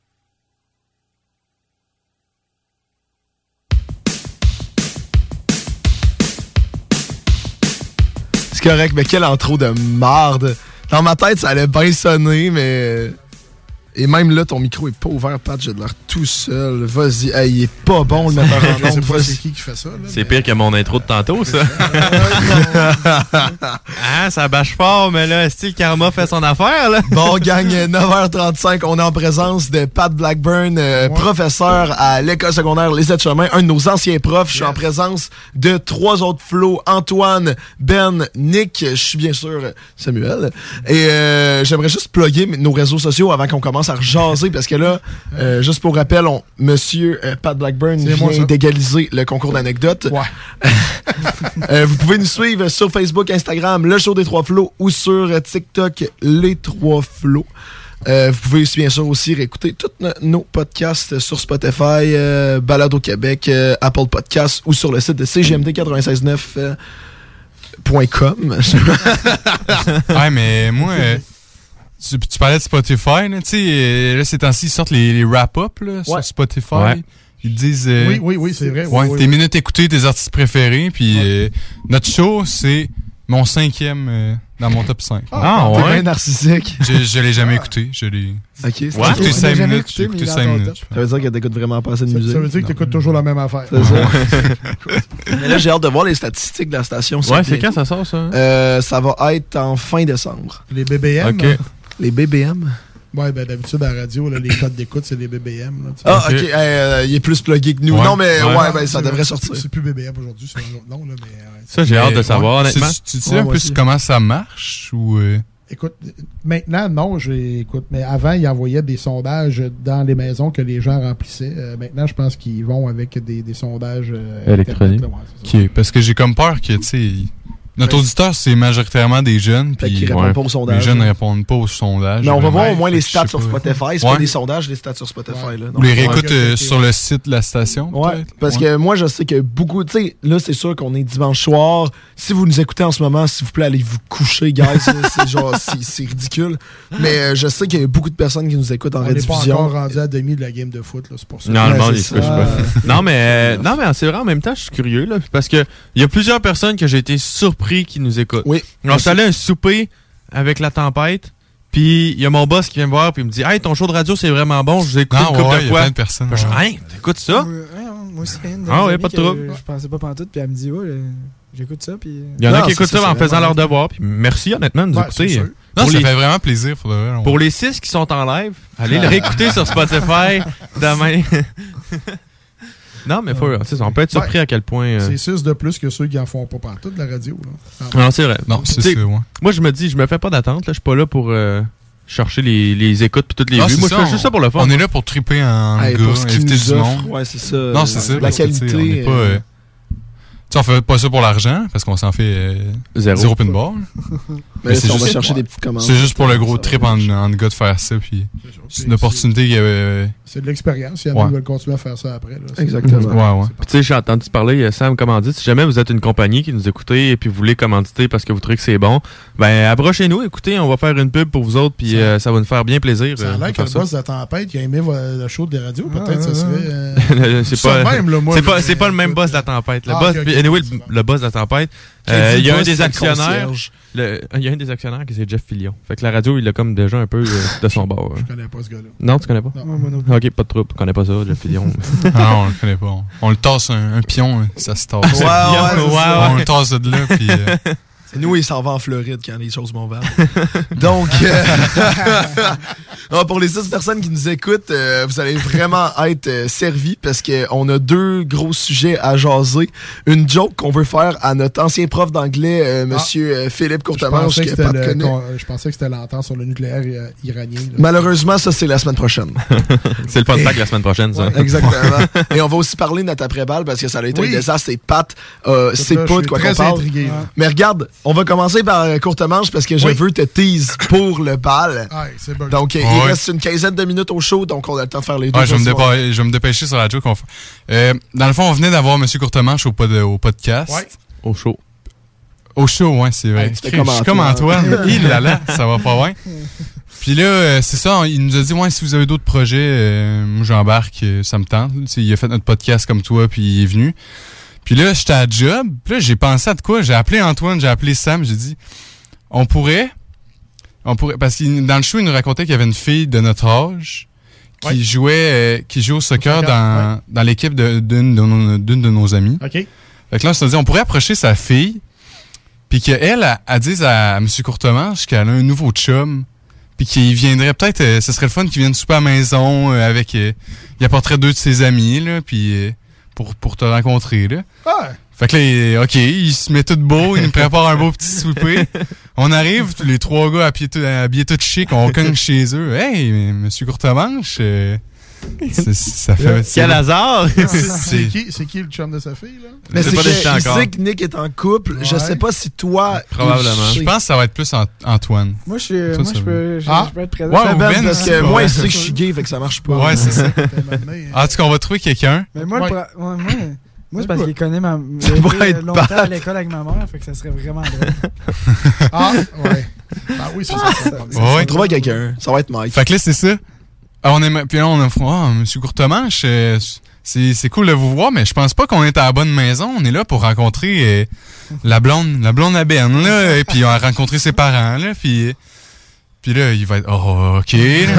C'est correct, mais quelle intro de marde. Dans ma tête, ça allait bien sonner, mais... Et même là, ton micro est pas ouvert, Pat. J'ai de l'air tout tout seul. Vas-y. Hey, il est pas bon, le metteur en ondes.
Je sais pas c'est qui fait ça. Là,
c'est pire que mon intro de tantôt, ça. Ah, ça bâche fort, mais là, est-ce que Karma fait son affaire, là?
Bon, gang, 9h35, on est en présence de Pat Blackburn, professeur à l'école secondaire Les Aides-Chemins, un de nos anciens profs. Je suis en présence de 3 autres flots, Antoine, Ben, Nick, je suis bien sûr Samuel. Et j'aimerais juste plugger nos réseaux sociaux avant qu'on commence à jaser, parce que là, juste pour rappel, Monsieur Pat Blackburn vient d'égaliser le concours d'anecdotes. Ouais. Vous pouvez nous suivre sur Facebook, Instagram, Le Show des Trois Flots, ou sur TikTok, Les Trois Flots. Vous pouvez bien sûr aussi réécouter tous nos podcasts sur Spotify, Balado Québec, Apple Podcasts, ou sur le site de CGMD969.com.
Ouais, mais moi... Tu parlais de Spotify, là, tu sais, là, ces temps-ci, ils sortent les wrap-up sur Spotify. Ouais. Ils disent...
Oui, c'est vrai.
Ouais, tes minutes écoutées, tes artistes préférés, puis notre show, c'est mon 5e dans mon top 5.
Ah ouais? T'es bien narcissique.
Je l'ai jamais écouté, J'ai écouté 5 minutes. J'ai écouté 5 minutes.
Ça veut dire que t'écoutes vraiment pas assez de musique.
Ça veut dire que t'écoutes toujours la même affaire.
C'est ça. Mais là, j'ai hâte de voir les statistiques de la station.
Ouais, c'est quand ça sort, ça?
Ça va être en fin décembre.
Les BBM?
OK. Les BBM?
Ouais, ben d'habitude, à la radio, là, les codes d'écoute, c'est les BBM.
Là, OK. Il est plus plugué que nous. Ouais. Non, mais ben, ça devrait sortir.
C'est plus BBM aujourd'hui, c'est un autre nom. Là, mais,
ça, j'ai hâte de savoir, honnêtement.
Tu sais un peu comment ça marche? Ou
Écoute, maintenant, non. Mais avant, ils envoyaient des sondages dans les maisons que les gens remplissaient. Maintenant, je pense qu'ils vont avec des sondages
électroniques.
OK, parce que j'ai comme peur que, tu sais... Notre auditeur, c'est majoritairement des jeunes. Puis
ils répondent pas aux sondages.
Les jeunes ne répondent pas aux sondages.
Mais on va voir au moins les stats sur Spotify. C'est pas des sondages, les stats sur Spotify. Là.
Ou les réécoutes sur le site de la station.
Ouais, parce que moi, je sais que beaucoup... Tu sais, là, c'est sûr qu'on est dimanche soir. Si vous nous écoutez en ce moment, s'il vous plaît, allez vous coucher, guys. C'est ridicule. Mais je sais qu'il y a beaucoup de personnes qui nous écoutent en rediffusion.
On n'est pas encore rendu à demi de la game de foot, là, c'est pour ça.
Non, le monde, il se couche pas. Non, mais c'est vrai, en même temps, je suis curieux, là, parce que il y a plusieurs personnes que j'ai été surpris qui nous écoutent.
Oui.
On s'est allé à un souper avec la tempête, puis il y a mon boss qui vient me voir puis il me dit « Hey, ton show de radio, c'est vraiment bon, je vous ai écouté une couple de fois. »
Il y a plein de personnes.
Je dis « Hey, t'écoutes ça? »
Moi aussi.
Ah ouais, pas de trouble.
Je pensais pas pantoute, puis elle me dit « Ouais, j'écoute ça. »
Il y en a qui écoutent ça en faisant leur devoir, puis merci honnêtement de nous écouter.
Non, ça fait vraiment plaisir.
Pour les 6 qui sont en live, allez le réécouter sur Spotify demain. Non, mais on peut être surpris à quel point...
C'est 6 de plus que ceux qui en font pas partout de la radio. Là.
Non, c'est vrai.
Non, c'est ça, ouais.
Moi, je me dis, je me fais pas d'attente. Je suis pas là pour chercher les écoutes et toutes les vues. Moi, je fais juste ça pour le fun.
On est là pour triper en gars, éviter du monde.
Ouais, c'est ça.
Non, c'est ça.
La qualité.
On n'est pas... on fait pas ça pour l'argent, parce qu'on s'en fait zéro pinball.
Mais c'est on va chercher des petites commandes.
C'est juste pour le gros trip en gars de faire ça. Puis c'est une opportunité qu'il y avait.
C'est de l'expérience. Il y en a qui veulent continuer à faire ça après. Là.
Exactement.
Ouais. Tu sais, j'ai entendu parler, Sam commandite. Si jamais vous êtes une compagnie qui nous écoutez et puis vous voulez commanditer parce que vous trouvez que c'est bon, ben approchez-nous. Écoutez, on va faire une pub pour vous autres, puis ça va nous faire bien plaisir.
Ça a l'air que le boss de la tempête qui a aimé le show des radios. Peut-être que ça serait.
C'est pas le même boss de la tempête. Le boss de la tempête. Il y a un des actionnaires. Il y a un des actionnaires qui c'est Jeff Fillion. Fait que la radio, il a comme déjà un peu de son bord.
Je connais pas ce gars-là.
Non, tu connais pas?
Non.
Ok, pas de trouble. Tu connais pas ça, Jeff Fillion.
Non, on le connaît pas. On le tasse un pion, ça se tasse.
On
le tasse de là, puis...
Nous, il s'en va en Floride quand les choses vont mal. Donc, pour les 6 personnes qui nous écoutent, vous allez vraiment être servis parce qu'on a 2 gros sujets à jaser. Une joke qu'on veut faire à notre ancien prof d'anglais, monsieur Philippe Courtemanche.
Je pensais que c'était l'entente sur le nucléaire iranien. Là.
Malheureusement, ça, c'est la semaine prochaine.
C'est le fun fact la semaine prochaine, ça.
Exactement. Et on va aussi parler de notre après-balle parce que ça a été un désastre. Et Pat, c'est pas de quoi qu'on parle. Intrigué, mais regarde, on va commencer par Courtemanche parce que je veux te tease pour le bal. Donc, il reste une quinzaine de minutes au show, donc on a le temps de faire les deux.
Je vais me dépêcher sur la joke qu'on fait. Dans le fond, on venait d'avoir M. Courtemanche au podcast.
Ouais.
Au show.
Au show, ouais, c'est vrai. Je suis comme Antoine. Là, ça va pas loin. Puis là, c'est ça, il nous a dit, si vous avez d'autres projets, moi j'embarque, ça me tente. Il a fait notre podcast comme toi, puis il est venu. Puis là, j'étais à job. Puis là, j'ai pensé à de quoi? J'ai appelé Antoine, j'ai appelé Sam. J'ai dit, on pourrait... Parce que dans le show, il nous racontait qu'il y avait une fille de notre âge qui jouait au soccer dans l'équipe d'une de nos amies.
OK.
Fait que là, on s'est dit, on pourrait approcher sa fille, puis qu'elle, elle dise à M. Courtemanche qu'elle a un nouveau chum, puis qu'il viendrait peut-être, ce serait le fun qu'il vienne souper à la maison avec, il apporterait 2 de ses amis, là, puis pour te rencontrer, là.
Ah.
Fait que là, OK, il se met tout beau, il nous prépare un beau petit souper. On arrive, tous les 3 gars habillés tout chic, on cogne chez eux. Hey, monsieur Courtemanche, ça fait...
Quel hasard!
C'est qui le chum de sa fille, là?
Mais c'est qu'il sait que Nick est en couple. Ouais. Je sais pas si toi...
Probablement. Je pense que ça va être plus Antoine.
Moi, je peux être présent.
Ouais,
Ben, parce que moi, il sait que je suis gay, fait que ça marche pas.
Ouais, c'est ça. En tout cas, on va trouver quelqu'un.
Mais moi, moi, c'est parce qu'il connaît longtemps à l'école avec ma mère, fait que ça serait vraiment drôle.
Ah, ouais. Ah oui, c'est ça.
Ouais.
Trouver quelqu'un, ça va être Mike.
Fait que là, c'est ça. Puis là, on a fait, monsieur Courtemanche, c'est cool de vous voir, mais je pense pas qu'on est à la bonne maison. On est là pour rencontrer la blonde à Ben, là, et puis on a rencontré ses parents, là, puis là, il va être, OK.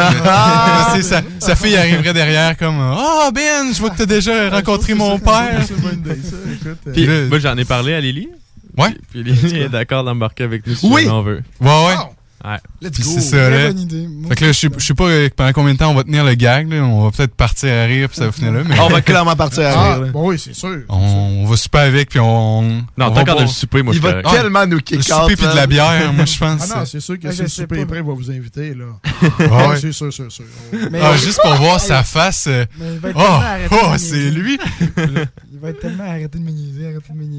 Sa fille arriverait derrière comme, Ben, je vois que t'as déjà rencontré mon père.
Puis moi, j'en ai parlé à Lily.
Ouais.
Puis Lily est d'accord d'embarquer avec nous si on veut.
Ouais.
Ouais.
Let's go.
C'est ça, là.
Bonne idée.
Fait que là, je sais pas pendant combien de temps on va tenir le gag, là. On va peut-être partir à rire, puis ça va finir là. Mais...
On va clairement partir à rire.
Bon, oui, c'est sûr.
On va souper avec, puis on...
Non, tant qu'on a le souper, moi,
il va tellement nous kick
out. Le souper, puis de la bière, moi, je pense.
Ah non, c'est sûr que si le souper est prêt, il va vous inviter, là.
Ouais.
C'est sûr.
Juste pour voir sa face. C'est lui.
Il va être tellement arrêté de me niaiser.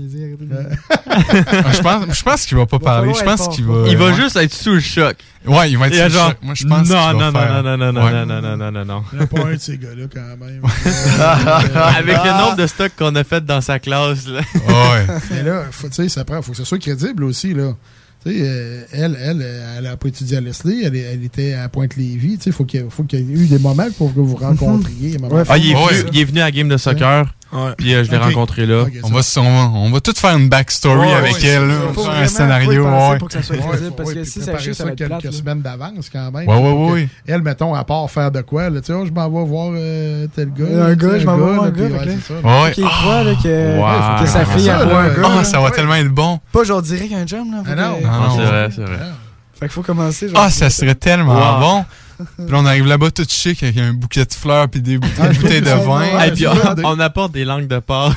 Je pense qu'il va pas parler. Je pense qu'il va...
Il va juste être sous le choc.
Ouais, il va être sous le choc. Moi, je pense qu'il va faire...
Non.
Il n'y en a pas un de ces gars-là, quand même.
Avec le nombre de stocks qu'on a fait dans sa classe, là.
Ouais.
Mais là, faut que ça soit crédible aussi, là. Tu sais, elle a pas étudié à Leslie, elle était à Pointe-Lévis. Tu sais, faut qu'il y ait eu des moments pour que vous rencontriez.
Il est venu à la game de soccer. Ouais. Puis je l'ai rencontré là.
Okay, on va tout faire une backstory avec elle. Faire un scénario.
Pour que ça soit crédible. Parce que si ça chie, ça va être
quelques semaines d'avance quand même.
Oui.
Elle, mettons, à part faire de quoi, là, tu sais, je m'en vais voir tel gars.
Un gars, je m'en vais voir un gars. Qui croit que sa fille a voir un gars.
Ah, ça va tellement être bon.
Pas genre direct un jump, là.
Non,
c'est vrai.
Fait qu'il faut commencer.
Ah, ça serait tellement bon. Puis là, on arrive là-bas tout chic avec un bouquet de fleurs puis des bouteilles de vin.
Et puis on apporte des langues de porc.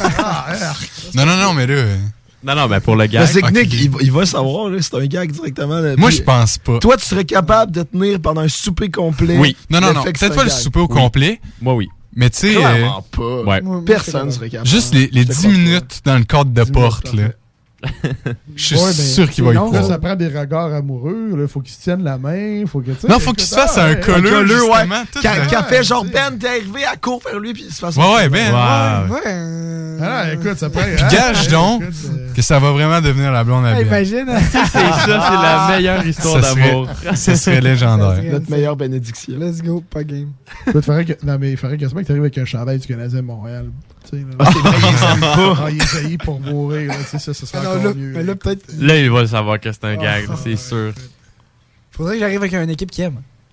Non, mais là...
Non, mais pour le gag.
C'est que Nick, il va savoir, là, c'est un gag directement. Là.
Moi, je pense pas.
Toi, tu serais capable de tenir pendant un souper complet.
Oui. Non. Peut-être pas le souper au complet.
Moi, oui.
Mais tu sais...
Clairement pas.
Ouais.
Personne serait capable.
Juste les 10 minutes dans le cadre de porte, là. Je suis sûr qu'il va y croire.
Ça prend des regards amoureux. Il faut qu'ils se tiennent la main. Faut que,
non, faut qu'il se fasse un colleux, justement.
Quand fait genre Ben, t'es arrivé à court vers lui, puis il se fasse.
Ouais, Ben.
Écoute, ça prend.
Puis gage donc que ça va vraiment devenir la blonde à Ben.
Imagine.
C'est la meilleure histoire d'amour.
Ça serait légendaire.
Notre meilleure bénédiction.
Let's go, pas game.
Il faudrait quasiment que tu arrives avec un chandail du Canadien de Montréal.
C'est vrai,
il essaye pour mourir. Ça serait encore mieux.
Mais là, peut-être.
Là, il va savoir que c'est un gag, c'est sûr.
Faudrait que j'arrive avec une équipe qui aime.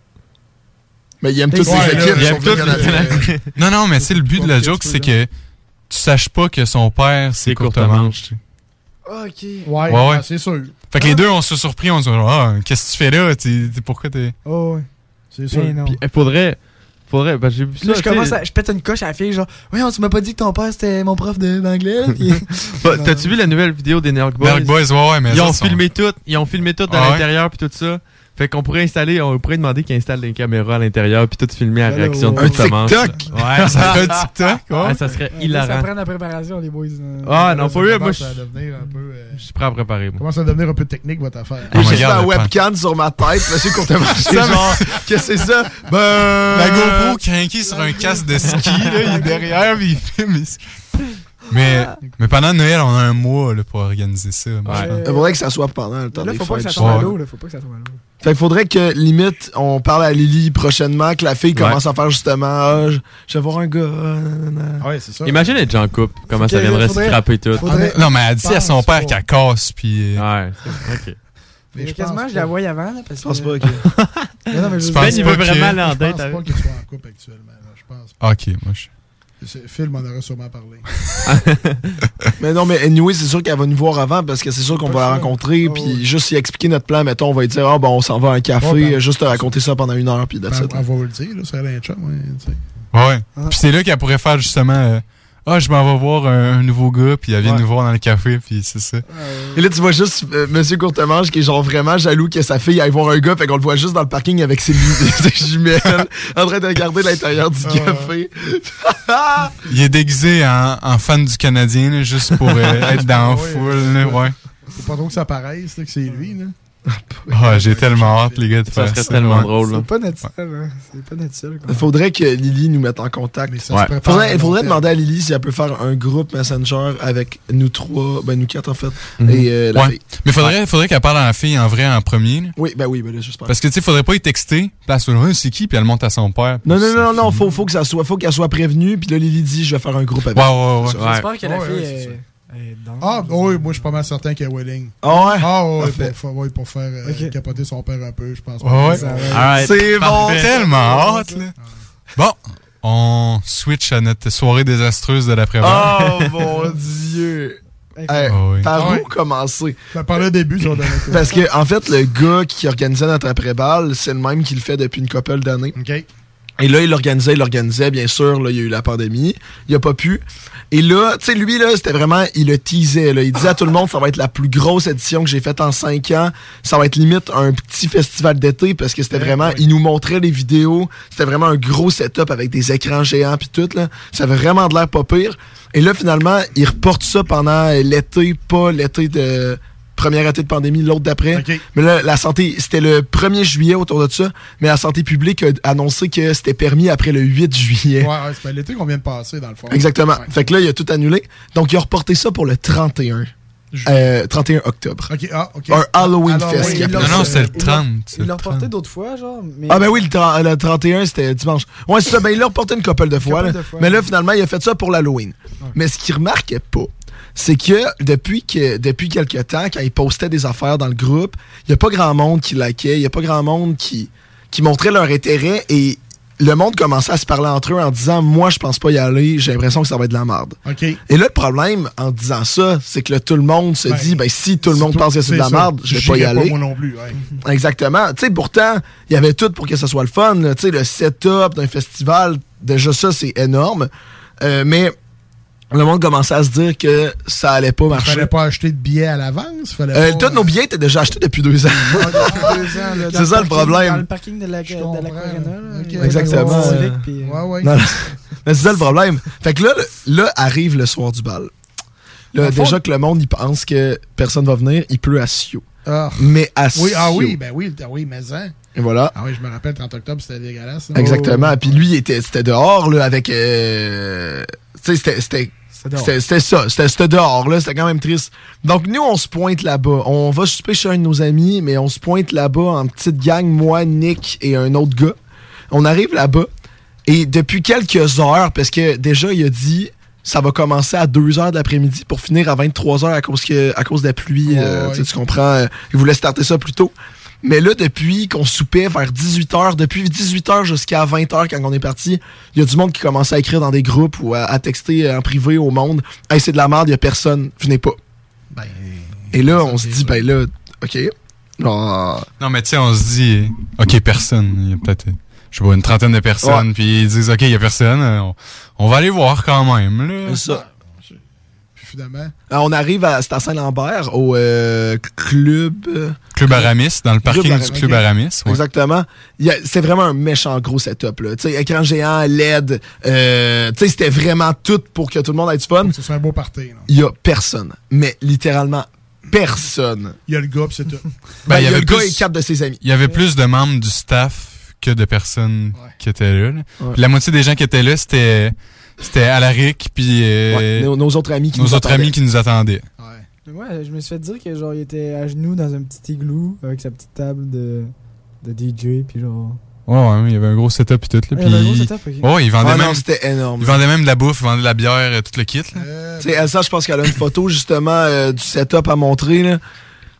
Mais il aime toutes ses équipes.
Il aime toutes.
Non, mais c'est le but de la joke, c'est que tu saches pas que son père, c'est Courtemanche.
Ok.
Ouais, c'est sûr.
Fait que les deux, on se surpris, on se dit, qu'est-ce que tu fais là? Pourquoi t'es.
Oh, ouais.
C'est sûr.
Puis, faudrait, ben, j'ai vu ça.
Là, je pète une coche à la fille, genre, voyons, tu m'as pas dit que ton père c'était mon prof d'anglais.
T'as-tu vu la nouvelle vidéo des Nerg Boys?
Nerg Boys, ouais, mais
ils ont filmé tout à l'intérieur puis tout ça. Fait qu'on pourrait demander qu'ils installent des caméras à l'intérieur puis tout filmer la réaction de
un
TikTok.
Ouais, ça serait un TikTok.
Ouais, ça serait hilarant.
Ça prend la préparation, les boys.
Ah non, faut moi je
suis
prêt à préparer. Moi.
Commence à devenir un peu technique votre affaire.
J'ai la webcam sur ma tête, monsieur Courtemanche. Genre, qu'est-ce que c'est ça?
La GoPro craquée sur un casque de ski, là, il est derrière, puis il filme. Mais pendant Noël, on a un mois là, pour organiser ça.
Il faudrait que ça soit pendant le temps des fêtes.
Faut pas que ça soit à l'eau. Faut pas que ça soit à l'eau.
Fait qu'il faudrait que, limite, on parle à Lily prochainement, que la fille commence à faire justement, je vais voir un gars.
Ouais, c'est ça.
Imagine être en couple, comment ça viendrait se scraper tout.
Non, mais elle dit à son père qu'elle casse, puis.
Ouais, ok.
Mais quasiment, je la voyais avant. Là, parce
je pense
que...
pas que...
non, mais je
Ben, il veut vraiment aller en date.
Je pense pas qu'il soit en couple actuellement. Là. Je pense pas.
Ok, moi je...
Phil m'en aurait sûrement parlé.
Mais non, mais anyway, c'est sûr qu'elle va nous voir avant parce que c'est sûr qu'on va la rencontrer. Puis juste y expliquer notre plan, mettons, on va lui dire, ah, bon, on s'en va à un café, juste te raconter ça pendant 1 heure. Puis
On va le dire, là, ça allait un chum.
Ouais. Puis c'est là qu'elle pourrait faire justement. Je m'en vais voir un nouveau gars, puis elle vient nous voir dans le café, puis c'est ça.
Et là, tu vois juste Monsieur Courtemanche qui est genre vraiment jaloux que sa fille aille voir un gars, fait qu'on le voit juste dans le parking avec ses jumelles en train de regarder l'intérieur du café.
Il est déguisé en fan du Canadien, là, juste pour être dans la foule. Là, ouais.
Faut pas trop que ça paraisse là, que c'est lui. Là.
J'ai tellement hâte, les gars, de faire ça.
Ça serait tellement drôle.
C'est pas naturel. Hein. C'est pas naturel.
Il faudrait que Lily nous mette en contact. Il faudrait demander à Lily si elle peut faire un groupe Messenger avec nous 3, nous 4 en fait, et la fille.
Mais faudrait qu'elle parle à la fille en vrai en premier. Là.
Oui, ben là, j'espère.
Parce que tu sais, faudrait pas y texter. Place c'est qui, puis elle monte à son père.
Non, faut qu'elle soit prévenue, puis là Lily dit je vais faire un groupe avec.
Ouais.
J'espère que la fille
oui, moi je suis pas mal certain qu'elle est willing.
Ouais?
Pour faire capoter son père un peu, je pense.
C'est bon!
Tellement hâte, là. Bon, on switch à notre soirée désastreuse de l'après-midi.
Oh mon Dieu! Par où commencer?
Par le début, ça.
Parce que, en fait, le gars qui organisait notre après-balle, c'est le même qui le fait depuis une couple d'années.
OK.
Et là, il l'organisait, bien sûr. Là, il y a eu la pandémie. Il a pas pu. Et là, tu sais, lui, là, c'était vraiment, il le teasait. Là. Il disait à tout le monde, ça va être la plus grosse édition que j'ai faite en 5 ans. Ça va être limite un petit festival d'été parce que c'était vraiment, il nous montrait les vidéos. C'était vraiment un gros setup avec des écrans géants puis tout, là. Ça avait vraiment de l'air pas pire. Et là, finalement, il reporte ça pendant l'été, pas l'été de... Première été de pandémie, l'autre d'après.
Okay.
Mais là, la santé, c'était le 1er juillet autour de ça, mais la santé publique a annoncé que c'était permis après le 8 juillet.
Ouais, c'est l'été qu'on vient de passer, dans le fond.
Exactement.
Ouais.
Fait que là, il a tout annulé. Donc, il a reporté ça pour le 31. 31 octobre.
OK.
Un Halloween Fest.
Non, c'est le 30.
Il l'a reporté d'autres fois, genre. Mais...
Ah, ben oui, le 31, c'était dimanche. Ouais, c'est ça. Ben, il l'a reporté une couple de fois. Mais là, finalement, il a fait ça pour l'Halloween. Ouais. Mais ce qu'il remarquait pas, c'est que depuis quelques temps, quand il postait des affaires dans le groupe, il n'y a pas grand monde qui likait, il n'y a pas grand monde qui montrait leur intérêt et le monde commençait à se parler entre eux en disant « Moi, je pense pas y aller, j'ai l'impression que ça va être de la merde.
Okay. »
Et là, le problème, en disant ça, c'est que là, tout le monde se dit « Ben, si tout le monde pense que c'est de la merde, je vais pas y aller. »
Pas moi non plus, ouais.
Exactement. Tu sais, pourtant, il y avait tout pour que ça soit le fun. Tu sais, le setup d'un festival, déjà ça, c'est énorme. Mais... le monde commençait à se dire que ça allait pas marcher.
Il fallait pas acheter de billets à l'avance.
Tous nos billets étaient déjà achetés depuis 2 ans. C'est ça le problème.
Dans le parking de la Corona.
Exactement. Non, mais c'est ça le problème. Fait que là arrive le soir du bal. Là, déjà que le monde il pense que personne va venir, il pleut à Sio. Mais à Sio.
Oui, mais ça.
Et voilà.
Ah oui, je me rappelle, 30 octobre, c'était dégueulasse.
Exactement. Puis lui, c'était dehors, là, avec... tu sais, c'était ça. C'était dehors, là. C'était quand même triste. Donc, nous, on se pointe là-bas. On va souper chez un de nos amis, mais on se pointe là-bas en petite gang, moi, Nick et un autre gars. On arrive là-bas. Et depuis quelques heures, parce que déjà, il a dit... ça va commencer à 2h de l'après-midi pour finir à 23h à cause de la pluie. Tu comprends? Il voulait starter ça plus tôt. Mais là, depuis qu'on soupait vers 18h, depuis 18h jusqu'à 20h quand on est parti, il y a du monde qui commençait à écrire dans des groupes ou à texter en privé au monde. « Hey, c'est de la merde, il y a personne, venez pas. » Et là, on se dit, ben là, OK.
Non, mais tu sais, on se dit, OK, personne. Il y a peut-être, je sais pas, une trentaine de personnes, puis ils disent, OK, il y a personne. On va aller voir quand même, là.
C'est ça.
Finalement.
Alors, on arrive à Saint-Lambert, au Club
Aramis, dans le parking du Club Aramis. Ouais.
Exactement. C'est vraiment un méchant gros setup. Là. T'sais, écran géant, LED. C'était vraiment tout pour que tout le monde ait du fun.
C'est un beau party.
Il y a personne. Mais littéralement personne.
Il y a le gars, c'est tout.
Il y a le gars et 4 de ses amis.
Il y avait plus de membres du staff que de personnes qui étaient là. Ouais. La moitié des gens qui étaient là, c'était Alaric puis
nos autres amis qui
nous attendaient.
Ouais, je me suis fait dire que genre il était à genoux dans un petit igloo avec sa petite table de DJ puis genre.
Ouais, il y avait un gros setup et tout là.
Il y avait un gros setup, ok.
Ouais, il vendait même.
Non, c'était énorme.
Il vendait même de la bouffe, il vendait de la bière, tout le kit.
Tu sais, Elsa, je pense qu'elle a une photo justement du setup à montrer là.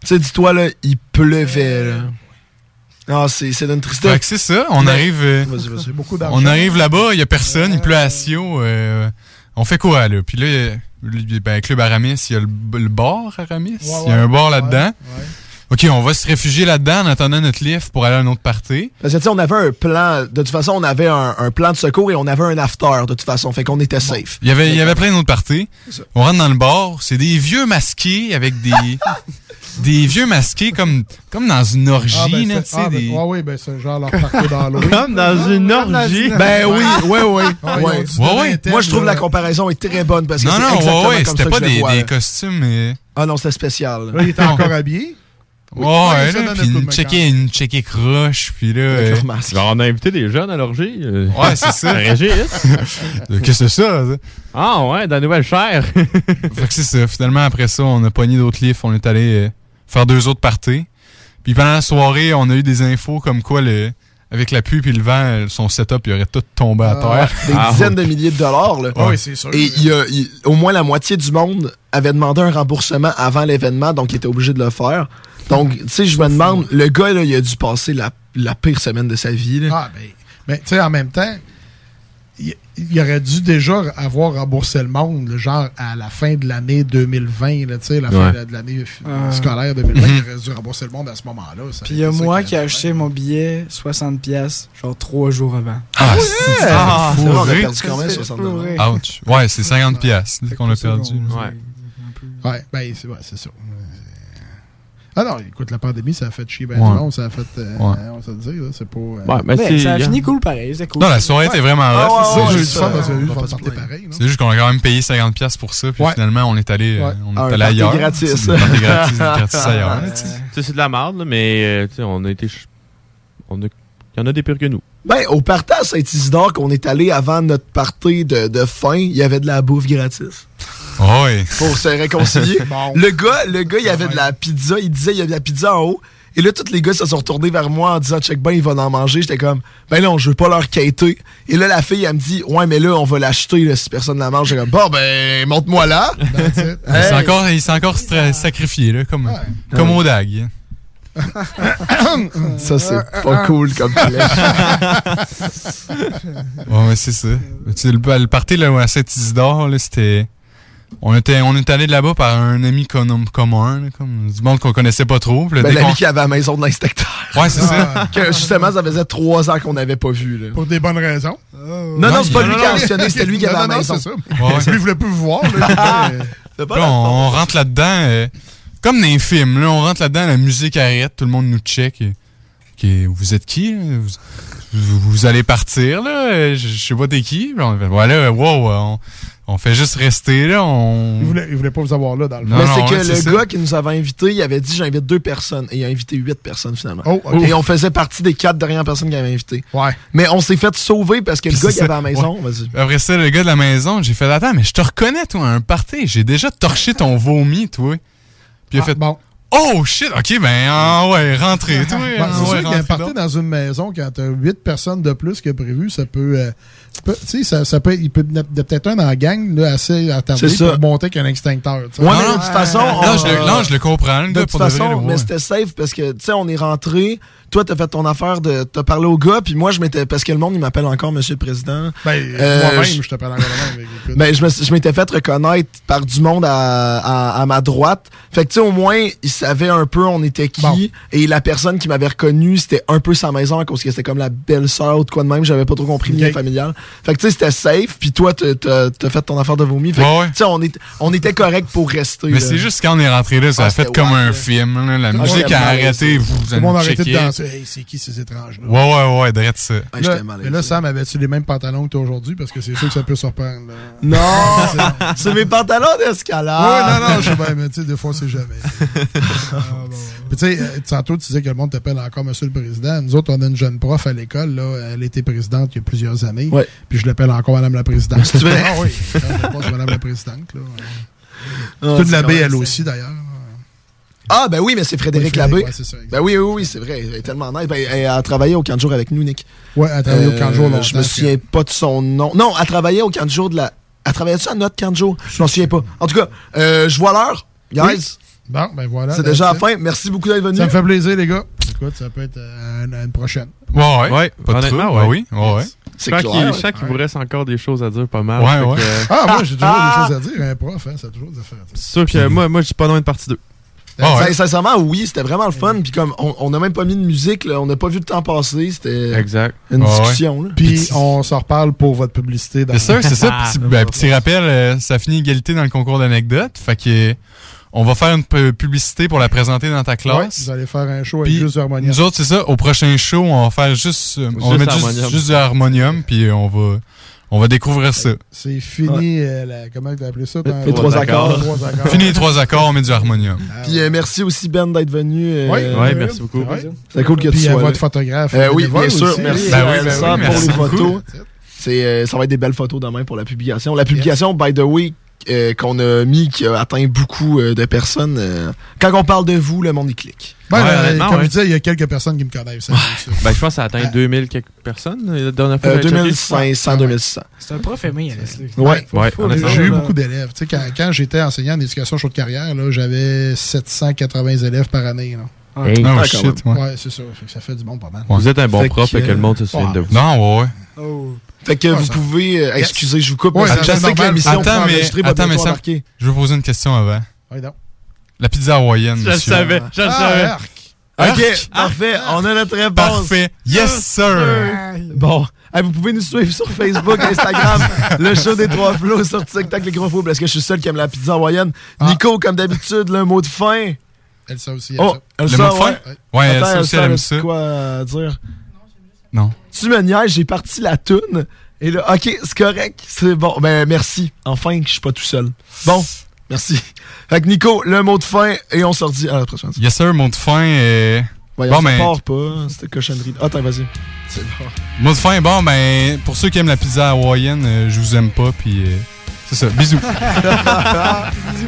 Tu sais, dis-toi, là, il pleuvait, là. Ah, c'est d'une tristesse.
Fait que c'est ça, on arrive...
Vas-y.
Beaucoup d'argent.
On arrive là-bas, il y a personne, il pleut à Sio. On fait quoi, là? Puis là, Club Aramis, il y a le bar Aramis. Il y a un bar là-dedans.
Ouais.
OK, on va se réfugier là-dedans en attendant notre lift pour aller à un autre party.
Parce que, tu sais, on avait un plan. De toute façon, on avait un plan de secours et on avait un after, de toute façon. Fait qu'on était safe.
Il y avait plein d'autres parties. On rentre dans le bar, c'est des vieux masqués avec des vieux masqués comme dans une orgie, là, tu sais.
Oui, ben c'est genre leur party dans l'eau.
Comme dans une orgie.
Ben oui.
Ouais.
Moi, je trouve la comparaison est très bonne parce que c'est exactement comme ça
c'était
que
pas
je le vois,
des
là.
costumes, mais...
Ah non, c'était spécial.
Là, il était encore habillé.
Ouais, puis une checké croche, puis là...
Genre, on a invité des jeunes à l'orgie.
Ouais, c'est ça.
Régis.
Qu'est-ce que c'est ça?
Ah ouais, de la nouvelle chair.
Fait que c'est ça. Finalement, après ça, on a pogné d'autres livres. On est allé faire 2 autres parties. Puis pendant la soirée, on a eu des infos comme quoi, avec la pluie et le vent, son setup, il aurait tout tombé à terre.
Des dizaines de milliers de dollars. Là.
Oui, c'est sûr.
Et au moins la moitié du monde avait demandé un remboursement avant l'événement, donc il était obligé de le faire. Donc, tu sais, je me demande, le gars, là, il a dû passer la pire semaine de sa vie. Là.
Ah, ben tu sais, en même temps, il aurait dû déjà avoir remboursé le monde, là, genre à la fin de l'année 2020, tu sais, la fin de l'année scolaire 2020, il aurait dû rembourser le monde à ce moment-là.
Puis il y a moi qui ai acheté mon billet 60$, genre 3 jours avant.
Ah,
c'est vrai, on a perdu quand même 60$.
Ouch. Ouais, c'est 50$ qu'on a perdu.
Ouais, ben c'est ça. Ah non, écoute, la pandémie, ça a fait chier ben du monde, ça a fait... on va se le dire, là, c'est pas...
ça a fini cool pareil, c'était cool.
Non, la soirée était vraiment hot.
J'ai eu du fun parce que j'ai pareil.
C'est juste qu'on a quand même payé 50$ pour ça, puis finalement, on est allé ailleurs.
C'est gratis.
Gratis ailleurs.
C'est de la merde, là, mais on a été... Il y en a des pires que nous.
Ben, au party à Saint-Isidore qu'on est allé avant notre party de fin, il y avait de la bouffe gratis.
Oui.
Pour se réconcilier. Bon. Le gars, il y avait de la pizza. Il disait il y avait de la pizza en haut. Et là, tous les gars se sont retournés vers moi en disant check ben, il va en manger. J'étais comme ben non, je veux pas leur quêter. Et là, la fille, elle me dit ouais, mais là, on va l'acheter là, si personne la mange. J'étais comme bon, ben, montre-moi là.
Il s'est encore sacrifié, là, comme au DAG.
Ça, c'est pas cool comme flèche.
Ouais, mais c'est ça. Le party là, à Saint-Isidore, là, c'était... On est allé de là-bas par un ami commun, là, comme du monde qu'on connaissait pas trop.
L'ami qui avait la maison de l'inspecteur.
Ouais, c'est ça.
Que justement, ça faisait 3 ans qu'on n'avait pas vu. Là.
Pour des bonnes raisons.
Non, c'est pas lui qui a mentionné, c'était lui qui avait la maison.
C'est ça. Ouais. Lui, il voulait plus vous voir. Là,
on rentre là-dedans, comme dans les films, là, on rentre là-dedans, la musique arrête, tout le monde nous check. Vous êtes qui? Vous allez partir, là? Je sais pas t'es qui. Voilà, wow, on fait juste rester, là.
Il voulait pas vous avoir là, dans le fond.
Mais c'est que le gars qui nous avait invités, il avait dit j'invite 2 personnes. Et il a invité 8 personnes, finalement.
Oh, okay.
Et on faisait partie des 4 dernières personnes qu'il avait invitées.
Ouais.
Mais on s'est fait sauver parce que le gars qui avait à la maison, vas-y.
Après ça, le gars de la maison, j'ai fait attends, mais je te reconnais, toi, un party. J'ai déjà torché ton vomi, toi. Puis il a fait
bon.
Oh shit, ok, ben ouais, rentrez. Toi,
c'est sûr qu'un party dans une maison, quand t'as 8 personnes de plus que prévu, ça peut. Tu sais, ça peut. Il peut peut-être un dans la gang là, assez attardé pour monter qu'un extincteur.
Ouais, mais de toute façon.
Je le comprends, le gars,
de toute façon, mais c'était safe parce que, tu sais, on est rentré. Toi, t'as fait ton affaire de. T'as parlé au gars, puis moi, je m'étais. Parce que le monde, il m'appelle encore Monsieur le Président.
Moi-même, je t'appelle encore le même.
Ben, je m'étais fait reconnaître par du monde à ma droite. Fait que, tu sais, au moins, il savait un peu on était qui. Bon. Et la personne qui m'avait reconnu, c'était un peu sa maison à cause que c'était comme la belle-sœur ou de quoi de même. J'avais pas trop compris le lien familial. Fait que, tu sais, c'était safe. Puis toi, t'as fait ton affaire de vomi. Fait que, tu sais, on était correct pour rester.
Mais c'est juste quand on est rentré là, ça a fait comme un film. Là, la musique a arrêté.
Tout le monde a arrêté de danser. Hey, c'est qui ces étranges-là?
Ouais, drette ça.
Et là, Sam, avais-tu les mêmes pantalons que toi aujourd'hui? Parce que c'est sûr que ça peut surprendre.
Non! C'est mes pantalons d'escalade!
Ouais, non, je sais bien, mais tu sais, des fois, c'est jamais. Puis tu sais, tantôt, tu disais que le monde t'appelle encore Monsieur le Président. Nous autres, on a une jeune prof à l'école, là. Elle était présidente il y a plusieurs années. Ouais. Puis je l'appelle encore Madame la Présidente.
C'est vrai?
Ah oui, je pense Madame la Présidente, là. C'est toute l'abbé, elle aussi, d'ailleurs.
Ah, ben oui, mais c'est Frédéric Labbé.
Ouais, c'est ça,
ben oui, c'est vrai. Elle est tellement nice. Ben, elle a travaillé au camp de jour avec nous, Nick.
Ouais, elle a travaillé au camp de jour longtemps.
Je me souviens pas de son nom. Non, elle travaillait au camp de jour de la... Elle travaillait-tu à notre camp de jour? Je m'en souviens pas. En tout cas, je vois l'heure. Guys,
Bon, ben voilà.
C'est déjà la fin. Merci beaucoup d'être venu.
Ça me fait plaisir, les gars. Écoute, ça peut être une prochaine.
Ouais.
Honnêtement,
ouais.
C'est
clair.
clair.
Je sais qu'il vous reste encore des choses à dire pas mal.
Ouais.
Ah, moi, j'ai toujours des choses à dire. Un prof, ça a toujours des affaires à dire.
C'est sûr que moi, je suis pas loin de partie 2.
Sincèrement, oui, c'était vraiment le fun. Puis comme on n'a même pas mis de musique, là, on n'a pas vu le temps passer. C'était une discussion. Là.
Puis on s'en reparle pour votre publicité.
C'est sûr, c'est ça. Petit rappel, ça finit égalité dans le concours d'anecdotes. Fait que on va faire une publicité pour la présenter dans ta classe.
Ouais, vous allez faire un show avec juste du harmonium.
Nous autres, c'est ça. Au prochain show, on va faire juste du harmonium. Puis on va découvrir ça.
C'est fini, comment tu as appelé ça?
Les 3 accords.
Fini les 3 accords, on met du harmonium.
Puis merci aussi Ben d'être venu.
Oui, merci beaucoup.
C'est cool que tu sois
là.
Puis
à votre photographe.
Oui, bien sûr.
Aussi.
Merci
Merci
pour les photos.
beaucoup.
Ça va être des belles photos demain pour la publication. La publication, by the way, qu'on a mis, qui a atteint beaucoup de personnes. Quand on parle de vous, le monde y clique.
Comme je disais, il y a quelques personnes qui me connaissent.
Je pense que ça a atteint 2000 quelques personnes. La dernière fois,
2500, 2600.
C'est un prof aimé à Leslie.
Ouais.
J'ai eu beaucoup d'élèves. Tu sais, quand j'étais enseignant en éducation choix de carrière, là, j'avais 780 élèves par année. Là.
Hey. Oh, shit,
ouais, c'est ça. Ça fait du bon pas mal.
Vous êtes un bon prof et que le monde se souvient de vous.
Non, ouais.
Fait que vous pouvez... excusez, je vous coupe.
Ouais,
je sais que l'émission peut enregistrer,
attends, mais ça, je veux poser une question avant.
Oui, donc.
La pizza hawaïenne,
je le savais.
OK, parfait. On a notre réponse.
Parfait. Yes, sir.
Bon. Vous pouvez nous suivre sur Facebook, Instagram, le show des 3 flots, sur TikTok, les gros flots, parce que je suis seul qui aime la pizza hawaïenne. Nico, comme d'habitude, le mot de fin.
Elsa aussi.
Le mot de fin? Ouais, Elsa aussi, elle aime ça.
Quoi dire?
Non.
Tu me niaises, j'ai parti la toune. Et là, OK, c'est correct. C'est bon. Ben, merci. Enfin, que je suis pas tout seul. Bon, merci. Fait que Nico, le mot de fin, et on se redit à la prochaine.
Yes, sir, mot de fin.
Voyons, ça part pas. C'était cochonnerie. Attends, vas-y. C'est bon.
Mot de fin, bon, ben, pour ceux qui aiment la pizza hawaïenne, je vous aime pas, puis c'est ça. Bisous.
Bisous.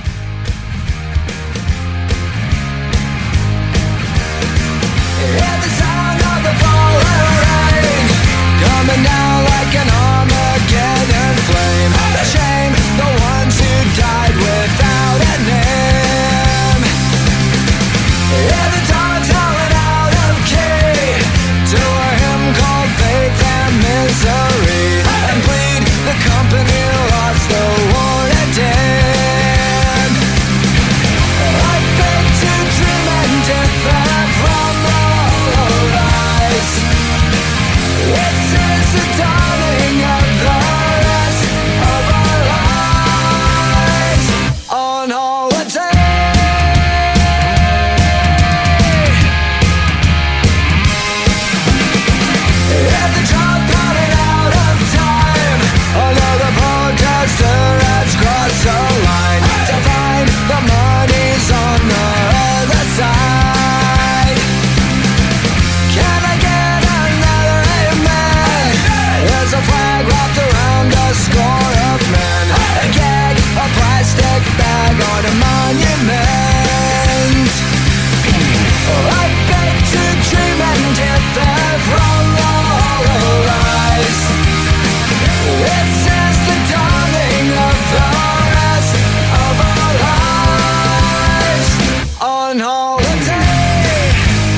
Coming down like an Armageddon flame. The shame, the ones who died without a name. Yeah, the dogs howling out of key to a hymn called Faith and Misery. And bleed, the company lost the war and dead. I beg to dream and differ from the hollow eyes. This is the dawning of the rest of our lives on holiday. At the drop running out of time, another protester has crossed the line to find the money's on the other side. Can I get another amen? There's a flag wrapped around a score of men. A gag, a plastic bag on a monument. I beg to dream and differ from the hollow eyes. This is the dawning of the rest of our lives on holiday.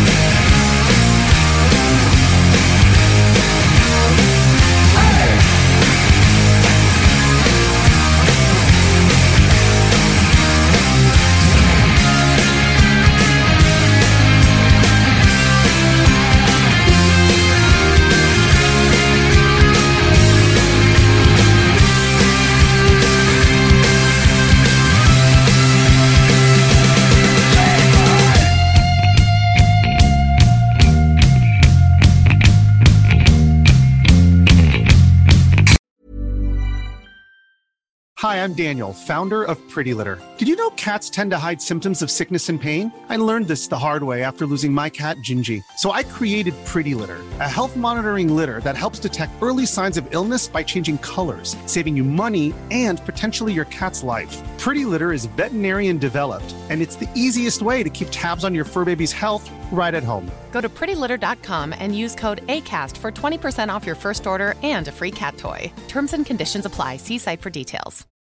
Hi, I'm Daniel, founder of Pretty Litter. Did you know cats tend to hide symptoms of sickness and pain? I learned this the hard way after losing my cat, Gingy. So I created Pretty Litter, a health monitoring litter that helps detect early signs of illness by changing colors, saving you money and potentially your cat's life. Pretty Litter is veterinarian developed, and it's the easiest way to keep tabs on your fur baby's health right at home.
Go to prettylitter.com and use code ACAST for 20% off your first order and a free cat toy. Terms and conditions apply. See site for details.